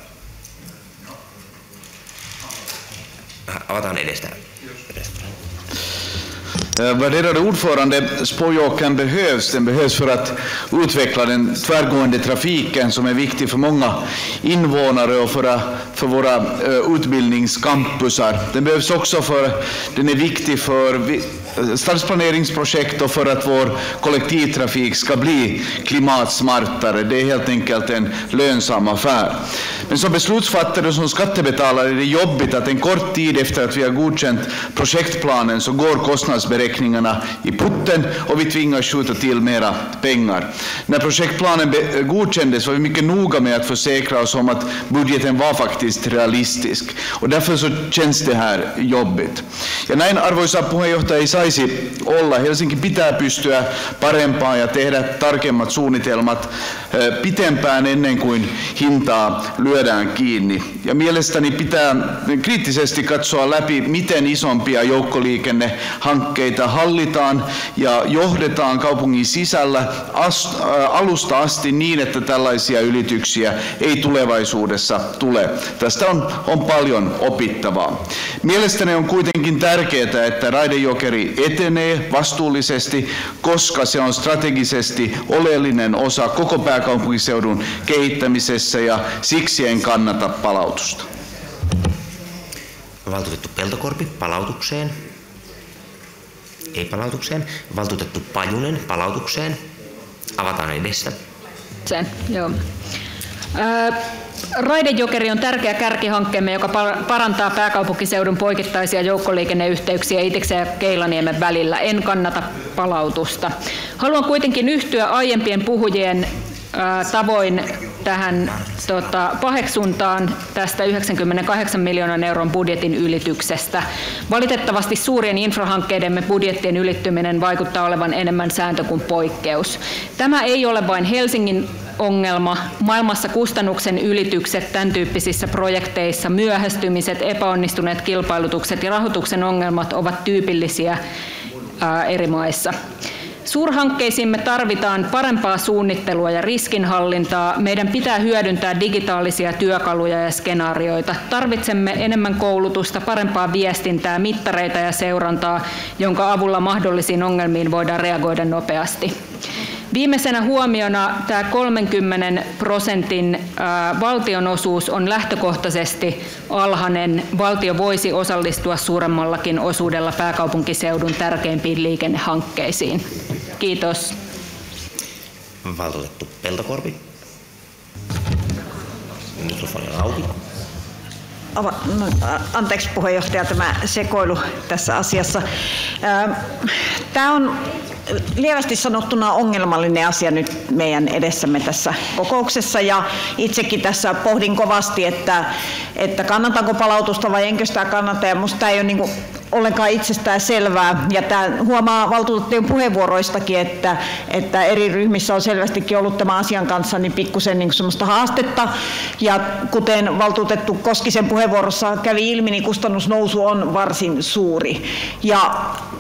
Avataan edestä. Värderade ordförande, spårjåkern behövs. Den behövs för att utveckla den tvärgående trafiken som är viktig för många invånare och för, för våra uh, utbildningscampusar. Den behövs också för den är viktig för stadsplaneringsprojekt och för att vår kollektivtrafik ska bli klimatsmartare. Det är helt enkelt en lönsam affär. Men som beslutsfattare och som skattebetalare är det jobbigt att en kort tid efter att vi har godkänt projektplanen så går kostnadsberäkningarna i putten och vi tvingas skjuta till mera pengar. När projektplanen godkändes var vi mycket noga med att försäkra oss om att budgeten var faktiskt realistisk. Och därför så känns det här jobbigt. Ja näin arvoisa puheenjohtaja ei saisi olla. Helsinki pitää pystyä parempaan ja tehdä tarkemmat suunnitelmat pitempään ennen kuin hintaa lyödään kiinni. Ja mielestäni pitää kriittisesti katsoa läpi, miten isompia joukkoliikennehankkeita hallitaan ja johdetaan kaupungin sisällä alusta asti niin, että tällaisia ylityksiä ei tulevaisuudessa tule. Tästä on, on paljon opittavaa. Mielestäni on kuitenkin tärkeää, että Raide-Jokeri etenee vastuullisesti, koska se on strategisesti oleellinen osa koko pääkaupunkiseudun kehittämisessä ja siksi en kannata palautusta. Valtuutettu Peltokorpi palautukseen. Ei palautukseen. Valtuutettu Pajunen palautukseen. Avataan edessä. Sen, joo. Ää, Raide-Jokeri on tärkeä kärkihankkeemme, joka parantaa pääkaupunkiseudun poikittaisia joukkoliikenneyhteyksiä Itiksen ja Keilaniemen välillä. En kannata palautusta. Haluan kuitenkin yhtyä aiempien puhujien tavoin tähän tota, paheksuntaan tästä yhdeksänkymmentäkahdeksan miljoonan euron budjetin ylityksestä. Valitettavasti suurien infrahankkeidemme budjettien ylittyminen vaikuttaa olevan enemmän sääntö kuin poikkeus. Tämä ei ole vain Helsingin ongelma. Maailmassa kustannuksen ylitykset tämän tyyppisissä projekteissa, myöhästymiset, epäonnistuneet kilpailutukset ja rahoituksen ongelmat ovat tyypillisiä ää, eri maissa. Suurhankkeisiimme tarvitaan parempaa suunnittelua ja riskinhallintaa. Meidän pitää hyödyntää digitaalisia työkaluja ja skenaarioita. Tarvitsemme enemmän koulutusta, parempaa viestintää, mittareita ja seurantaa, jonka avulla mahdollisiin ongelmiin voidaan reagoida nopeasti. Viimeisenä huomiona tämä kolmenkymmenen prosentin valtionosuus on lähtökohtaisesti alhainen. Valtio voisi osallistua suuremmallakin osuudella pääkaupunkiseudun tärkeimpiin liikennehankkeisiin. Kiitos. Valtuutettu Peltokorpi. Mikrofoni on auki. Anteeksi puheenjohtaja, tämä sekoilu tässä asiassa. Tämä on lievästi sanottuna ongelmallinen asia nyt meidän edessämme tässä kokouksessa ja itsekin tässä pohdin kovasti, että, että kannatanko palautusta vai enkö sitä kannata ja musta tämä ei ole niin kuin ollenkaan itsestään selvää ja tämä huomaa valtuutettujen puheenvuoroistakin, että, että eri ryhmissä on selvästikin ollut tämän asian kanssa niin pikkusen niin semmoista haastetta ja kuten valtuutettu Koskisen puheenvuorossa kävi ilmi, niin kustannusnousu on varsin suuri ja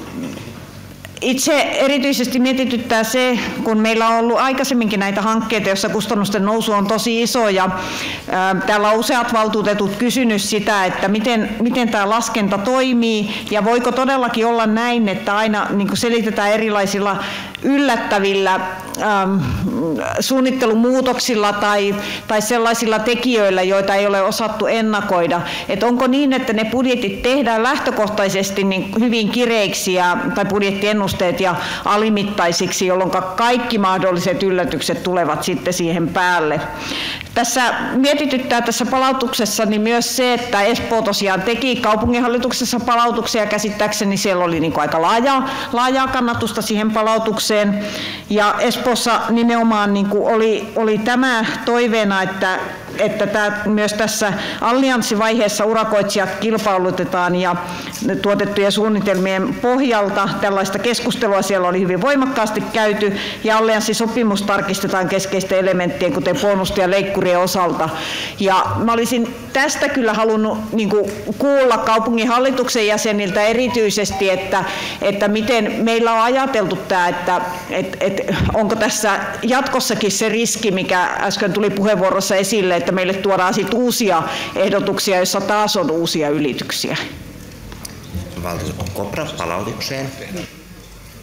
itse erityisesti mietityttää se, kun meillä on ollut aikaisemminkin näitä hankkeita, joissa kustannusten nousu on tosi iso ja ää, täällä on useat valtuutetut kysynyt sitä, että miten, miten tämä laskenta toimii ja voiko todellakin olla näin, että aina niin kuin selitetään erilaisilla yllättävillä äm, suunnittelumuutoksilla tai, tai sellaisilla tekijöillä, joita ei ole osattu ennakoida. Et onko niin, että ne budjetit tehdään lähtökohtaisesti niin hyvin kireiksi ja, tai budjettiennusteet ja alimittaisiksi, jolloin kaikki mahdolliset yllätykset tulevat sitten siihen päälle. Tässä mietityttää tässä palautuksessa niin myös se, että Espoo tosiaan teki kaupunginhallituksessa palautuksia ja käsittääkseni siellä oli niin kuin aika laajaa, laajaa kannatusta siihen palautukseen. Ja Espoossa nimenomaan niin kuin oli, oli tämä toiveena, että, että tämä, myös tässä allianssivaiheessa urakoitsijat kilpailutetaan ja tuotettujen suunnitelmien pohjalta tällaista keskustelua siellä oli hyvin voimakkaasti käyty ja allianssisopimus tarkistetaan keskeisten elementtien kuten bonusten ja leikkurien osalta. Ja mä olisin tästä kyllä halunnut niin kuin kuulla kaupunginhallituksen jäseniltä erityisesti, että, että miten meillä on ajateltu tämä, että et, et, onko tässä jatkossakin se riski, mikä äsken tuli puheenvuorossa esille, että meille tuodaan sit uusia ehdotuksia, joissa taas on uusia ylityksiä. Valtuutettu Kopra palautukseen.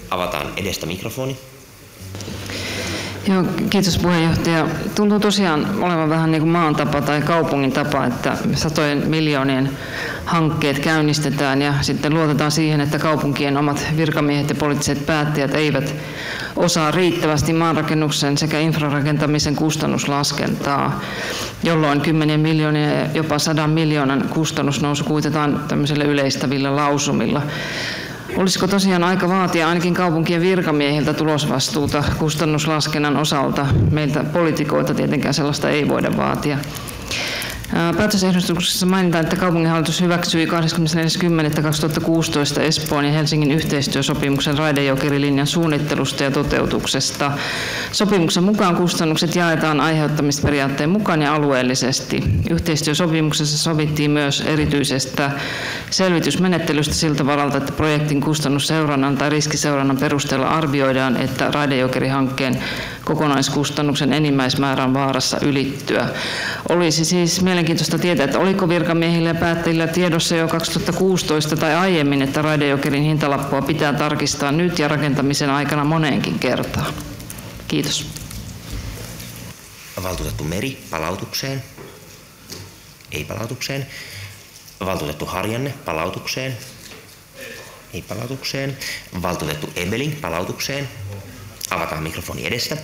Avataan edestä mikrofoni. Joo, kiitos puheenjohtaja. Tuntuu tosiaan olevan vähän niin kuin maan tapa tai kaupungin tapa, että satojen miljoonien hankkeet käynnistetään ja sitten luotetaan siihen, että kaupunkien omat virkamiehet ja poliittiset päättäjät eivät osaa riittävästi maanrakennuksen sekä infrarakentamisen kustannuslaskentaa, jolloin kymmenien miljoonien ja jopa sadan miljoonan kustannusnousu kuitataan tämmöisillä yleistävillä lausumilla. Olisiko tosiaan aika vaatia ainakin kaupunkien virkamiehiltä tulosvastuuta kustannuslaskennan osalta? Meiltä poliitikoilta tietenkään sellaista ei voida vaatia. Päätösehdotuksessa mainitaan, että kaupunginhallitus hyväksyi kahdeskymmenesneljäs kymmenettä kaksituhattakuusitoista Espoon ja Helsingin yhteistyösopimuksen Raide-Jokeri-linjan suunnittelusta ja toteutuksesta. Sopimuksen mukaan kustannukset jaetaan aiheuttamisperiaatteen mukaan ja alueellisesti. Yhteistyösopimuksessa sovittiin myös erityisestä selvitysmenettelystä siltä varalta, että projektin kustannusseurannan tai riskiseurannan perusteella arvioidaan, että Raide-Jokeri-hankkeen kokonaiskustannuksen enimmäismäärä on vaarassa ylittyä. Olisi siis mielenkiintoista tietää, että oliko virkamiehillä ja päättäjillä tiedossa jo kaksituhattakuusitoista tai aiemmin, että Raide-Jokerin hintalappua pitää tarkistaa nyt ja rakentamisen aikana moneenkin kertaan. Kiitos. Valtuutettu Meri palautukseen. Ei palautukseen. Valtuutettu Harjanne palautukseen. Ei palautukseen. Valtuutettu Ebeling palautukseen. Avataan mikrofoni edestä.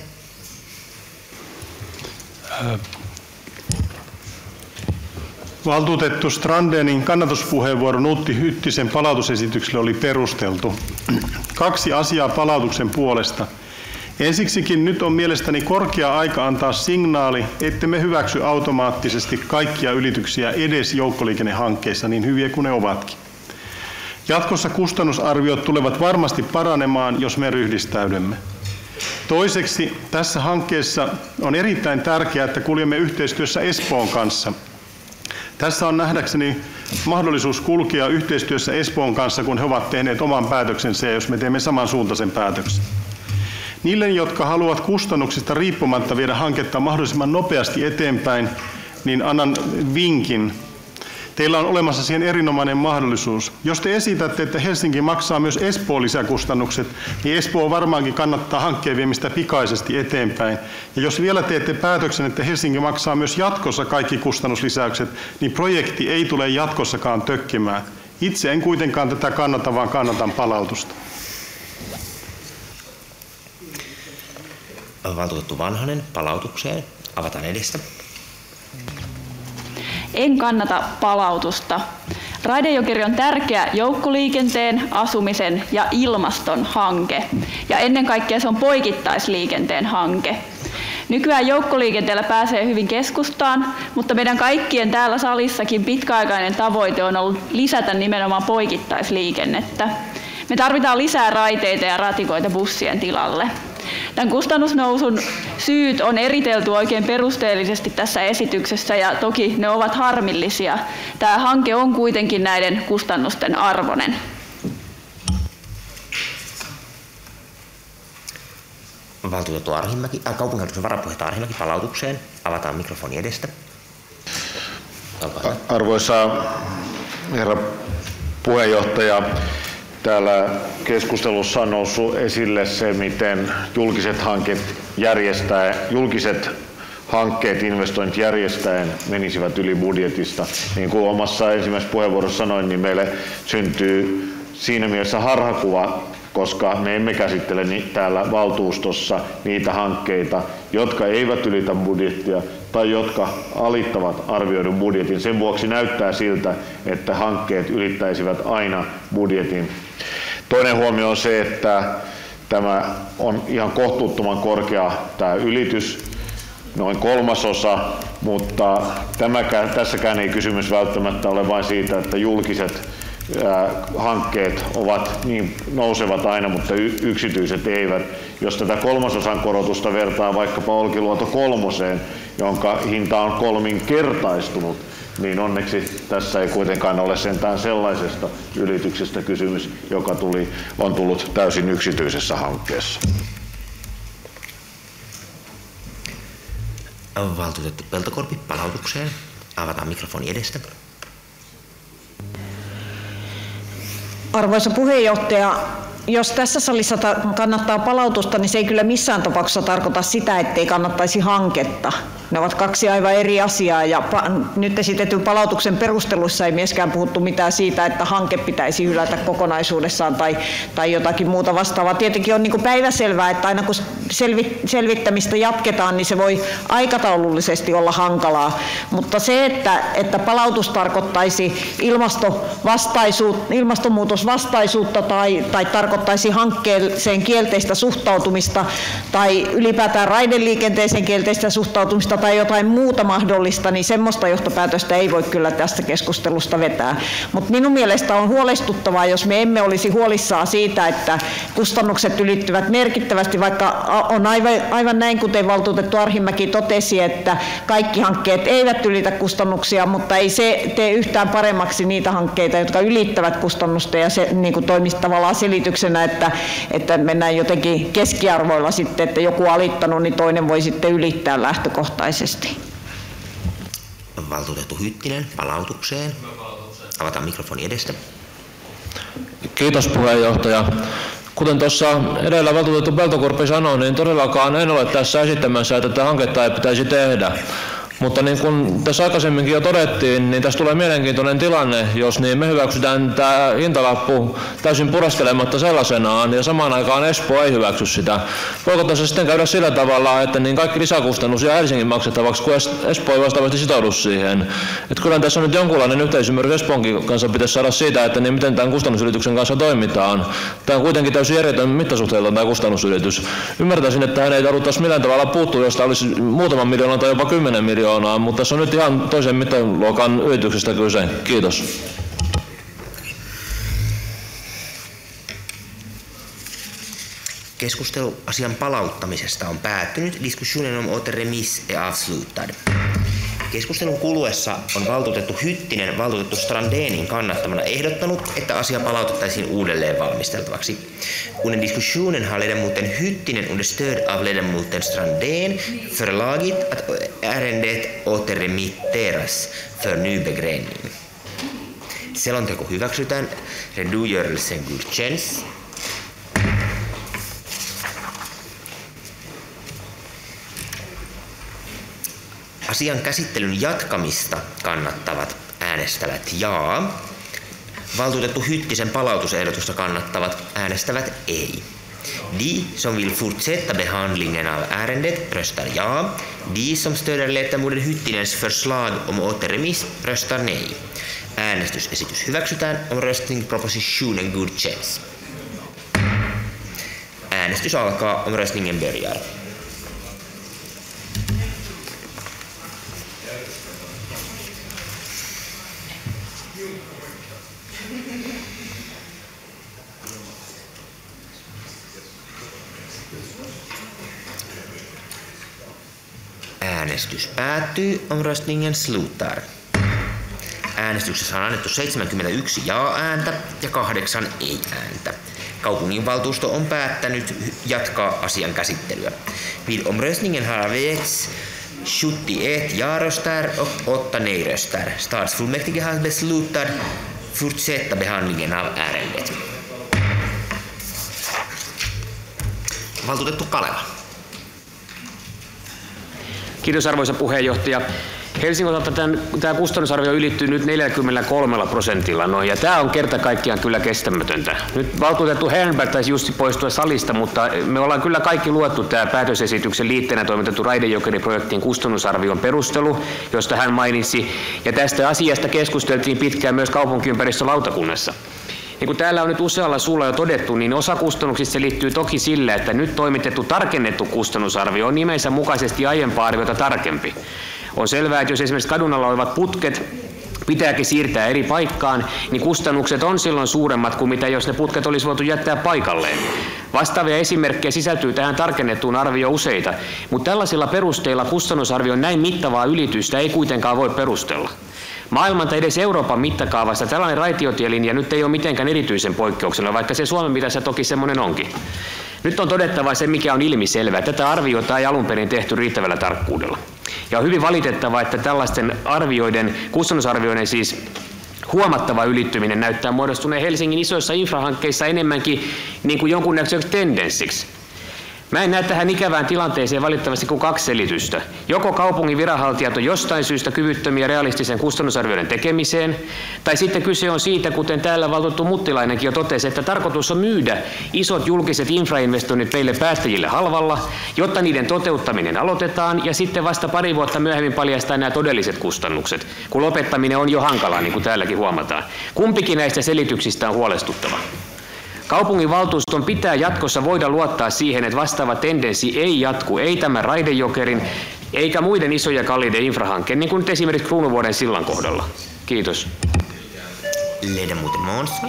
Valtuutettu Strandenin kannatuspuheenvuoro Nutti Hyttisen palautusesitykselle oli perusteltu. Kaksi asiaa palautuksen puolesta. Ensiksikin nyt on mielestäni korkea aika antaa signaali, että me hyväksy automaattisesti kaikkia ylityksiä edes joukkoliikennehankkeissa niin hyviä kuin ne ovatkin. Jatkossa kustannusarviot tulevat varmasti paranemaan, jos me ryhdistäydymme. Toiseksi tässä hankkeessa on erittäin tärkeää, että kuljemme yhteistyössä Espoon kanssa. Tässä on nähdäkseni mahdollisuus kulkea yhteistyössä Espoon kanssa, kun he ovat tehneet oman päätöksensä ja jos me teemme samansuuntaisen päätöksen. Niille, jotka haluavat kustannuksista riippumatta viedä hanketta mahdollisimman nopeasti eteenpäin, niin annan vinkin. Teillä on olemassa siihen erinomainen mahdollisuus. Jos te esitätte, että Helsinki maksaa myös Espoon lisäkustannukset, niin Espoo varmaankin kannattaa hankkeen viemistä pikaisesti eteenpäin. Ja jos vielä teette päätöksen, että Helsinki maksaa myös jatkossa kaikki kustannuslisäykset, niin projekti ei tule jatkossakaan tökkimään. Itse en kuitenkaan tätä kannata, vaan kannatan palautusta. Valtuutettu Vanhanen palautukseen. Avataan edestä. En kannata palautusta. Raide-Jokeri on tärkeä joukkoliikenteen, asumisen ja ilmaston hanke. Ja ennen kaikkea se on poikittaisliikenteen hanke. Nykyään joukkoliikenteellä pääsee hyvin keskustaan, mutta meidän kaikkien täällä salissakin pitkäaikainen tavoite on ollut lisätä nimenomaan poikittaisliikennettä. Me tarvitaan lisää raiteita ja ratikoita bussien tilalle. Tämän kustannusnousun syyt on eritelty oikein perusteellisesti tässä esityksessä ja toki ne ovat harmillisia. Tämä hanke on kuitenkin näiden kustannusten arvoinen. Valtuutettu Arhimäki, äh, kaupunginhallituksen varapuheenjohtaja Arhimäki palautukseen. Avataan mikrofoni edestä. Arvoisa herra puheenjohtaja, täällä keskustelussa on noussut esille se, miten julkiset hankkeet, järjestää, julkiset hankkeet investoinnit järjestäen menisivät yli budjetista. Niin kuin omassa ensimmäisessä puheenvuorossa sanoin, niin meille syntyy siinä mielessä harhakuva, koska me emme käsittele täällä valtuustossa niitä hankkeita, jotka eivät ylitä budjettia tai jotka alittavat arvioidun budjetin. Sen vuoksi näyttää siltä, että hankkeet ylittäisivät aina budjetin. Toinen huomio on se, että tämä on ihan kohtuuttoman korkea tämä ylitys, noin kolmasosa, mutta tämäkään, tässäkään ei kysymys välttämättä ole vain siitä, että julkiset ää, hankkeet ovat niin nousevat aina, mutta y- yksityiset eivät. Jos tätä kolmasosan korotusta vertaa vaikkapa Olkiluoto kolmoseen, jonka hinta on kolminkertaistunut, niin onneksi tässä ei kuitenkaan ole sentään sellaisesta ylityksestä kysymys, joka tuli, on tullut täysin yksityisessä hankkeessa. Valtuutettu Peltokorpi palautukseen. Avataan mikrofoni edestä. Arvoisa puheenjohtaja, jos tässä salissa kannattaa palautusta, niin se ei kyllä missään tapauksessa tarkoita sitä, ettei kannattaisi hanketta. Ne ovat kaksi aivan eri asiaa ja nyt esitetyn palautuksen perusteluissa ei myöskään puhuttu mitään siitä, että hanke pitäisi hylätä kokonaisuudessaan tai, tai jotakin muuta vastaavaa. Tietenkin on niin kuin päiväselvää, että aina kun selvi, selvittämistä jatketaan, niin se voi aikataulullisesti olla hankalaa, mutta se, että, että palautus tarkoittaisi ilmastovastaisuutta, ilmastonmuutosvastaisuutta tai, tai tarkoittaisi hankkeeseen kielteistä suhtautumista tai ylipäätään raideliikenteeseen kielteistä suhtautumista tai jotain muuta mahdollista, niin semmoista johtopäätöstä ei voi kyllä tästä keskustelusta vetää. Mutta minun mielestä on huolestuttavaa, jos me emme olisi huolissaan siitä, että kustannukset ylittyvät merkittävästi, vaikka on aivan, aivan näin, kuten valtuutettu Arhimäki totesi, että kaikki hankkeet eivät ylitä kustannuksia, mutta ei se tee yhtään paremmaksi niitä hankkeita, jotka ylittävät kustannusta ja se niin kuin toimisi tavallaan selityksenä, että, että mennään jotenkin keskiarvoilla sitten, että joku on alittanut, niin toinen voi sitten ylittää lähtökohtaisesti. Valtuutettu Hyttinen palautukseen. Avataan mikrofoni edestä. Kiitos puheenjohtaja. Kuten tuossa edellä valtuutettu Peltokurpi sanoi, niin todellakaan en ole tässä esittämässä, että tätä hanketta ei pitäisi tehdä. Mutta niin kuin tässä aikaisemminkin jo todettiin, niin tässä tulee mielenkiintoinen tilanne, jos niin me hyväksytään tämä hintalappu täysin pureskelematta sellaisenaan ja samaan aikaan Espoo ei hyväksy sitä. Voiko tässä sitten käydä sillä tavalla, että niin kaikki lisäkustannus jää Helsingin maksettavaksi, kun Espoo ei vastaavasti sitoudu siihen? Että kyllä tässä on nyt jonkunlainen yhteisymmärrys Espoonkin kanssa pitäisi saada siitä, että niin miten tämän kustannusylityksen kanssa toimitaan. Tämä on kuitenkin täysin järjetön mittasuhteelta tämä kustannusylitys. Ymmärtäisin, että hän ei tarvitse millään tavalla puuttua, josta olisi muutaman miljoonan tai jopa kymmenen miljoonaa. Mutta tässä on nyt ihan toisen mittaluokan ylityksestä kyse. Kiitos. Keskustelu asian palauttamisesta on päättynyt. Diskussionen om återremiss är avslutad. Keskustelun kuluessa on valtuutettu Hyttinen valtuutettu Strandénin kannattamana ehdottanut, että asia palautettaisiin uudelleen valmisteltavaksi. Under diskussionen har ledamoten Hyttinen under stöd av ledamoten Strandén förslagit att ärendet återremitteras för nyberedning. Selonteko hyväksytään. Redogörelsen godkänns. Asian käsittelyn jatkamista kannattavat äänestävät jaa. Valtuutettu Hyttisen palautusehdotusta kannattavat äänestävät ei. De som vill fortsätta behandlingen av ärendet röstar ja. De som stöder ledamoten Hyttinens förslag om återremiss röstar nej. Äänestysesitys hyväksytään. Omröstningspropositionen godkänns. Äänestys alkaa. Omröstningen börjar. Äänestys päättyy. Omröstningen slutar. Äänestyksessä on annettu seitsemänkymmentäyksi jaa-ääntä ja kahdeksan ei-ääntä. Kaupunginvaltuusto on päättänyt jatkaa asian käsittelyä. Vid omröstningen har avgetts sjuttioett ja-röster och åtta nej-röster. Stadsfullmäktige har beslutat fortsätta behandlingen av ärendet. Valtuutettu Kaleva. Kiitos arvoisa puheenjohtaja. Helsingin osalta tämän, tämä kustannusarvio ylittyy nyt neljäkymmentäkolme prosentilla, no, ja tämä on kerta kaikkiaan kyllä kestämätöntä. Nyt valtuutettu Hernberg taisi just poistua salista, mutta me ollaan kyllä kaikki luettu tämä päätösesityksen liitteenä toimitettu Raide-Jokeri-projektin kustannusarvion perustelu, josta hän mainitsi, ja tästä asiasta keskusteltiin pitkään myös kaupunkiympäristölautakunnassa. Niin kuin täällä on nyt usealla suulla jo todettu, niin osa kustannuksista liittyy toki sille, että nyt toimitettu tarkennettu kustannusarvio on nimensä mukaisesti aiempaa arviota tarkempi. On selvää, että jos esimerkiksi kadun alla olevat putket pitääkin siirtää eri paikkaan, niin kustannukset on silloin suuremmat kuin mitä jos ne putket olisi voitu jättää paikalleen. Vastaavia esimerkkejä sisältyy tähän tarkennettuun arvioon useita, mutta tällaisilla perusteilla kustannusarvion näin mittavaa ylitystä ei kuitenkaan voi perustella. Maailman tai edes Euroopan mittakaavassa tällainen raitiotielinja nyt ei ole mitenkään erityisen poikkeuksena, vaikka se Suomen mitassa toki semmoinen onkin. Nyt on todettava se, mikä on ilmiselvää. Tätä arviota ei alun perin tehty riittävällä tarkkuudella. Ja on hyvin valitettavaa, että tällaisten arvioiden, kustannusarvioiden siis Huomattava ylittyminen näyttää muodostuneen Helsingin isoissa infrahankkeissa enemmänkin niin kuin jonkunnäköiseksi tendenssiksi. Mä en näe tähän ikävään tilanteeseen valittavasti kuin kaksi selitystä. Joko kaupungin viranhaltijat on jostain syystä kyvyttömiä realistisen kustannusarvioiden tekemiseen, tai sitten kyse on siitä, kuten täällä valtuutettu Muttilainenkin jo totesi, että tarkoitus on myydä isot julkiset infrainvestoinnit meille päättäjille halvalla, jotta niiden toteuttaminen aloitetaan, ja sitten vasta pari vuotta myöhemmin paljastaa nämä todelliset kustannukset, kun lopettaminen on jo hankalaa, niin kuin täälläkin huomataan. Kumpikin näistä selityksistä on huolestuttava. Kaupunginvaltuuston pitää jatkossa voida luottaa siihen, että vastaava tendenssi ei jatku, ei tämän Raidejokerin, eikä muiden isoja kalliiden infrahankkeen, niin kuin nyt esimerkiksi Kruunuvuoren sillan kohdalla. Kiitos. Ledamot Månsson.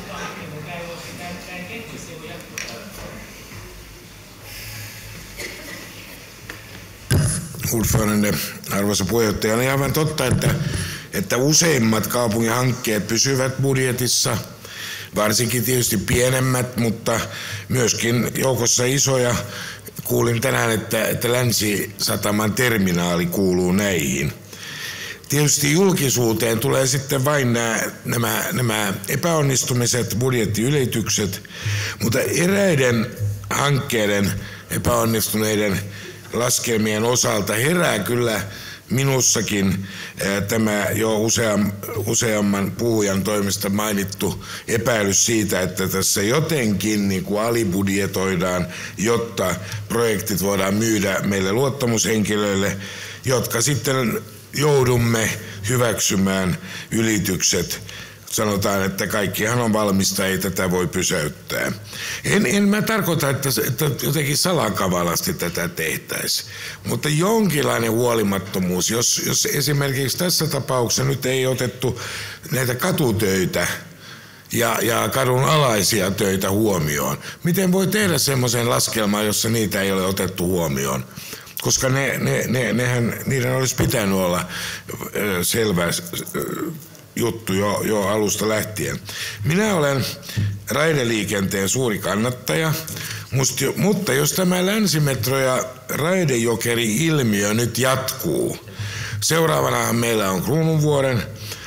Ordförande, arvoisa puheenjohtaja, on aivan totta, että, että useimmat kaupungin hankkeet pysyvät budjetissa. Varsinkin tietysti pienemmät, mutta myöskin joukossa isoja. Kuulin tänään, että, että Länsi-Sataman terminaali kuuluu näihin. Tietysti julkisuuteen tulee sitten vain nämä, nämä, nämä epäonnistumiset, budjettiylitykset, mutta eräiden hankkeiden epäonnistuneiden laskelmien osalta herää kyllä minussakin tämä jo useam, useamman puhujan toimesta mainittu epäilys siitä, että tässä jotenkin niin kuin alibudjetoidaan, jotta projektit voidaan myydä meille luottamushenkilöille, jotka sitten joudumme hyväksymään ylitykset. Sanotaan, että kaikkihan on valmista, ei tätä voi pysäyttää. En, en mä tarkoita, että, että jotenkin salakavalasti tätä tehtäisiin, mutta jonkinlainen huolimattomuus, jos, jos esimerkiksi tässä tapauksessa nyt ei otettu näitä katutöitä ja, ja kadun alaisia töitä huomioon. Miten voi tehdä semmoisen laskelman, jossa niitä ei ole otettu huomioon? Koska ne, ne, ne, nehän, niiden olisi pitänyt olla selvä juttu jo, jo alusta lähtien. Minä olen raideliikenteen suuri kannattaja, musti, mutta jos tämä länsimetro ja raidejokeri-ilmiö nyt jatkuu, seuraavana meillä on Kruununvuoren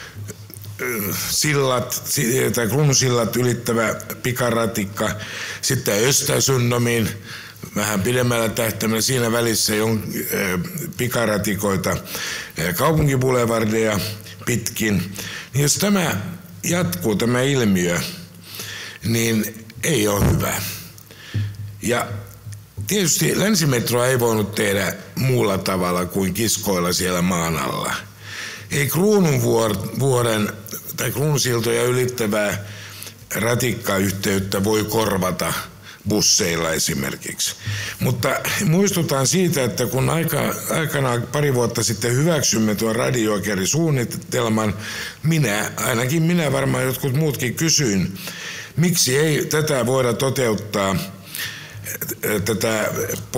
sillat, tai Kruunusillat ylittävä pikaratikka, sitten Östersunddomin vähän pidemmällä tähtäimellä siinä välissä on pikaratikoita, kaupunkibulevardeja pitkin. Niin jos tämä jatkuu, tämä ilmiö, niin ei ole hyvä. Ja tietysti länsimetroa ei voinut tehdä muulla tavalla kuin kiskoilla siellä maan alla. Ei Kruununvuoren tai Kruunusiltoja ylittävää ratikkayhteyttä voi korvata busseilla esimerkiksi. Mutta muistutan siitä, että kun aika, aikanaan pari vuotta sitten hyväksymme tuon Raide-Jokeri-suunnitelman, minä, ainakin minä varmaan jotkut muutkin kysyin, miksi ei tätä voida toteuttaa, tätä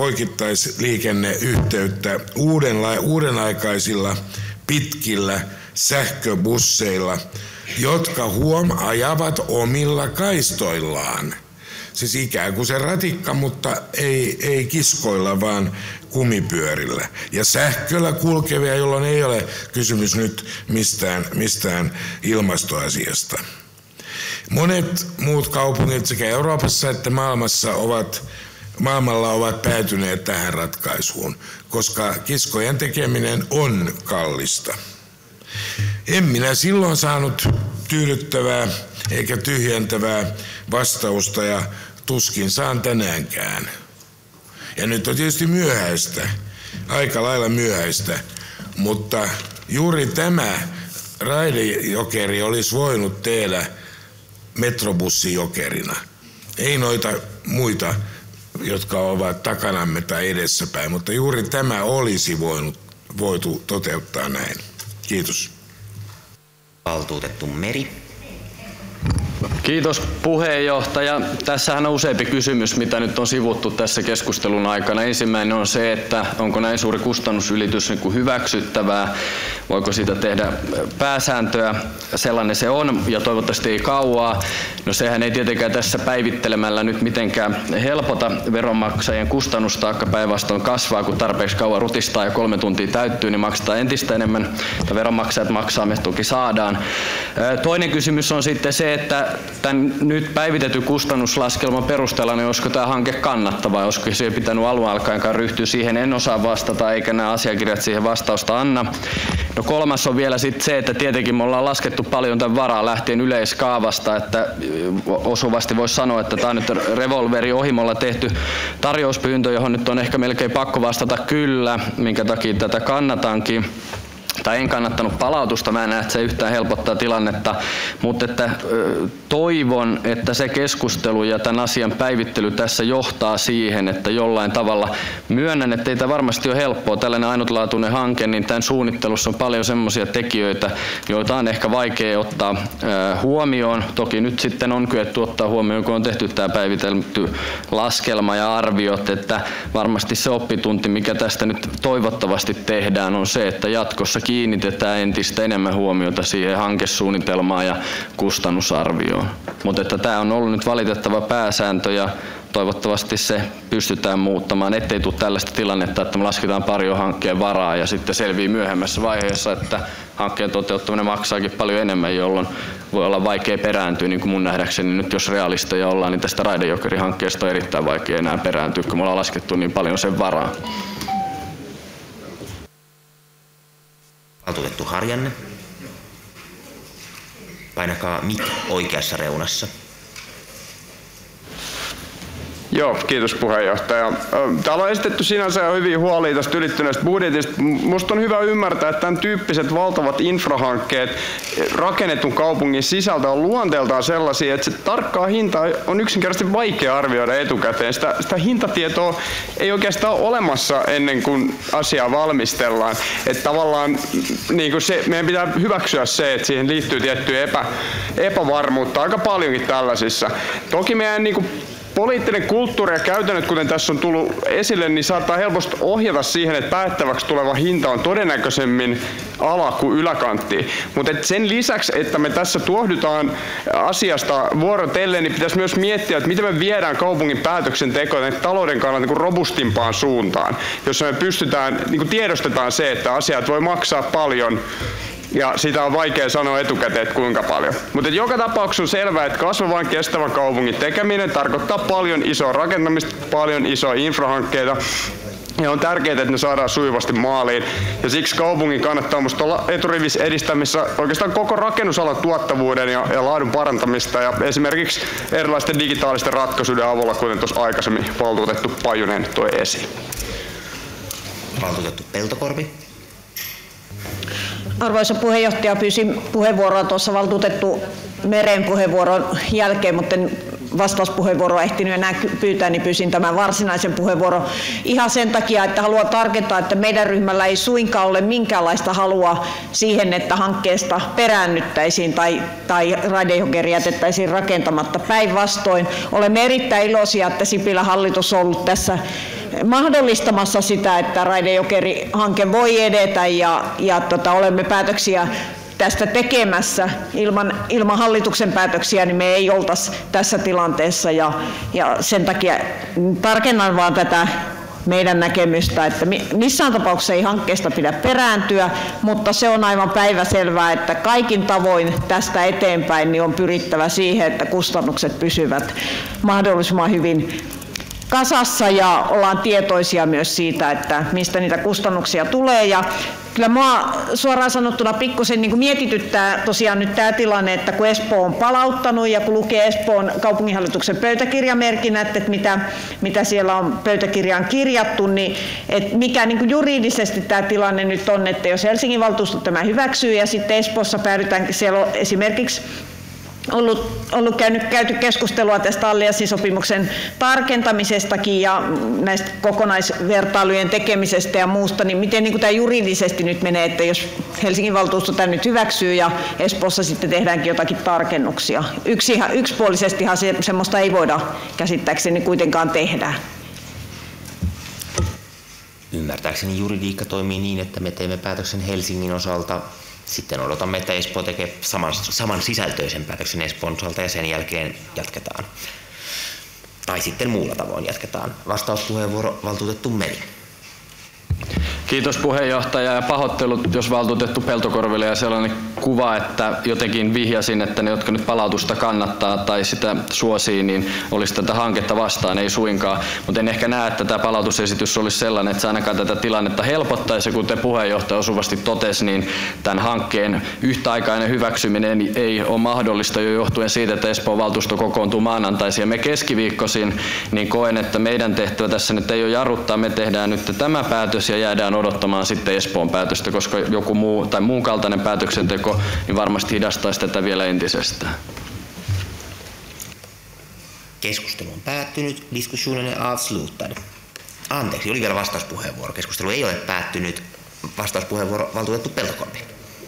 poikittaisliikenneyhteyttä uudenla, uudenaikaisilla pitkillä sähköbusseilla, jotka huom ajavat omilla kaistoillaan. Siis ikään kuin se ratikka, mutta ei, ei kiskoilla, vaan kumipyörillä. Ja sähköllä kulkevia, jolloin ei ole kysymys nyt mistään, mistään ilmastoasiasta. Monet muut kaupungit sekä Euroopassa että maailmassa ovat, maailmalla ovat päätyneet tähän ratkaisuun, koska kiskojen tekeminen on kallista. En minä silloin saanut tyydyttävää eikä tyhjentävää vastausta ja tuskin saan tänäänkään. Ja nyt on tietysti myöhäistä, aika lailla myöhäistä, mutta juuri tämä raidejokeri olisi voinut tehdä metrobussijokerina. Ei noita muita, jotka ovat takanamme tai edessäpäin, mutta juuri tämä olisi voinut, voitu toteuttaa näin. Kiitos. Valtuutettu Meri. Kiitos puheenjohtaja. Tässähän on useampi kysymys, mitä nyt on sivuttu tässä keskustelun aikana. Ensimmäinen on se, että onko näin suuri kustannusylitys niin kuin hyväksyttävää, voiko siitä tehdä pääsääntöä, sellainen se on ja toivottavasti ei kauaa. No sehän ei tietenkään tässä päivittelemällä nyt mitenkään helpota veronmaksajien kustannustaakka, päinvastoin kasvaa, kun tarpeeksi kauan rutistaa ja kolme tuntia täyttyy, niin maksetaan entistä enemmän, että veronmaksajat maksaa, me toki saadaan. Toinen kysymys on sitten se, että tämän nyt päivitetyn kustannuslaskelman perusteella, niin olisiko tämä hanke kannattava, olisiko siihen pitänyt alun alkaenkaan ryhtyä, siihen en osaa vastata, eikä nämä asiakirjat siihen vastausta anna. No kolmas on vielä sitten se, että tietenkin me ollaan laskettu paljon tämän varaa lähtien yleiskaavasta, että osuvasti voisi sanoa, että tämä on nyt revolveri ohimolla tehty tarjouspyyntö, johon nyt on ehkä melkein pakko vastata kyllä, minkä takia tätä kannatankin. Tai en kannattanut palautusta, mä en näe, että se yhtään helpottaa tilannetta, mutta että, ö, toivon, että se keskustelu ja tämän asian päivittely tässä johtaa siihen, että jollain tavalla myönnän, että ei tämä varmasti ole helppoa, tällainen ainutlaatuinen hanke, niin tämän suunnittelussa on paljon semmoisia tekijöitä, joita on ehkä vaikea ottaa ö, huomioon. Toki nyt sitten on kyetty ottaa huomioon, kun on tehty tämä päivitelty laskelma ja arviot, että varmasti se oppitunti, mikä tästä nyt toivottavasti tehdään, on se, että jatkossa kiinnitetään entistä enemmän huomiota siihen hankesuunnitelmaan ja kustannusarvioon. Mutta että tämä on ollut nyt valitettava pääsääntö ja toivottavasti se pystytään muuttamaan, ettei tule tällaista tilannetta, että me lasketaan paljon hankkeen varaa ja sitten selvii myöhemmässä vaiheessa, että hankkeen toteuttaminen maksaakin paljon enemmän, jolloin voi olla vaikea perääntyä, niin kuin mun nähdäkseni nyt jos realisteja ollaan, niin tästä Raide-Jokeri-hankkeesta on erittäin vaikea enää perääntyä, kun me ollaan laskettu niin paljon sen varaa. Valtuutettu Harjanne. Painakaa mic oikeassa reunassa. Joo, kiitos puheenjohtaja. Täällä on esitetty sinänsä jo hyviä huolia tästä ylittyneestä budjetista. Musta on hyvä ymmärtää, että tämän tyyppiset valtavat infrahankkeet rakennetun kaupungin sisältä on luonteeltaan sellaisia, että se tarkkaa hintaa on yksinkertaisesti vaikea arvioida etukäteen. Sitä, sitä hintatietoa ei oikeastaan ole olemassa ennen kuin asiaa valmistellaan. Että tavallaan niin kuin se, meidän pitää hyväksyä se, että siihen liittyy tiettyä epä, epävarmuutta aika paljonkin tällaisissa. Toki meidän niin kuin poliittinen kulttuuri ja käytännöt, kuten tässä on tullut esille, niin saattaa helposti ohjata siihen, että päättäväksi tuleva hinta on todennäköisemmin ala- kuin yläkanttiin. Mutta sen lisäksi, että me tässä tuohdutaan asiasta vuorotellen, niin pitäisi myös miettiä, että miten me viedään kaupungin päätöksentekoa talouden kannalta niin kuin robustimpaan suuntaan, jossa me pystytään, niin kuin tiedostetaan se, että asiat voi maksaa paljon, ja sitä on vaikea sanoa etukäteen, että kuinka paljon. Mutta joka tapauksessa on selvää, että kasvavan kestävän kaupungin tekeminen tarkoittaa paljon isoa rakentamista, paljon isoa infrahankkeita. Ja on tärkeää, että ne saadaan sujuvasti maaliin. Ja siksi kaupungin kannattaa musta olla eturivissä edistämissä oikeastaan koko rakennusalan tuottavuuden ja, ja laadun parantamista. Ja esimerkiksi erilaisten digitaalisten ratkaisujen avulla, kuten tuossa aikaisemmin valtuutettu Pajunen toi esiin. Valtuutettu Peltokorpi. Arvoisa puheenjohtaja, pyysin puheenvuoroa tuossa valtuutettu Meren puheenvuoron jälkeen, mutta en vastauspuheenvuoroa ehtinyt enää pyytää, niin pyysin tämän varsinaisen puheenvuoron ihan sen takia, että haluan tarkentaa, että meidän ryhmällä ei suinkaan ole minkäänlaista halua siihen, että hankkeesta peräännyttäisiin tai, tai Raide-Jokeri jätettäisiin rakentamatta. Päinvastoin olemme erittäin iloisia, että Sipilän hallitus on ollut tässä mahdollistamassa sitä, että Raide-Jokeri-hanke voi edetä ja, ja tota, olemme päätöksiä tästä tekemässä. Ilman, ilman hallituksen päätöksiä niin me ei oltaisi tässä tilanteessa ja, ja sen takia tarkennan vaan tätä meidän näkemystä, että missään tapauksessa ei hankkeesta pidä perääntyä, mutta se on aivan päiväselvää, että kaikin tavoin tästä eteenpäin niin on pyrittävä siihen, että kustannukset pysyvät mahdollisimman hyvin kasassa ja ollaan tietoisia myös siitä, että mistä niitä kustannuksia tulee. Ja kyllä minua suoraan sanottuna pikkusen niin kuin mietityttää tosiaan nyt tämä tilanne, että kun Espoo on palauttanut ja kun lukee Espoon kaupunginhallituksen pöytäkirjamerkinnät, että mitä, mitä siellä on pöytäkirjaan kirjattu, niin että mikä niin kuin juridisesti tämä tilanne nyt on, että jos Helsingin valtuusto tämä hyväksyy ja sitten Espoossa päädytään, siellä on esimerkiksi ollut, ollut käynyt, käyty keskustelua tästä allianssisopimuksen tarkentamisestakin ja näistä kokonaisvertailujen tekemisestä ja muusta, niin miten niin kuin tämä juridisesti nyt menee, että jos Helsingin valtuusto tämän nyt hyväksyy ja Espoossa sitten tehdäänkin jotakin tarkennuksia. Yksi, yksipuolisestihan se, semmoista ei voida käsittääkseni kuitenkaan tehdä. Ymmärtääkseni juridiikka toimii niin, että me teemme päätöksen Helsingin osalta. Sitten odotamme, että Espoo tekee saman, saman sisältöisen päätöksen Espoon osalta ja sen jälkeen jatketaan. Tai sitten muulla tavoin jatketaan. Vastauspuheenvuoro valtuutettu Meri. Kiitos puheenjohtaja ja pahoittelut, jos valtuutettu Peltokorville ja sellainen kuva, että jotenkin vihjasin, että ne, jotka nyt palautusta kannattaa tai sitä suosii, niin olisi tätä hanketta vastaan, ei suinkaan. Mutta en ehkä näe, että tämä palautusesitys olisi sellainen, että se ainakaan tätä tilannetta helpottaisi. Kuten puheenjohtaja osuvasti totesi, niin tämän hankkeen yhtäaikainen hyväksyminen ei ole mahdollista jo johtuen siitä, että Espoon valtuusto kokoontuu maanantaisin ja me keskiviikkoisin, niin koen, että meidän tehtävä tässä nyt ei ole jarruttaa, me tehdään nyt tämä päätös ja jäädään odottamaan sitten Espoon päätöstä, koska joku muu tai muun kaltainen päätöksenteko niin varmasti hidastaisi tätä vielä entisestään. Keskustelu on päättynyt. Diskussionen är avslutad. Anteeksi, oli vielä vastauspuheenvuoro. Keskustelu ei ole päättynyt. Vastauspuheenvuoro valtuutettu Peltokorpi.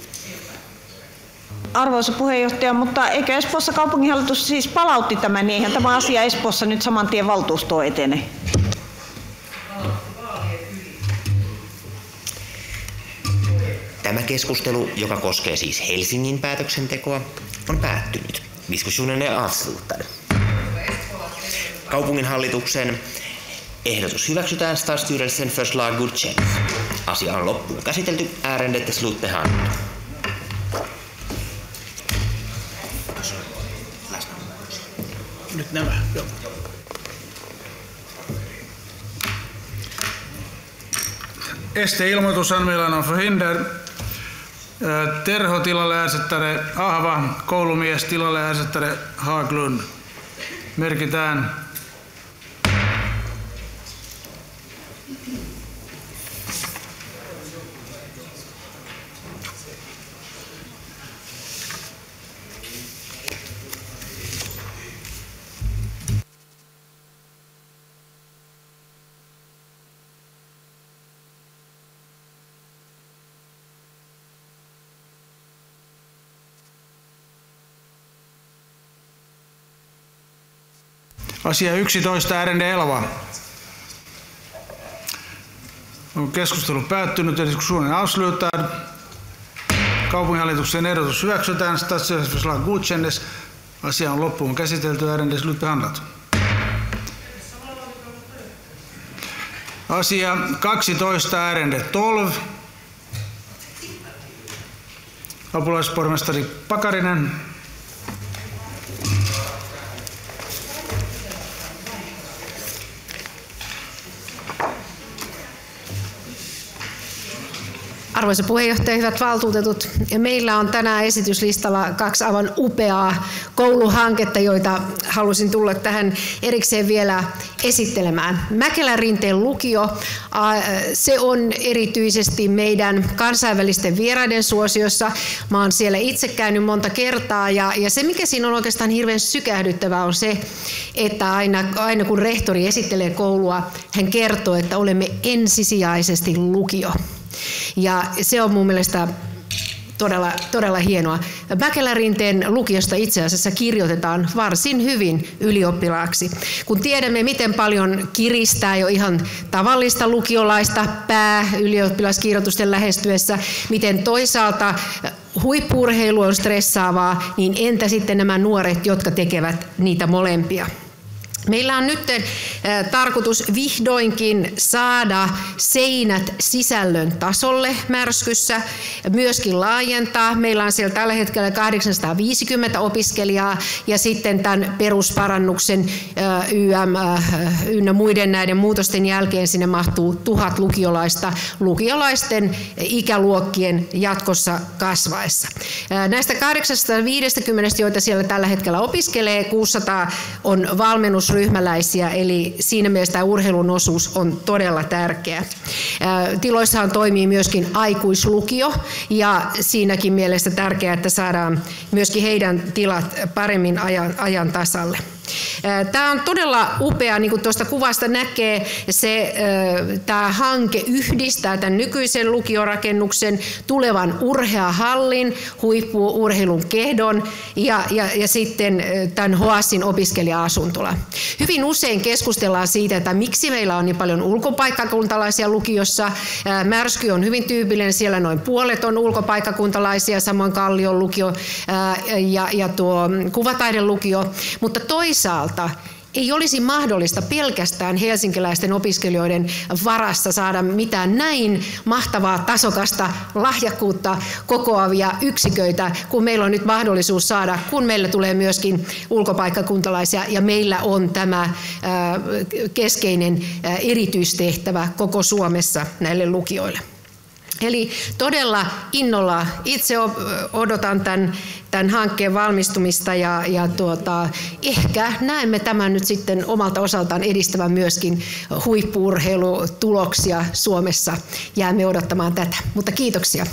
Arvoisa puheenjohtaja, mutta eikö Espoossa kaupunginhallitus siis palautti tämän, niin eihän tämä asia Espoossa nyt saman tien valtuustoon etene? Tämä keskustelu, joka koskee siis Helsingin päätöksentekoa, on päättynyt. Diskussionen är avslutad. Kaupunginhallituksen ehdotus hyväksytään, Stadsstyrelsen förslag godkänns. Asia on loppuun käsitelty, ärendet är slutbehandlat. Nyt nämä, joo. Esteilmoitusanmälan on förhinder. Terho tilalle ersättare Ahva, koulumies tilalle ersättare Haglund. Merkitään. Asia yksitoista, ärende elva. On keskustelu päättynyt ja diskussionen avslutad. Kaupunginhallituksen ehdotus hyväksytään. Stadsstyrelseförslag godkännes. Asia on loppuun käsitelty ja ärende slutbehandlat. Asia kaksitoista, ärende tolv. Apulaispormestari Pakarinen. Arvoisa puheenjohtaja, hyvät valtuutetut. Meillä on tänään esityslistalla kaksi aivan upeaa kouluhanketta, joita halusin tulla tähän erikseen vielä esittelemään. Mäkelänrinteen lukio, se on erityisesti meidän kansainvälisten vieraiden suosiossa. Mä oon siellä itse käynyt monta kertaa ja, ja se mikä siinä on oikeastaan hirveän sykähdyttävää on se, että aina, aina kun rehtori esittelee koulua, hän kertoo, että olemme ensisijaisesti lukio. Ja se on mun mielestä todella, todella hienoa. Mäkelänrinteen lukiosta itse asiassa kirjoitetaan varsin hyvin ylioppilaaksi. Kun tiedämme, miten paljon kiristää jo ihan tavallista lukiolaista pää ylioppilaskirjoitusten lähestyessä, miten toisaalta huippu-urheilu on stressaavaa, niin entä sitten nämä nuoret, jotka tekevät niitä molempia? Meillä on nyt tarkoitus vihdoinkin saada seinät sisällön tasolle Märskyssä, myöskin laajentaa. Meillä on siellä tällä hetkellä kahdeksansataaviisikymmentä opiskelijaa ja sitten tämän perusparannuksen Y M ynnä muiden näiden muutosten jälkeen sinne mahtuu tuhat lukiolaista lukiolaisten ikäluokkien jatkossa kasvaessa. Näistä kahdeksansataaviisikymmentä, joita siellä tällä hetkellä opiskelee, kuusisataa on valmennus sidosryhmäläisiä, eli siinä mielessä tämä urheilun osuus on todella tärkeä. Tiloissahan toimii myöskin aikuislukio, ja siinäkin mielessä tärkeää, että saadaan myöskin heidän tilat paremmin ajan, ajan tasalle. Tämä on todella upea, niin kuin tuosta kuvasta näkee, se, tämä hanke yhdistää tämän nykyisen lukiorakennuksen, tulevan urheahallin, huippu-urheilun kehdon ja, ja, ja sitten tämän H A Sin opiskelija-asuntola. Hyvin usein keskustellaan siitä, että miksi meillä on niin paljon ulkopaikkakuntalaisia lukiossa. Märsky on hyvin tyypillinen, siellä noin puolet on ulkopaikkakuntalaisia, samoin Kallion lukio ja, ja tuo Kuvataidelukio, mutta toisaalta ei olisi mahdollista pelkästään helsinkiläisten opiskelijoiden varassa saada mitään näin mahtavaa tasokasta lahjakkuutta kokoavia yksiköitä, kun meillä on nyt mahdollisuus saada, kun meillä tulee myöskin ulkopaikkakuntalaisia ja meillä on tämä keskeinen erityistehtävä koko Suomessa näille lukioille. Eli todella innolla itse odotan tämän, tämän hankkeen valmistumista ja, ja tuota, ehkä näemme tämän nyt sitten omalta osaltaan edistävän myöskin huippu-urheilutuloksia Suomessa. Jäämme odottamaan tätä, mutta kiitoksia.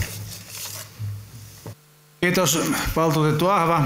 Kiitos, valtuutettu Ahva.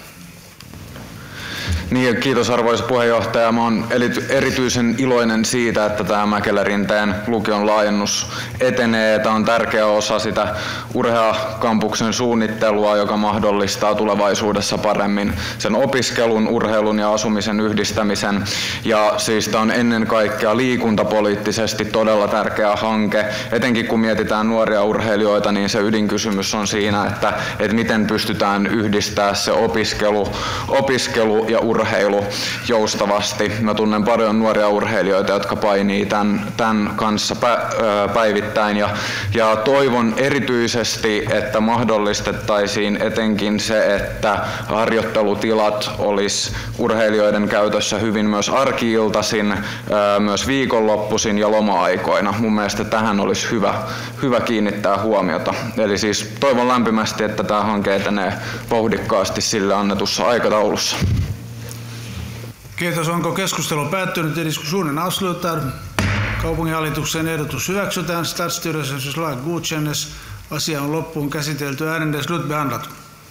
Niin, kiitos arvoisa puheenjohtaja. Mä oon erityisen iloinen siitä, että tämä Mäkelä-Rinteen lukion laajennus etenee. Tämä on tärkeä osa sitä Urhea-kampuksen suunnittelua, joka mahdollistaa tulevaisuudessa paremmin sen opiskelun, urheilun ja asumisen yhdistämisen. Ja siis tämä on ennen kaikkea liikuntapoliittisesti todella tärkeä hanke. Etenkin kun mietitään nuoria urheilijoita, niin se ydinkysymys on siinä, että, että miten pystytään yhdistämään se opiskelu, opiskelu ja urheilu urheilu joustavasti. Mä tunnen paljon nuoria urheilijoita, jotka painii tämän, tämän kanssa päivittäin ja, ja toivon erityisesti, että mahdollistettaisiin etenkin se, että harjoittelutilat olisi urheilijoiden käytössä hyvin myös arki-iltaisin, myös viikonloppuisin ja loma-aikoina. Mun mielestä tähän olisi hyvä, hyvä kiinnittää huomiota. Eli siis toivon lämpimästi, että tämä hanke etenee vauhdikkaasti sille annetussa aikataulussa. Kiitos. Onko keskustelu päättynyt? Diskussionen avslutar. Kaupunginhallituksen ehdotus hyväksytään. Stadsstyrelsens förslag godkännes. Asia on loppuun käsitelty. Ärende slutbehandlat.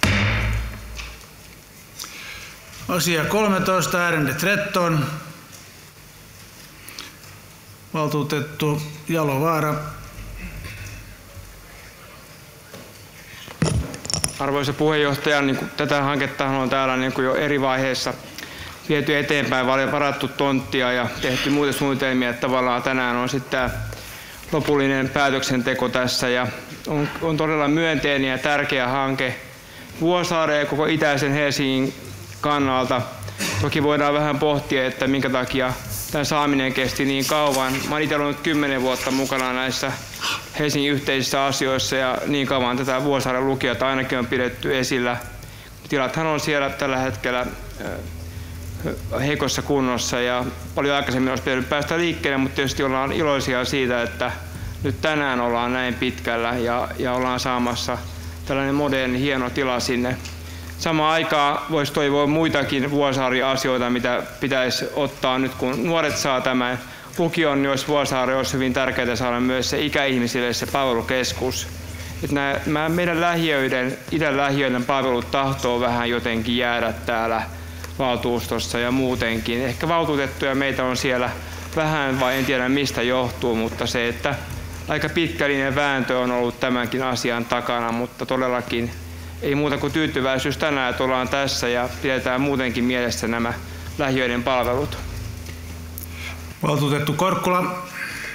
Asia kolmetoista, ärende tretton. Valtuutettu Jalovaara. Arvoisa puheenjohtaja, niin kuin tätä hanketta on täällä niin kuin jo eri vaiheissa viety eteenpäin, varattu tonttia ja tehty muita suunnitelmia, että tavallaan tänään on sitten tämä lopullinen päätöksenteko tässä ja on, on todella myönteinen ja tärkeä hanke Vuosaaren ja koko itäisen Helsingin kannalta. Toki voidaan vähän pohtia, että minkä takia tämän saaminen kesti niin kauan. Mä olen itse ollut kymmenen vuotta mukana näissä Helsingin yhteisissä asioissa ja niin kauan tätä Vuosaaren lukiota ainakin on pidetty esillä. Tilathan on siellä tällä hetkellä heikossa kunnossa ja paljon aikaisemmin olisi pitänyt päästä liikkeelle, mutta tietysti ollaan iloisia siitä, että nyt tänään ollaan näin pitkällä ja, ja ollaan saamassa tällainen moderni hieno tila sinne. Samaan aikaan voisi toivoa muitakin Vuosaari-asioita, mitä pitäisi ottaa nyt, kun nuoret saa tämän lukion, niin olisi Vuosaari olisi hyvin tärkeää saada myös se ikäihmisille se palvelukeskus. Että nämä meidän lähiöiden, idän lähiöiden palvelut tahtoo vähän jotenkin jäädä täällä valtuustossa ja muutenkin. Ehkä valtuutettuja meitä on siellä vähän, vai en tiedä mistä johtuu, mutta se, että aika pitkällinen vääntö on ollut tämänkin asian takana, mutta todellakin ei muuta kuin tyytyväisyys tänään, että ollaan tässä ja pidetään muutenkin mielessä nämä lähiöiden palvelut. Valtuutettu Korkkula.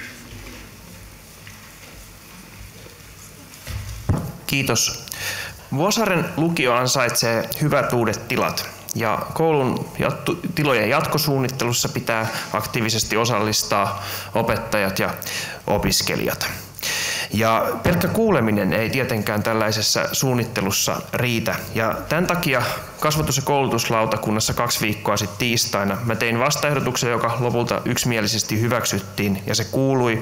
Kiitos. Vuosaaren lukio ansaitsee hyvät uudet tilat ja koulun jattu, tilojen jatkosuunnittelussa pitää aktiivisesti osallistaa opettajat ja opiskelijat. Ja pelkkä kuuleminen ei tietenkään tällaisessa suunnittelussa riitä. Ja tämän takia kasvatus- ja koulutuslautakunnassa kaksi viikkoa sitten tiistaina mä tein vastaehdotuksen, joka lopulta yksimielisesti hyväksyttiin. Ja se kuului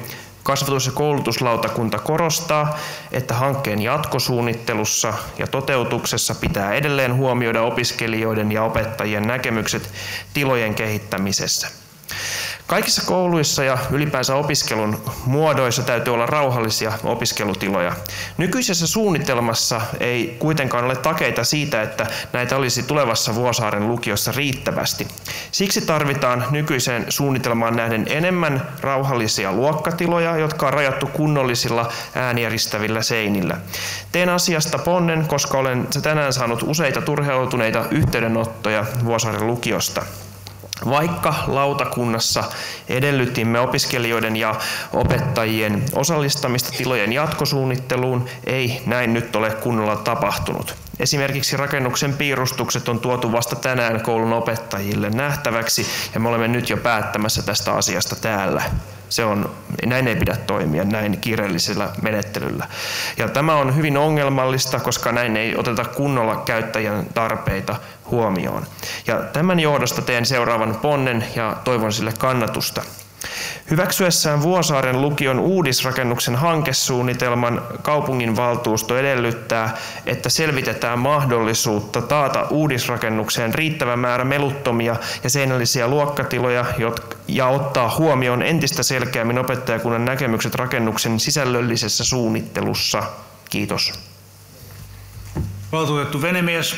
Kasvatus- ja koulutuslautakunta korostaa, että hankkeen jatkosuunnittelussa ja toteutuksessa pitää edelleen huomioida opiskelijoiden ja opettajien näkemykset tilojen kehittämisessä. Kaikissa kouluissa ja ylipäänsä opiskelun muodoissa täytyy olla rauhallisia opiskelutiloja. Nykyisessä suunnitelmassa ei kuitenkaan ole takeita siitä, että näitä olisi tulevassa Vuosaaren lukiossa riittävästi. Siksi tarvitaan nykyiseen suunnitelmaan nähden enemmän rauhallisia luokkatiloja, jotka on rajattu kunnollisilla äänieristävillä seinillä. Teen asiasta ponnen, koska olen tänään saanut useita turhautuneita yhteydenottoja Vuosaaren lukiosta. Vaikka lautakunnassa edellytimme opiskelijoiden ja opettajien osallistamista tilojen jatkosuunnitteluun, ei näin nyt ole kunnolla tapahtunut. Esimerkiksi rakennuksen piirustukset on tuotu vasta tänään koulun opettajille nähtäväksi ja me olemme nyt jo päättämässä tästä asiasta täällä. Se on, näin ei pidä toimia näin kiireellisellä menettelyllä. Ja tämä on hyvin ongelmallista, koska näin ei oteta kunnolla käyttäjän tarpeita huomioon. Ja tämän johdosta teen seuraavan ponnen ja toivon sille kannatusta. Hyväksyessään Vuosaaren lukion uudisrakennuksen hankesuunnitelman kaupunginvaltuusto edellyttää, että selvitetään mahdollisuutta taata uudisrakennukseen riittävä määrä meluttomia ja seinällisiä luokkatiloja ja ottaa huomioon entistä selkeämmin opettajakunnan näkemykset rakennuksen sisällöllisessä suunnittelussa. Kiitos. Valtuutettu Venemies.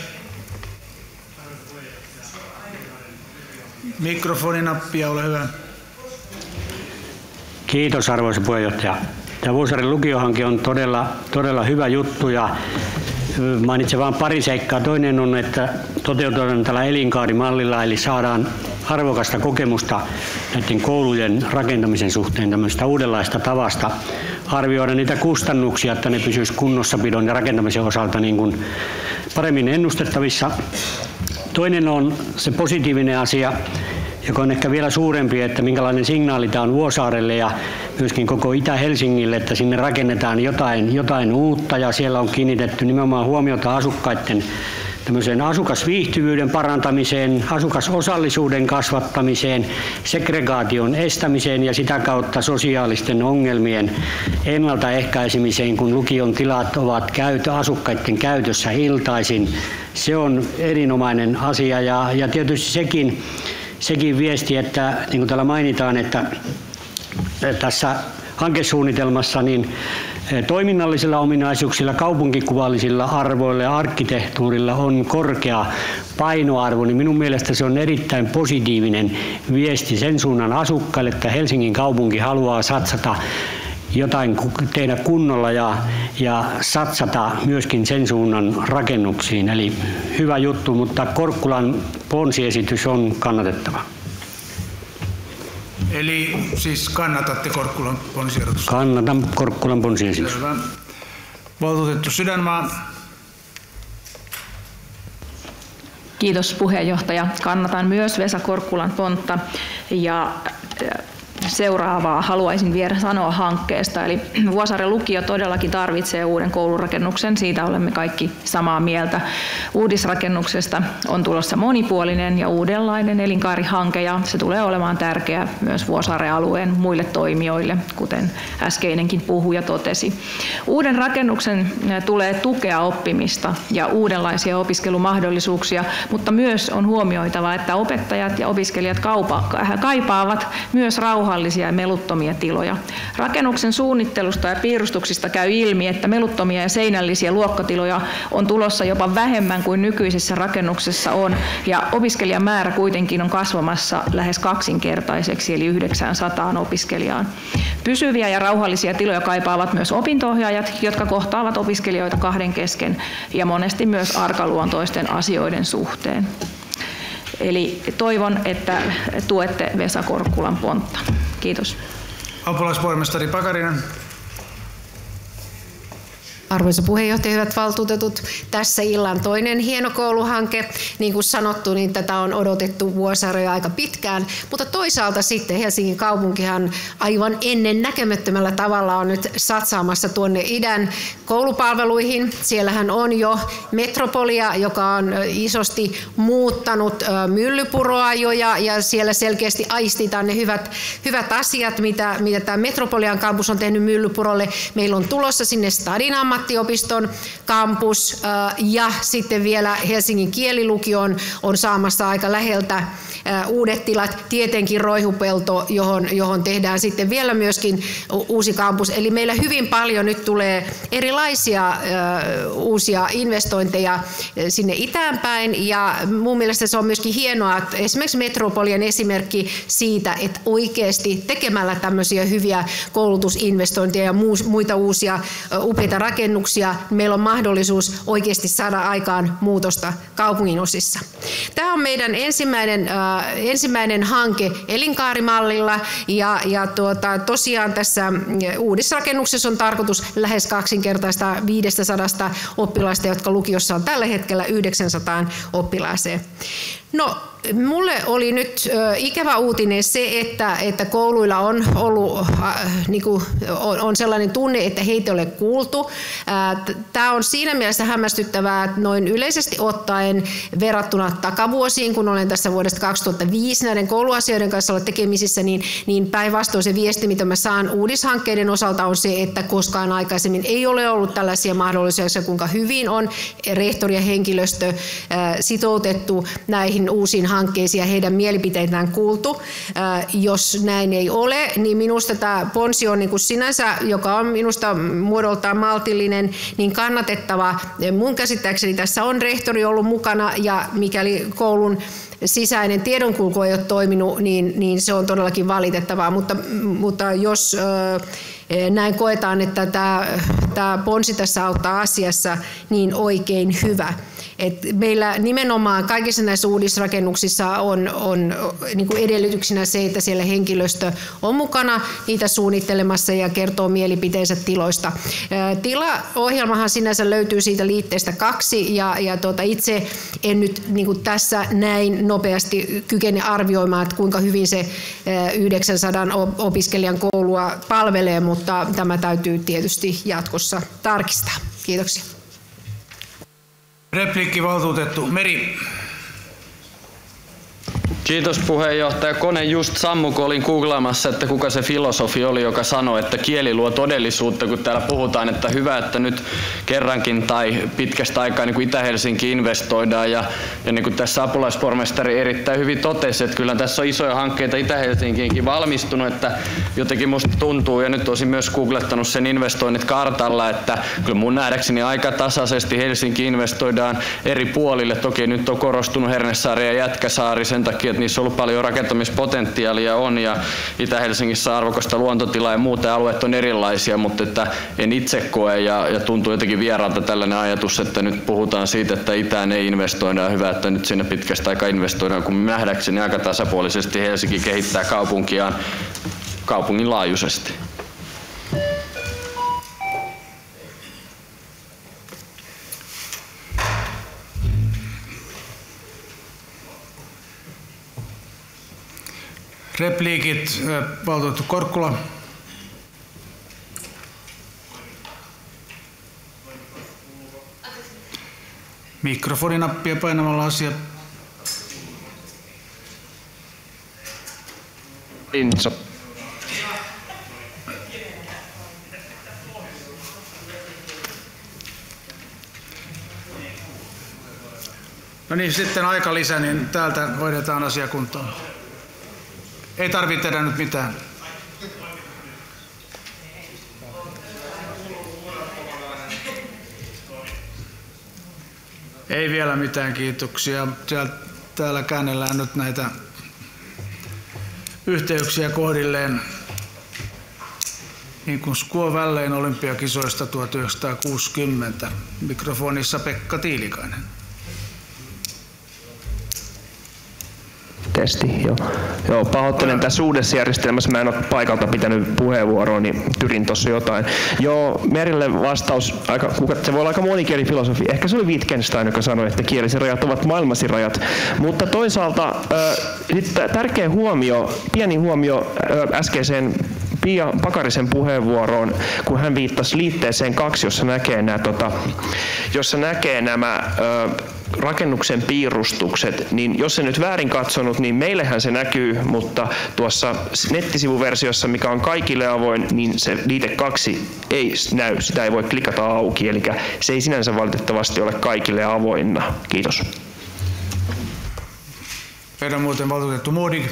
Mikrofoninappia, ole hyvä. Kiitos arvoisa puheenjohtaja. Tämä Vuosaaren lukiohanke on todella, todella hyvä juttu ja mainitsen vain pari seikkaa. Toinen on, että toteutetaan tällä elinkaarimallilla, eli saadaan arvokasta kokemusta näiden koulujen rakentamisen suhteen tämmöistä uudenlaista tavasta arvioida niitä kustannuksia, että ne pysyisivät kunnossapidon ja rakentamisen osalta niin kuin paremmin ennustettavissa. Toinen on se positiivinen asia, joka on ehkä vielä suurempi, että minkälainen signaali tämä on Vuosaarelle ja myöskin koko Itä-Helsingille, että sinne rakennetaan jotain, jotain uutta ja siellä on kiinnitetty nimenomaan huomiota asukkaiden tämmöiseen asukasviihtyvyyden parantamiseen, asukasosallisuuden kasvattamiseen, segregaation estämiseen ja sitä kautta sosiaalisten ongelmien ennaltaehkäisemiseen, kun lukion tilat ovat käytö, asukkaiden käytössä iltaisin. Se on erinomainen asia ja, ja tietysti sekin, sekin viesti, että niin kuin täällä mainitaan, että tässä hankesuunnitelmassa niin toiminnallisilla ominaisuuksilla, kaupunkikuvallisilla arvoilla ja arkkitehtuurilla on korkea painoarvo, niin minun mielestä se on erittäin positiivinen viesti sen suunnan asukkaille, että Helsingin kaupunki haluaa satsata jotain tehdä kunnolla ja, ja satsata myöskin sen suunnan rakennuksiin. Eli hyvä juttu, mutta Korkkulan ponsiesitys on kannatettava. Eli siis kannatatte Korkkulan ponsiehdotusta? Kannatan Korkkulan ponsiesitystä. Selvä. Valtuutettu Sydänmaa. Kiitos puheenjohtaja. Kannatan myös Vesa Korkkulan pontta ja seuraavaa haluaisin vielä sanoa hankkeesta. Eli Vuosaaren lukio todellakin tarvitsee uuden koulurakennuksen, siitä olemme kaikki samaa mieltä. Uudisrakennuksesta on tulossa monipuolinen ja uudenlainen elinkaarihanke ja se tulee olemaan tärkeä myös Vuosaaren alueen muille toimijoille, kuten äskeinenkin puhuja totesi. Uuden rakennuksen tulee tukea oppimista ja uudenlaisia opiskelumahdollisuuksia, mutta myös on huomioitava, että opettajat ja opiskelijat kaupa, kaipaavat myös rauhaa ja meluttomia tiloja. Rakennuksen suunnittelusta ja piirustuksista käy ilmi, että meluttomia ja seinällisiä luokkatiloja on tulossa jopa vähemmän kuin nykyisessä rakennuksessa on, ja opiskelijamäärä kuitenkin on kasvamassa lähes kaksinkertaiseksi, eli yhdeksänsataan opiskelijaan. Pysyviä ja rauhallisia tiloja kaipaavat myös opinto-ohjaajat, jotka kohtaavat opiskelijoita kahden kesken ja monesti myös arkaluontoisten asioiden suhteen. Eli toivon, että tuette Vesa Korkkulan pontta. Kiitos. Apulaispormestari Pakarinen. Arvoisa puheenjohtaja, hyvät valtuutetut, tässä illan toinen hieno kouluhanke. Niin kuin sanottu, niin tätä on odotettu Vuosaarella aika pitkään, mutta toisaalta sitten Helsingin kaupunkihan aivan ennen näkemättömällä tavalla on nyt satsaamassa tuonne idän koulupalveluihin. Siellähän on jo Metropolia, joka on isosti muuttanut Myllypuroa jo, ja, ja siellä selkeästi aistitaan ne hyvät, hyvät asiat, mitä, mitä tämä Metropolian kampus on tehnyt Myllypurolle. Meillä on tulossa sinne Stadin ammattiopiston kampus ja sitten vielä Helsingin kielilukio on, on saamassa aika läheltä uudet tilat, tietenkin Roihupelto, johon, johon tehdään sitten vielä myöskin uusi kampus. Eli meillä hyvin paljon nyt tulee erilaisia uusia investointeja sinne itäänpäin, ja mun mielestä se on myöskin hienoa, että esimerkiksi Metropolian esimerkki siitä, että oikeasti tekemällä tämmöisiä hyviä koulutusinvestointeja ja muita uusia upeita rakennuksia, meillä on mahdollisuus oikeasti saada aikaan muutosta kaupungin osissa. Tämä on meidän ensimmäinen, äh, ensimmäinen hanke elinkaarimallilla, ja, ja tuota, tosiaan tässä uudisrakennuksessa on tarkoitus lähes kaksinkertaista viisisataa oppilaista, jotka lukiossa on tällä hetkellä yhdeksänsataa oppilaaseen. No, mulle oli nyt ö, ikävä uutinen se, että, että kouluilla on ollut äh, niinku, on, on sellainen tunne, että heitä ei ole kuultu. Äh, Tämä on siinä mielessä hämmästyttävää, että noin yleisesti ottaen verrattuna takavuosiin, kun olen tässä vuodesta kaksituhattaviisi näiden kouluasioiden kanssa ollut tekemisissä, niin, niin päinvastoin se viesti, mitä mä saan uudishankkeiden osalta, on se, että koskaan aikaisemmin ei ole ollut tällaisia mahdollisuuksia, kuinka hyvin on rehtori ja henkilöstö äh, sitoutettu näihin uusiin hankkeisiin ja heidän mielipiteitään kuultu. Jos näin ei ole, niin minusta tämä ponsi on niin kuin sinänsä, joka on minusta muodoltaan maltillinen, niin kannatettava. Mun käsittääkseni tässä on rehtori ollut mukana, ja mikäli koulun sisäinen tiedonkulku ei ole toiminut, niin, niin se on todellakin valitettavaa. Mutta, mutta jos näin koetaan, että tämä, tämä ponsi tässä auttaa asiassa, niin oikein hyvä. Et meillä nimenomaan kaikissa näissä uudisrakennuksissa on, on niin kuin edellytyksenä se, että siellä henkilöstö on mukana niitä suunnittelemassa ja kertoo mielipiteensä tiloista. Tilaohjelmahan sinänsä löytyy siitä liitteestä kaksi, ja, ja tuota, itse en nyt niin kuin tässä näin nopeasti kykene arvioimaan, että kuinka hyvin se yhdeksänsadan opiskelijan koulua palvelee, mutta tämä täytyy tietysti jatkossa tarkistaa. Kiitoksia. Repliikki valtuutettu Meri. Kiitos puheenjohtaja. Kone just sammui, kun olin googlaamassa, että kuka se filosofi oli, joka sanoi, että kieli luo todellisuutta, kun täällä puhutaan, että hyvä, että nyt kerrankin tai pitkästä aikaa niin kuin Itä-Helsinki investoidaan. Ja, ja niin kuin tässä apulaispormestari erittäin hyvin totesi, että kyllä tässä on isoja hankkeita Itä-Helsinkiinkin valmistunut, että jotenkin musta tuntuu, ja nyt olisin myös googlettanut sen investoinnit kartalla, että kyllä mun nähdäkseni aika tasaisesti Helsinki investoidaan eri puolille. Toki nyt on korostunut Hernesaari ja Jätkäsaari sen takia, että niissä on ollut paljon rakentamispotentiaalia on, ja Itä-Helsingissä arvokasta luontotilaa ja muuta, alueet on erilaisia, mutta että en itse koe, ja, ja tuntuu jotenkin vieraalta tällainen ajatus, että nyt puhutaan siitä, että itään ei investoida, ja hyvä, että nyt sinne pitkästä aikaa investoidaan, kun nähdäkseni aika tasapuolisesti Helsinki kehittää kaupunkiaan kaupungin laajuisesti. Repliikit, valtuutettu Korkkula. Mikrofoninappia painamalla asia. Intso. No niin, sitten aika lisä, niin täältä hoidetaan asia kuntoon. Ei tarvitse tehdä nyt mitään. Ei vielä mitään, kiitoksia. Sieltä, täällä käännellään nyt näitä yhteyksiä kohdilleen. Niin kuin Squaw Valleyn olympiakisoista tuhatyhdeksänsataakuusikymmentä. Mikrofonissa Pekka Tiilikainen. lyhyesti. Joo, Joo pahoittelen tässä uudessa järjestelmässä. Mä en ole paikalta pitänyt puheenvuoroa, niin tyrin tuossa jotain. Joo, Merille vastaus, aika, se voi olla aika monikielifilosofi. Ehkä se oli Wittgenstein, joka sanoi, että kielisen rajat ovat maailmasi rajat. Mutta toisaalta äh, tärkeä huomio, pieni huomio äh, äskeiseen Pia Pakarisen puheenvuoroon, kun hän viittasi liitteeseen kaksi, jossa näkee nämä, tota, jossa näkee nämä ö, rakennuksen piirustukset, niin jos se nyt väärin katsonut, niin meillähän se näkyy, mutta tuossa nettisivuversiossa, mikä on kaikille avoin, niin se liite kaksi ei näy, sitä ei voi klikata auki, eli se ei sinänsä valitettavasti ole kaikille avoinna. Kiitos. Meidän muuten valtuutettu Modig.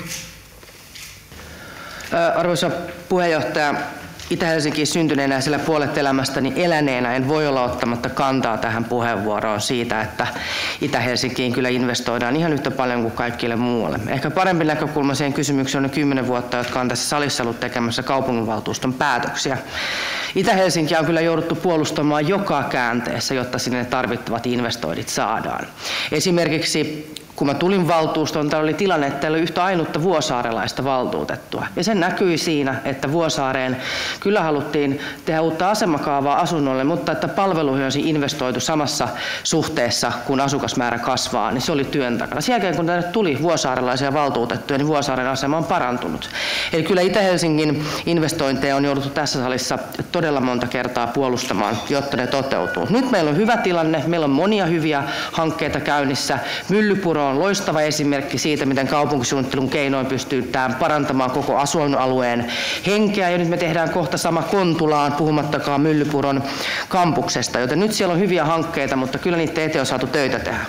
Arvoisa puheenjohtaja, Itä-Helsinkiin syntyneenä ja sillä puolet elämästäni eläneenä en voi olla ottamatta kantaa tähän puheenvuoroon siitä, että Itä-Helsinkiin kyllä investoidaan ihan yhtä paljon kuin kaikille muualle. Ehkä parempi näkökulma siihen kysymykseen on kymmenen vuotta, jotka on tässä salissa ollut tekemässä kaupunginvaltuuston päätöksiä. Itä-Helsinkiä on kyllä jouduttu puolustamaan joka käänteessä, jotta sinne tarvittavat investoinnit saadaan. Esimerkiksi kun mä tulin valtuustoon, täällä oli tilanne, että täällä oli yhtä ainutta vuosaarelaista valtuutettua. Ja se näkyi siinä, että Vuosaareen kyllä haluttiin tehdä uutta asemakaavaa asunnolle, mutta että palveluihin olisi investoitu samassa suhteessa, kun asukasmäärä kasvaa, niin se oli työn takana. Sen jälkeen, kun tänne tuli vuosaarelaisia valtuutettuja, niin Vuosaaren asema on parantunut. Eli kyllä Itä-Helsingin investointeja on jouduttu tässä salissa todella monta kertaa puolustamaan, jotta ne toteutuu. Nyt meillä on hyvä tilanne, meillä on monia hyviä hankkeita käynnissä. Myllypuro on loistava esimerkki siitä, miten kaupunkisuunnittelun keinoin pystytään parantamaan koko asuinalueen henkeä. Ja nyt me tehdään kohta sama Kontulaan, puhumattakaan Myllypuron kampuksesta. Joten nyt siellä on hyviä hankkeita, mutta kyllä niitä eteen on saatu töitä tehdä.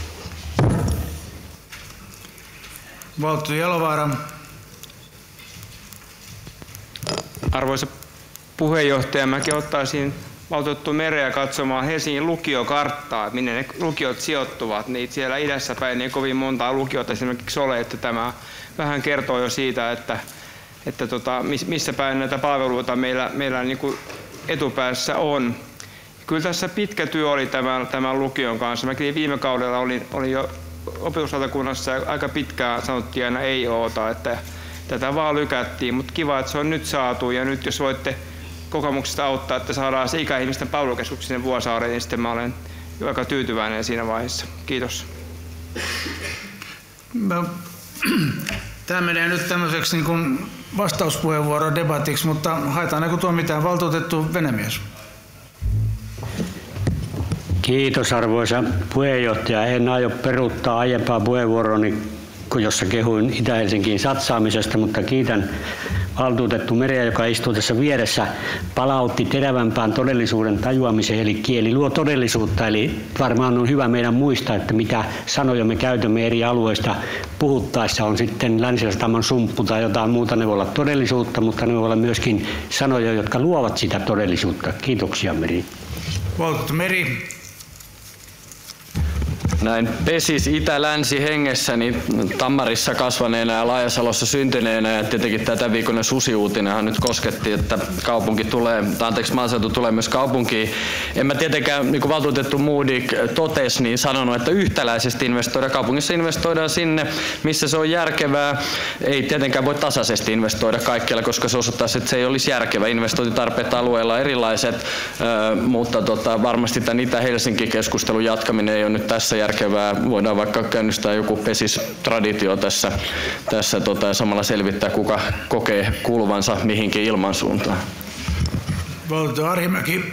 Valttu Jalovaara. Arvoisa puheenjohtaja, mäkin ottaisin valtuutettu Mereä katsomaan Helsingin lukiokarttaa, minne ne lukiot sijoittuvat, niin siellä idässä päin ei kovin montaa lukiota esimerkiksi ole, että tämä vähän kertoo jo siitä, että, että tota, missä päin näitä palveluita meillä, meillä niin kuin etupäässä on. Kyllä tässä pitkä työ oli tämän, tämän lukion kanssa. Mäkin viime kaudella olin, olin jo opetuslautakunnassa ja aika pitkään sanottiin aina ei oota, että tätä vaan lykättiin, mutta kiva, että se on nyt saatu ja nyt jos voitte kokemuksesta auttaa, että saadaan se ikäihmisten palvelukeskus sinne Vuosaareen, niin sitten mä olen jo aika tyytyväinen siinä vaiheessa. Kiitos. Tämä menee nyt tämmöiseksi niin kuin vastauspuheenvuoro debatiksi, mutta haetaanko tuo mitään valtuutettu Venemies? Kiitos arvoisa puheenjohtaja. En aio peruuttaa aiempaa puheenvuoroni, jossa kehuin Itä-Helsinkiin satsaamisesta, mutta kiitän valtuutettu Mereä, joka istuu tässä vieressä, palautti terävämpään todellisuuden tajuamiseen, eli kieli luo todellisuutta, eli varmaan on hyvä meidän muistaa, että mitä sanoja me käytämme eri alueista puhuttaessa, on sitten Länsi-Sataman sumppu tai jotain muuta, ne voi olla todellisuutta, mutta ne voi olla myöskin sanoja, jotka luovat sitä todellisuutta. Kiitoksia Meri. Valtuutettu Meri. Näin pesis itä-länsi hengessäni Tammarissa kasvaneena ja Laajasalossa syntyneenä ja tietenkin tätä viikon susiuutinenhan nyt kosketti, että kaupunki tulee, tai anteeksi maaseutu tulee myös kaupunkiin. En mä tietenkään, niin kuin valtuutettu Modig totesi, niin sanonut, että yhtäläisesti investoidaan. Kaupungissa investoidaan sinne, missä se on järkevää. Ei tietenkään voi tasaisesti investoida kaikkialla, koska se osoittaisi, että se ei olisi järkevä. Investointitarpeet alueella on erilaiset, mutta tota, varmasti tämän Itä-Helsinki-keskustelun jatkaminen ei ole nyt tässä järkevää. Voidaan vaikka käynnistää joku pesis-traditio tässä, tässä tota, ja samalla selvittää, kuka kokee kuuluvansa mihinkin ilmansuuntaan. Valtuutettu Arhimäki.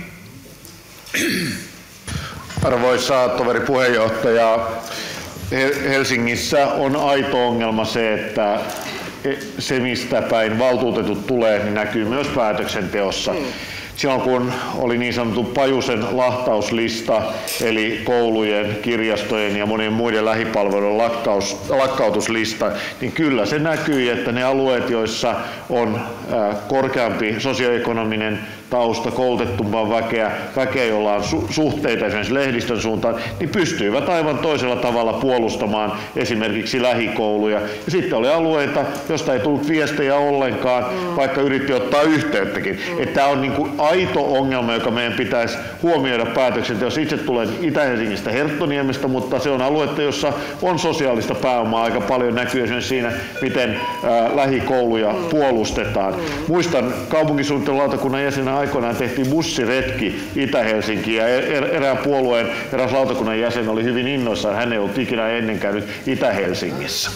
Arvoisa toveri puheenjohtaja, Helsingissä on aito ongelma se, että se mistä päin valtuutetut tulee, niin näkyy myös päätöksenteossa. Silloin kun oli niin sanottu Pajusen lahtauslista, eli koulujen, kirjastojen ja monien muiden lähipalvelujen lakkaus, lakkautuslista, niin kyllä se näkyy, että ne alueet, joissa on korkeampi sosioekonominen tausta, koulutettumpaa väkeä, väkeä, jolla on su- suhteita esimerkiksi lehdistön suuntaan, niin pystyivät aivan toisella tavalla puolustamaan esimerkiksi lähikouluja. Ja sitten oli alueita, josta ei tullut viestejä ollenkaan, mm. vaikka yritti ottaa yhteyttäkin. Mm. Että tämä on niin kuin aito ongelma, joka meidän pitäisi huomioida päätöksenteossa. Itse tulen Itä-Helsingistä Herttoniemestä, mutta se on aluetta, jossa on sosiaalista pääomaa aika paljon, näkyy esimerkiksi siinä, miten ää, lähikouluja mm. puolustetaan. Mm. Muistan kaupunkisuunnittelulautakunnan jäsenä aikoinaan tehtiin bussiretki Itä-Helsinkiin ja erään puolueen eräs lautakunnan jäsen oli hyvin innoissaan. Hän ei ollut ikinä ennen käynyt Itä-Helsingissä.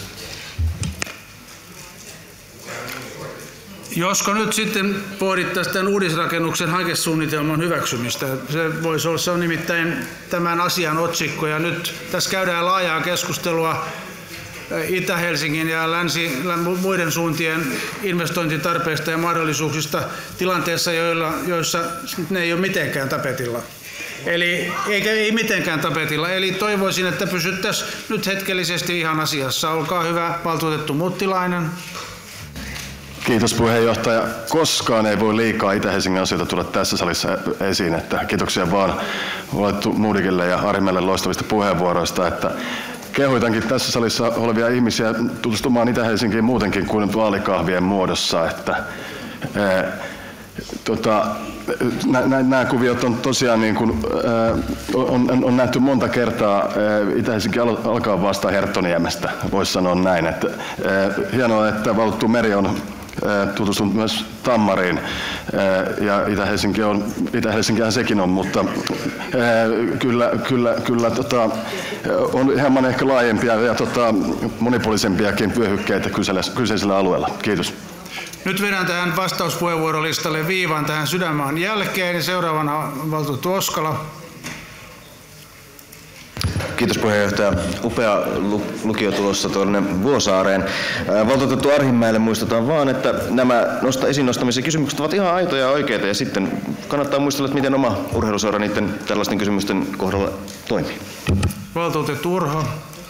Josko nyt sitten pohdittaisiin tämän uudisrakennuksen hankesuunnitelman hyväksymistä. Se voisi olla, se on nimittäin tämän asian otsikko ja nyt tässä käydään laajaa keskustelua Itä-Helsingin ja länsi, muiden suuntien investointitarpeista ja mahdollisuuksista tilanteessa, joilla, joissa ne ei ole mitenkään tapetilla. Eli eikä ei mitenkään tapetilla. Eli toivoisin, että pysyttäisiin nyt hetkellisesti ihan asiassa. Olkaa hyvä, valtuutettu Muttilainen. Kiitos puheenjohtaja. Koskaan ei voi liikaa Itä-Helsingin asioita tulla tässä salissa esiin. Että kiitoksia vaan Valtuutettu Modigille ja Arhimäelle loistavista puheenvuoroista. Että kehoitankin tässä salissa olevia ihmisiä tutustumaan Itä-Helsinkiin muutenkin kuin vaalikahvien muodossa. Että, ää, tota, nämä kuviot on tosiaan niin kuin, ää, on, on nähty monta kertaa. Ää, Itä-Helsinki alkaa vasta Herttoniemestä, voisi sanoa näin. Että, ää, hienoa, että valtuutettu Meri on tutustunut myös Tammariin ja Itä-Helsinki on, Itä-Helsinkihän sekin on, mutta kyllä, kyllä, kyllä tota, on hieman ehkä laajempia ja tota, monipuolisempiakin vyöhykkeitä kyseisellä alueella. Kiitos. Nyt vedän tähän vastauspuheenvuorolistalle viivan tähän Sydänmaan jälkeen ja seuraavana valtuutettu Oskala. Kiitos puheenjohtaja. Upea lukio tulossa tuonne Vuosaareen. Valtuutettu Arhimäelle muistutan vaan, että nämä nosta, esiin nostamisen kysymykset ovat ihan aitoja ja oikeita ja sitten kannattaa muistella, että miten oma urheiluseura niiden tällaisten kysymysten kohdalla toimii. Valtuutettu Urho.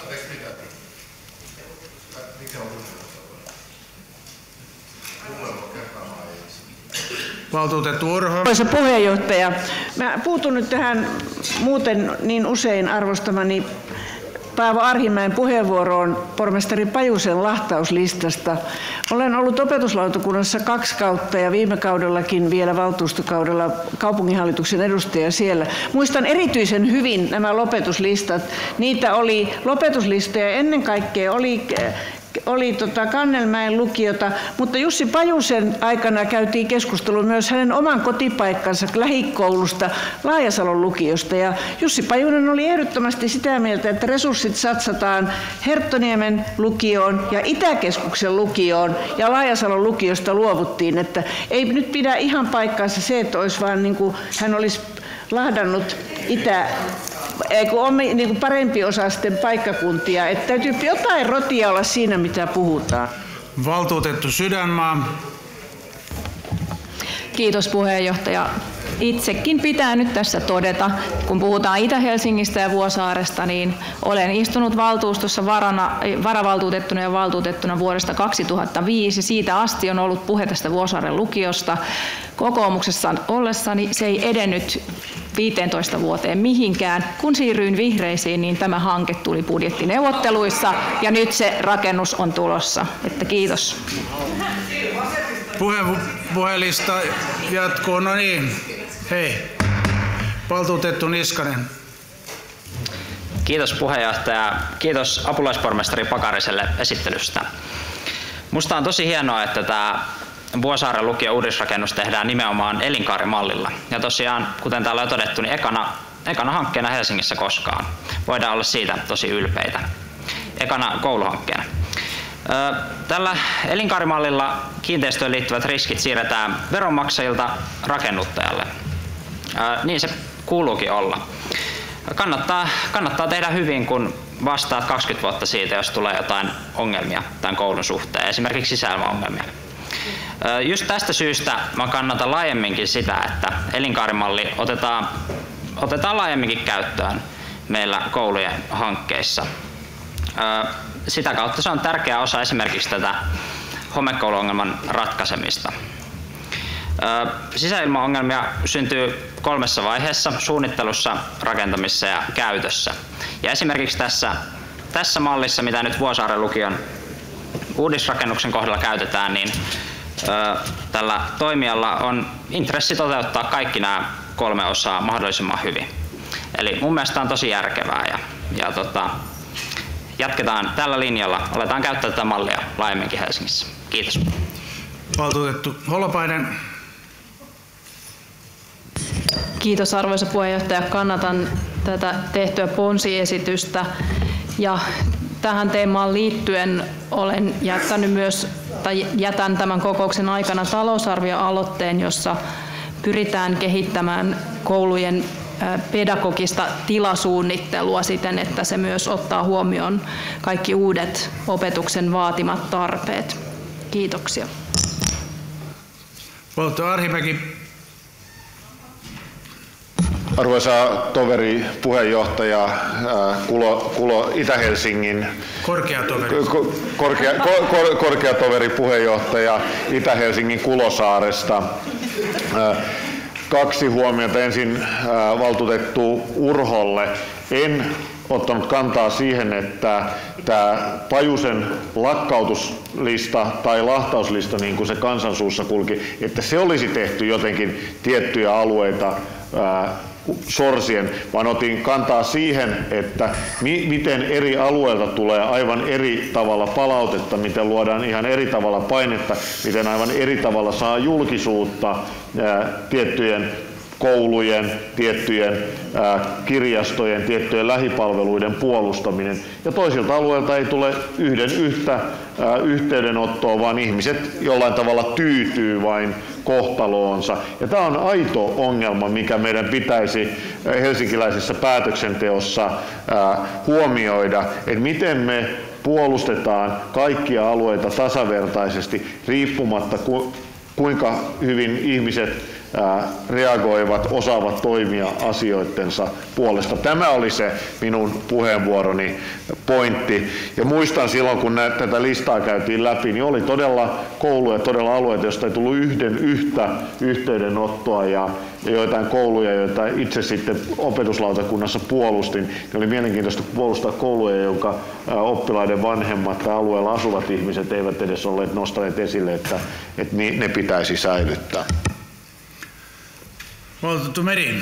Valtuutettu Urho. Arvoisa puheenjohtaja, mä puutun nyt tähän muuten niin usein arvostamani Paavo Arhimäen puheenvuoroon pormestari Pajusen lahtauslistasta. Olen ollut opetuslautakunnassa kaksi kautta ja viime kaudellakin vielä valtuustokaudella kaupunginhallituksen edustaja siellä. Muistan erityisen hyvin nämä lopetuslistat. Niitä oli lopetuslistoja ennen kaikkea oli oli tota Kannelmäen lukiota, mutta Jussi Pajusen aikana käytiin keskustelu myös hänen oman kotipaikkansa lähikoulusta Laajasalon lukiosta. Ja Jussi Pajunen oli ehdottomasti sitä mieltä, että resurssit satsataan Herttoniemen lukioon ja Itäkeskuksen lukioon ja Laajasalon lukiosta luovuttiin. Että ei nyt pidä ihan paikkaansa se, että olisi vaan niin kuin hän olisi lahdannut Itä Eikö ole niin kuin parempi osaisten paikkakuntia, että täytyy jotain rotia olla siinä, mitä puhutaan. Valtuutettu Sydänmaa. Kiitos puheenjohtaja. Itsekin pitää nyt tässä todeta, kun puhutaan Itä-Helsingistä ja Vuosaaresta, niin olen istunut valtuustossa varana, varavaltuutettuna ja valtuutettuna vuodesta kaksituhattaviisi. Siitä asti on ollut puhe tästä Vuosaaren lukiosta. Kokoomuksessa ollessani se ei edennyt viiteentoista vuoteen mihinkään. Kun siirryin vihreisiin, niin tämä hanke tuli budjettineuvotteluissa ja nyt se rakennus on tulossa. Että kiitos. Puhe, puhelista jatkuu. No niin. Hei. Valtuutettu Niskanen. Kiitos puheenjohtaja. Kiitos apulaispormestari Pakariselle esittelystä. Musta on tosi hienoa, että tämä Vuosaaren lukion uudisrakennus tehdään nimenomaan elinkaarimallilla. Ja tosiaan, kuten täällä on todettu, niin ekana, ekana hankkeena Helsingissä koskaan. Voidaan olla siitä tosi ylpeitä. Ekana kouluhankkeena. Tällä elinkaarimallilla kiinteistöön liittyvät riskit siirretään veronmaksajilta rakennuttajalle. Niin se kuuluukin olla. Kannattaa, kannattaa tehdä hyvin, kun vastaat kaksikymmentä vuotta siitä, jos tulee jotain ongelmia tämän koulun suhteen, esimerkiksi sisäilmaongelmia. Just tästä syystä mä kannatan laajemminkin sitä, että elinkaarimalli otetaan, otetaan laajemminkin käyttöön meillä koulujen hankkeissa. Sitä kautta se on tärkeä osa esimerkiksi tätä homekouluongelman ratkaisemista. Sisäilmaongelmia syntyy kolmessa vaiheessa: suunnittelussa, rakentamisessa ja käytössä. Ja esimerkiksi tässä, tässä mallissa, mitä nyt Vuosaaren lukion uudisrakennuksen kohdalla käytetään, niin ö, tällä toimijalla on intressi toteuttaa kaikki nämä kolme osaa mahdollisimman hyvin. Eli mun mielestä on tosi järkevää ja, ja tota, jatketaan tällä linjalla. Aletaan käyttää tätä mallia laajemminkin Helsingissä. Kiitos. Valtuutettu Holopainen. Kiitos arvoisa puheenjohtaja. Kannatan tätä tehtyä ponsiesitystä ja tähän teemaan liittyen olen jättänyt myös, tai jätän tämän kokouksen aikana talousarvioaloitteen, jossa pyritään kehittämään koulujen pedagogista tilasuunnittelua siten, että se myös ottaa huomioon kaikki uudet opetuksen vaatimat tarpeet. Kiitoksia. Valto Arhimäki. Arvoisa toveri puheenjohtaja, Kulo, Kulo Itä-Helsingin korkea toveri. Korkea, kor, korkea toveri puheenjohtaja Itä-Helsingin Kulosaaresta. Kaksi huomiota. Ensin valtuutettu Urholle. En ottanut kantaa siihen, että tämä Pajusen lakkautuslista tai lahtauslista, niin kuin se kansansuussa kulki, että se olisi tehty jotenkin tiettyjä alueita ää, sorsien, vaan otin kantaa siihen, että mi- miten eri alueilta tulee aivan eri tavalla palautetta, miten luodaan ihan eri tavalla painetta, miten aivan eri tavalla saa julkisuutta ää, tiettyjen koulujen, tiettyjen ää, kirjastojen, tiettyjen lähipalveluiden puolustaminen. Ja toisilta alueilta ei tule yhden yhtä ää, yhteydenottoa, vaan ihmiset jollain tavalla tyytyy vain kohtaloonsa. Ja tämä on aito ongelma, mikä meidän pitäisi helsinkiläisessä päätöksenteossa ää, huomioida, että miten me puolustetaan kaikkia alueita tasavertaisesti riippumatta ku, kuinka hyvin ihmiset reagoivat, osaavat toimia asioittensa puolesta. Tämä oli se minun puheenvuoroni pointti. Ja muistan silloin, kun nä- tätä listaa käytiin läpi, niin oli todella kouluja, todella alueita, joista ei tullut yhden yhtä yhteydenottoa ja, ja joitain kouluja, joita itse sitten opetuslautakunnassa puolustin. Niin oli mielenkiintoista puolustaa kouluja, jonka oppilaiden vanhemmat tai alueella asuvat ihmiset eivät edes olleet nostaneet esille, että, että ne pitäisi säilyttää. Valtuutettu Meri.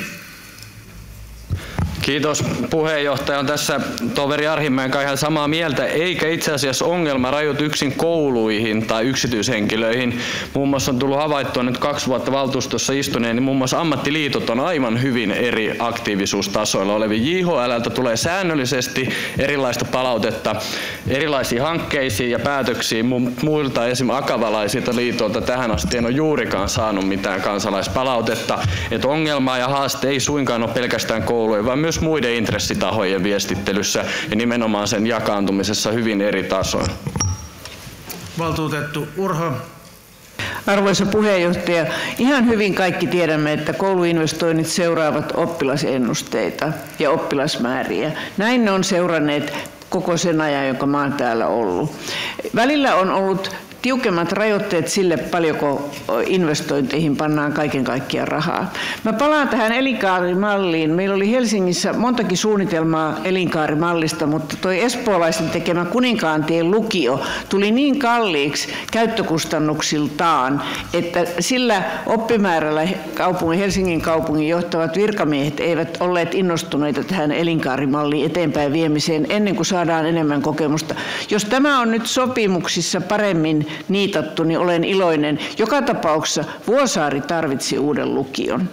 Kiitos puheenjohtaja. On tässä toveri Arhimäen kanssa ihan samaa mieltä, eikä itse asiassa ongelma rajoitu yksin kouluihin tai yksityishenkilöihin. Muun muassa on tullut havaittua nyt kaksi vuotta valtuustossa istuneen, niin muun muassa ammattiliitot on aivan hyvin eri aktiivisuustasoilla olevi. J H L:ltä tulee säännöllisesti erilaista palautetta erilaisiin hankkeisiin ja päätöksiin muilta esimerkiksi akavalaisilta liitoilta tähän asti en ole juurikaan saanut mitään kansalaispalautetta. Että ongelma ja haaste ei suinkaan ole pelkästään koulujen, vaan myös muiden intressitahojen viestittelyssä ja nimenomaan sen jakaantumisessa hyvin eri tasoin. Valtuutettu Urho. Arvoisa puheenjohtaja, ihan hyvin kaikki tiedämme, että kouluinvestoinnit seuraavat oppilasennusteita ja oppilasmääriä. Näin ne on seuranneet koko sen ajan, jonka mä oon täällä ollut. Välillä on ollut tiukemmat rajoitteet sille, paljonko investointeihin pannaan kaiken kaikkiaan rahaa. Mä palaan tähän elinkaarimalliin. Meillä oli Helsingissä montakin suunnitelmaa elinkaarimallista, mutta toi espoolaisen tekemä Kuninkaantien lukio tuli niin kalliiksi käyttökustannuksiltaan, että sillä oppimäärällä kaupungin, Helsingin kaupungin johtavat virkamiehet eivät olleet innostuneita tähän elinkaarimalliin eteenpäin viemiseen ennen kuin saadaan enemmän kokemusta. Jos tämä on nyt sopimuksissa paremmin niitattu, niin olen iloinen. Joka tapauksessa Vuosaari tarvitsi uuden lukion.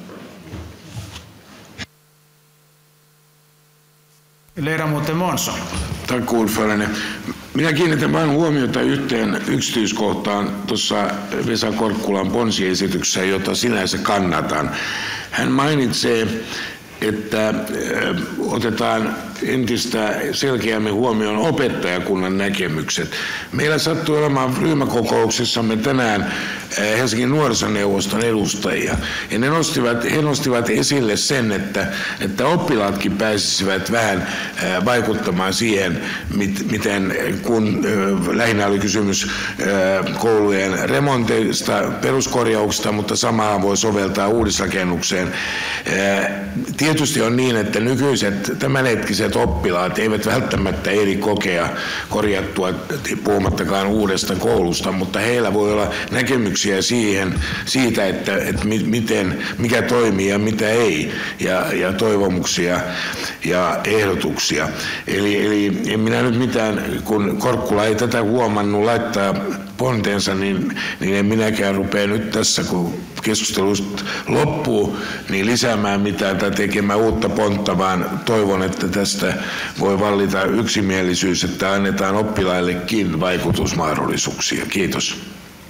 Ledamot Månsson. Tack ordförande. Minä kiinnitän vain huomiota yhteen yksityiskohtaan tuossa Vesa Korkkulan ponsiesityksessä, jota sinänsä kannatan. Hän mainitsee, että otetaan entistä selkeämmin huomioon opettajakunnan näkemykset. Meillä sattui olemaan ryhmäkokouksessamme tänään Helsingin nuorisoneuvoston edustajia, ja ne nostivat, he nostivat esille sen, että, että oppilaatkin pääsisivät vähän vaikuttamaan siihen, miten kun lähinnä oli kysymys koulujen remonteista, peruskorjauksista, mutta samaa voi soveltaa uudisrakennukseen. Tietysti on niin, että nykyiset tämänhetkiset oppilaat eivät välttämättä eri kokea korjattua, puhumattakaan uudesta koulusta, mutta heillä voi olla näkemyksiä siihen, siitä, että, että miten, mikä toimii ja mitä ei, ja, ja toivomuksia ja ehdotuksia. Eli, eli en minä nyt mitään, kun Korkkula ei tätä huomannut laittaa ponteensa, niin, niin en minäkään rupea nyt tässä, kun keskustelu loppuu, niin lisäämään mitään tai tekemään uutta pontta, vaan toivon, että tästä voi vallita yksimielisyys, että annetaan oppilaillekin vaikutusmahdollisuuksia. Kiitos.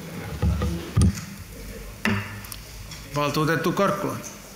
Valtuutettu Korkkula.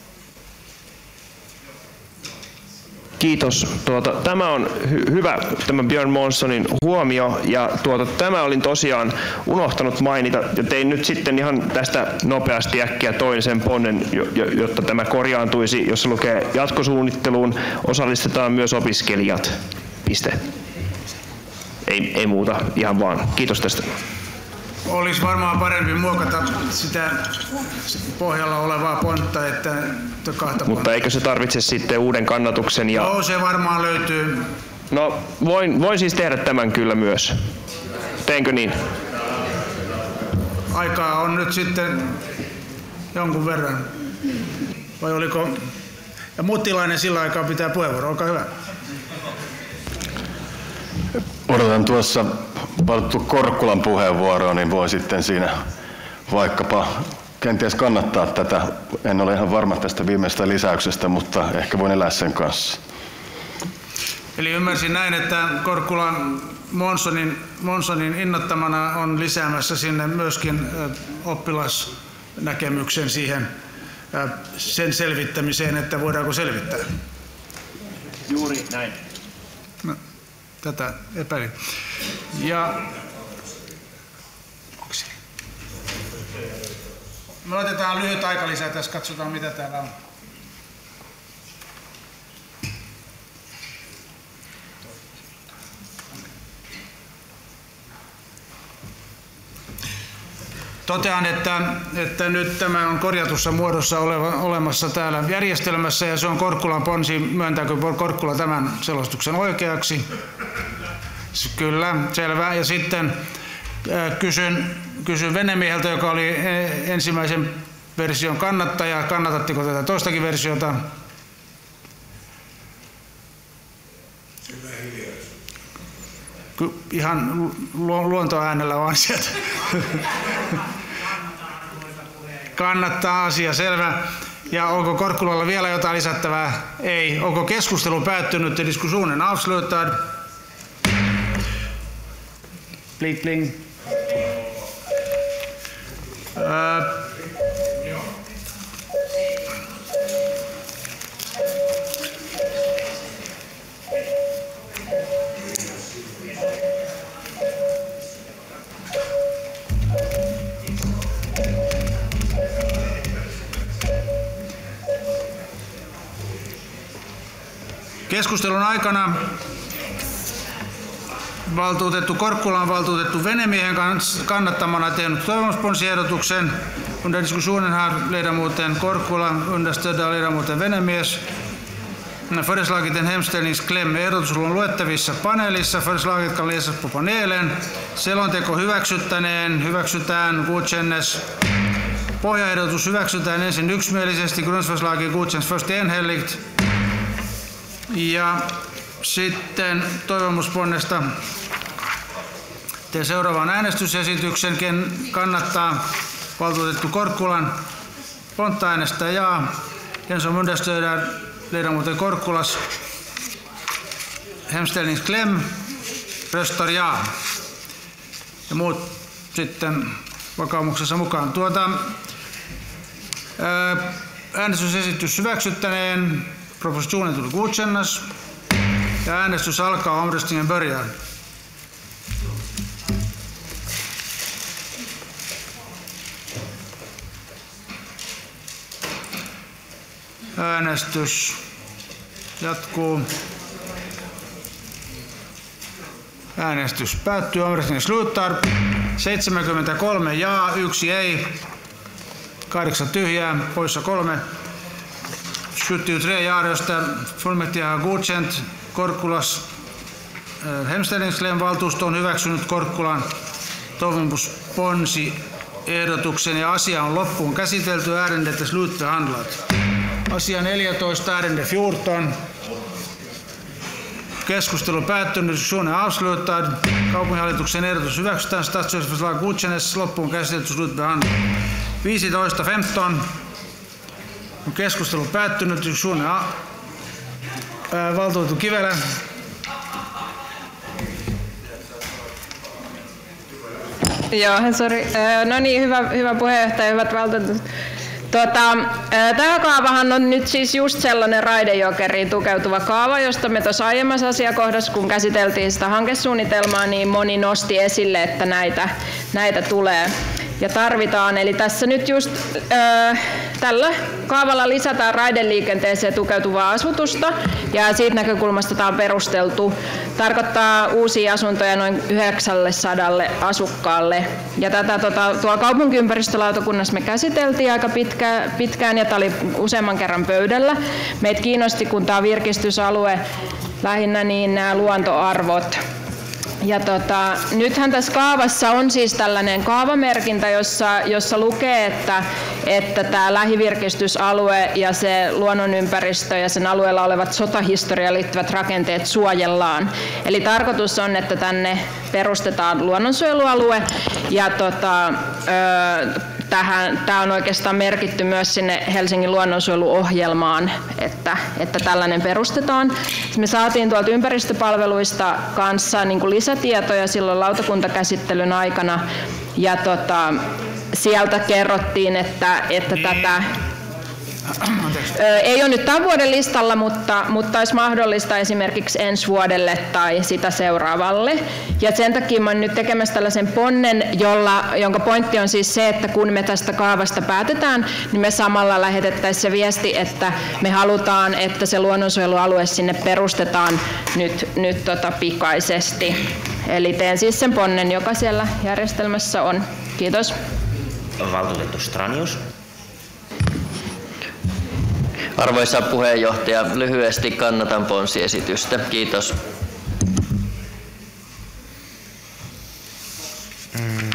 Kiitos. Tuota, tämä on hy- hyvä, tämä Björn Månssonin huomio, ja tuota, tämä olin tosiaan unohtanut mainita, ja tein nyt sitten ihan tästä nopeasti äkkiä toisen ponnen, jotta tämä korjaantuisi, jossa lukee jatkosuunnitteluun osallistetaan myös opiskelijat. Piste. Ei, ei muuta, ihan vaan. Kiitos tästä. Olisi varmaan parempi muokata sitä pohjalla olevaa pontta, että kahta Mutta pontta. eikö se tarvitse sitten uuden kannatuksen? Ja... No, se varmaan löytyy. No, voin, voin siis tehdä tämän kyllä myös. Teenkö niin? Aikaa on nyt sitten jonkun verran. Vai oliko... Ja Muttilainen sillä aikaa pitää puheenvuoro. Olkaa hyvä. Odotan tuossa valittu Korkkulan puheenvuoroa, niin voi sitten siinä vaikkapa kenties kannattaa tätä. En ole ihan varma tästä viimeisestä lisäyksestä, mutta ehkä voin elää sen kanssa. Eli ymmärsin näin, että Korkkula Månssonin, Månssonin innottamana on lisäämässä sinne myöskin oppilasnäkemyksen siihen sen selvittämiseen, että voidaanko selvittää. Juuri näin. No, tätä epäilin. Ja me otetaan lyhyt aikalisä tässä, katsotaan mitä täällä on. Totean, että, että nyt tämä on korjatussa muodossa oleva, olemassa täällä järjestelmässä, ja se on Korkkulan ponsi. Myöntääkö Korkkula tämän selostuksen oikeaksi? Kyllä, selvä. Ja sitten äh, kysyn, kysyn Venemieheltä, joka oli ensimmäisen version kannattaja. Kannatatteko tätä toistakin versiota? Ihan lu- luontoäänellä vaan sieltä. Kannattaa, asia selvä. Ja onko Korkkulalla vielä jotain lisättävää? Ei. Onko keskustelu päättynyt? Diskussionen avslutad. Bling bling. Äh. Keskustelun aikana valtuutettu Korkkula on valtuutettu Venemiehen kannattamana tehnyt toivomusponsiehdotuksen. Under diskussionen har ledamoten Korkkula understödda ledamoten Venemies föreslagit en hemställningskläm. Ehdotus on luettavissa paneelissa. Förslaget kan läsas på panelen. Selonteko hyväksyttäneen. Hyväksytään. Godkännes. Pohjaehdotus hyväksytään ensin yksimielisesti. Grundförslaget godkänns först enhälligt. Ja sitten toivomusponnesta teen seuraavan äänestysesityksen. Ken kannattaa valtuutettu Korkkulan pontta äänestää jaa. Den som understöder ledamoten Korkkulas hemställningskläm röstar jaa. Ja muut sitten vakaumuksessa mukaan. Tuota, äänestysesitys hyväksyttäneen. Propositionen tuli godkännas. Ja äänestys alkaa. Omröstningen börjar. Äänestys jatkuu. Äänestys päättyy. Omröstningen slutar. seitsemänkymmentäkolme jaa, yksi ei. Kahdeksan tyhjää, poissa kolme. sjuttiotre ja-röster. Fullmäktige har godkänt Korkkulas äh, hemställningskläm. Valtuusto on hyväksynyt Korkkulan toivomusponsi ehdotuksen ja asia on loppuun käsitelty. Ärendet är slutbehandlat. Asia neljätoista, ärende fjorton. Keskustelu päättynyt, diskussionen avslutad. Kaupunginhallituksen ehdotus hyväksytään. Statsrådsförslag godkännes. Loppuun käsitelty, slutbehandlat. viisitoista femton. Keskustelu päättynyt, diskussionen a- ää, valtuutettu Kivelä. Joo, sori. No niin, hyvä, hyvä puheenjohtaja, hyvät valtuutetut. Tuota, tämä kaavahan on nyt siis just sellainen raidejokeriin tukeutuva kaava, josta me tuossa aiemmassa asiakohdassa, kun käsiteltiin sitä hankesuunnitelmaa, niin moni nosti esille, että näitä, näitä tulee ja tarvitaan. Eli tässä nyt just äh, tällä kaavalla lisätään raideliikenteeseen tukeutuvaa asutusta ja siitä näkökulmasta tämä on perusteltu. Tarkoittaa uusia asuntoja noin yhdeksänsataa asukkaalle. Ja tätä tota, tuolla kaupunkiympäristölautakunnassa me käsiteltiin aika pitkä, pitkään ja tämä oli useamman kerran pöydällä. Meitä kiinnosti, kun tämä on virkistysalue lähinnä, niin nämä luontoarvot. Ja tota, nythän tässä kaavassa on siis tällainen kaavamerkintä, jossa, jossa lukee, että, että tämä lähivirkistysalue ja se luonnonympäristö ja sen alueella olevat sotahistoriaan liittyvät rakenteet suojellaan. Eli tarkoitus on, että tänne perustetaan luonnonsuojelualue ja tota, ö, tähän, tämä on oikeastaan merkitty myös sinne Helsingin luonnonsuojeluohjelmaan, että, että tällainen perustetaan. Me saatiin tuolta ympäristöpalveluista kanssa niin kuin lisätietoja silloin lautakuntakäsittelyn aikana ja tota, sieltä kerrottiin, että, että tätä ei ole nyt tämän vuoden listalla, mutta, mutta olisi mahdollista esimerkiksi ensi vuodelle tai sitä seuraavalle. Ja sen takia mä olen nyt tekemässä tällaisen ponnen, jolla, jonka pointti on siis se, että kun me tästä kaavasta päätetään, niin me samalla lähetettäisiin se viesti, että me halutaan, että se luonnonsuojelualue sinne perustetaan nyt, nyt tota pikaisesti. Eli teen siis sen ponnen, joka siellä järjestelmässä on. Kiitos. Valtuutettu Stranius. Arvoisa puheenjohtaja, lyhyesti kannatan ponsiesitystä. Kiitos. Mm.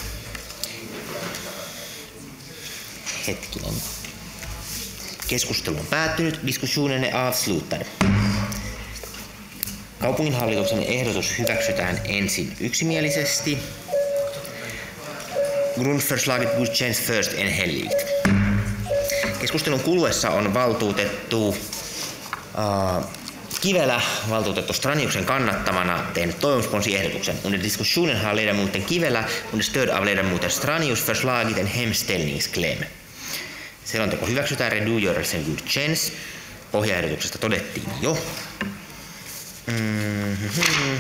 Hetkinen. Keskustelu on päättynyt. Diskussionen är avslutad. Kaupunginhallituksen ehdotus hyväksytään ensin yksimielisesti. Grundförslaget godkänns först enhälligt. Keskustelun kuluessa on valtuutettu uh, Kivelä valtuutettu Straniuksen kannattamana tehnyt toivomusponsiehdotuksen. Under diskussionen har ledamoten Kivelä under stöd av ledamoten Stranius förslagit en hemställningskläm. Selonteko hyväksytään, redogörelsen godkänns. Pohjaehdotuksesta todettiin jo. Mm-hmm.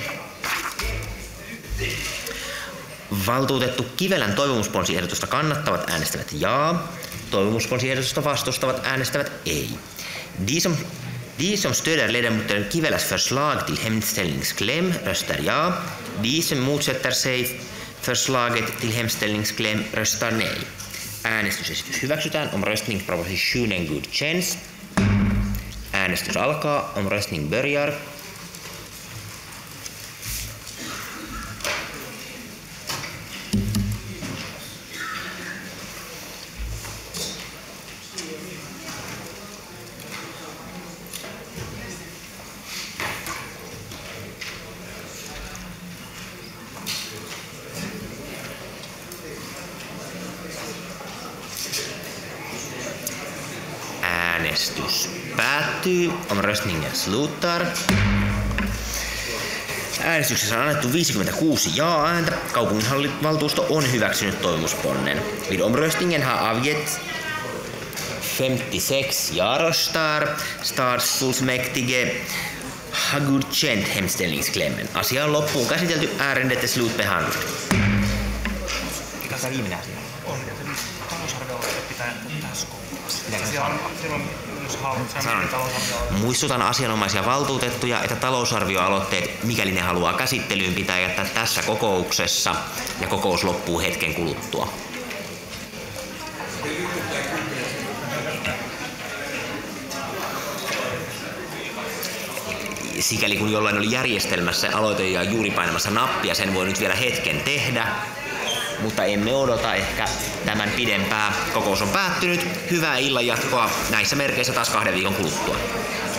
Valtuutettu Kivelän toivomusponsiehdotusta kannattavat äänestävät jaa. Toivomusponsiehdotusta vastustavat äänestävät ei. De som, de som stöder ledamoten Kiveläs förslag till hemställningskläm röstar ja. De som motsätter sig förslaget till hemställningskläm röstar nej. Äänestysesitys hyväksytään. Omröstningspropositionen godkänns. Äänestys alkaa. Omröstning börjar. Äänestys päättyy. Omröstningen slutar. Äänestyksessä on annettu viisikymmentäkuusi jaa-ääntä. Kaupunginvaltuusto on hyväksynyt toivomusponnen. Vid omröstningen har avgett femtiosex ja-röstar. Stadsfullmäktige har godkänt hemställningsklämmen. Asia on loppuun käsitelty, ärendet är slutbehandlat. Mikä se viimeinen asia? On, ja talousarvio-aloitteet pitää jättää tässä koulussa. Muistutan asianomaisia valtuutettuja, että talousarvioaloitteet, mikäli ne haluaa käsittelyyn, pitää jättää tässä kokouksessa ja kokous loppuu hetken kuluttua. Sikäli kun jollain oli järjestelmässä aloite ja juuri painamassa nappia, sen voi nyt vielä hetken tehdä. Mutta emme odota ehkä tämän pidempää. Kokous on päättynyt. Hyvää illan jatkoa näissä merkeissä taas kahden viikon kuluttua.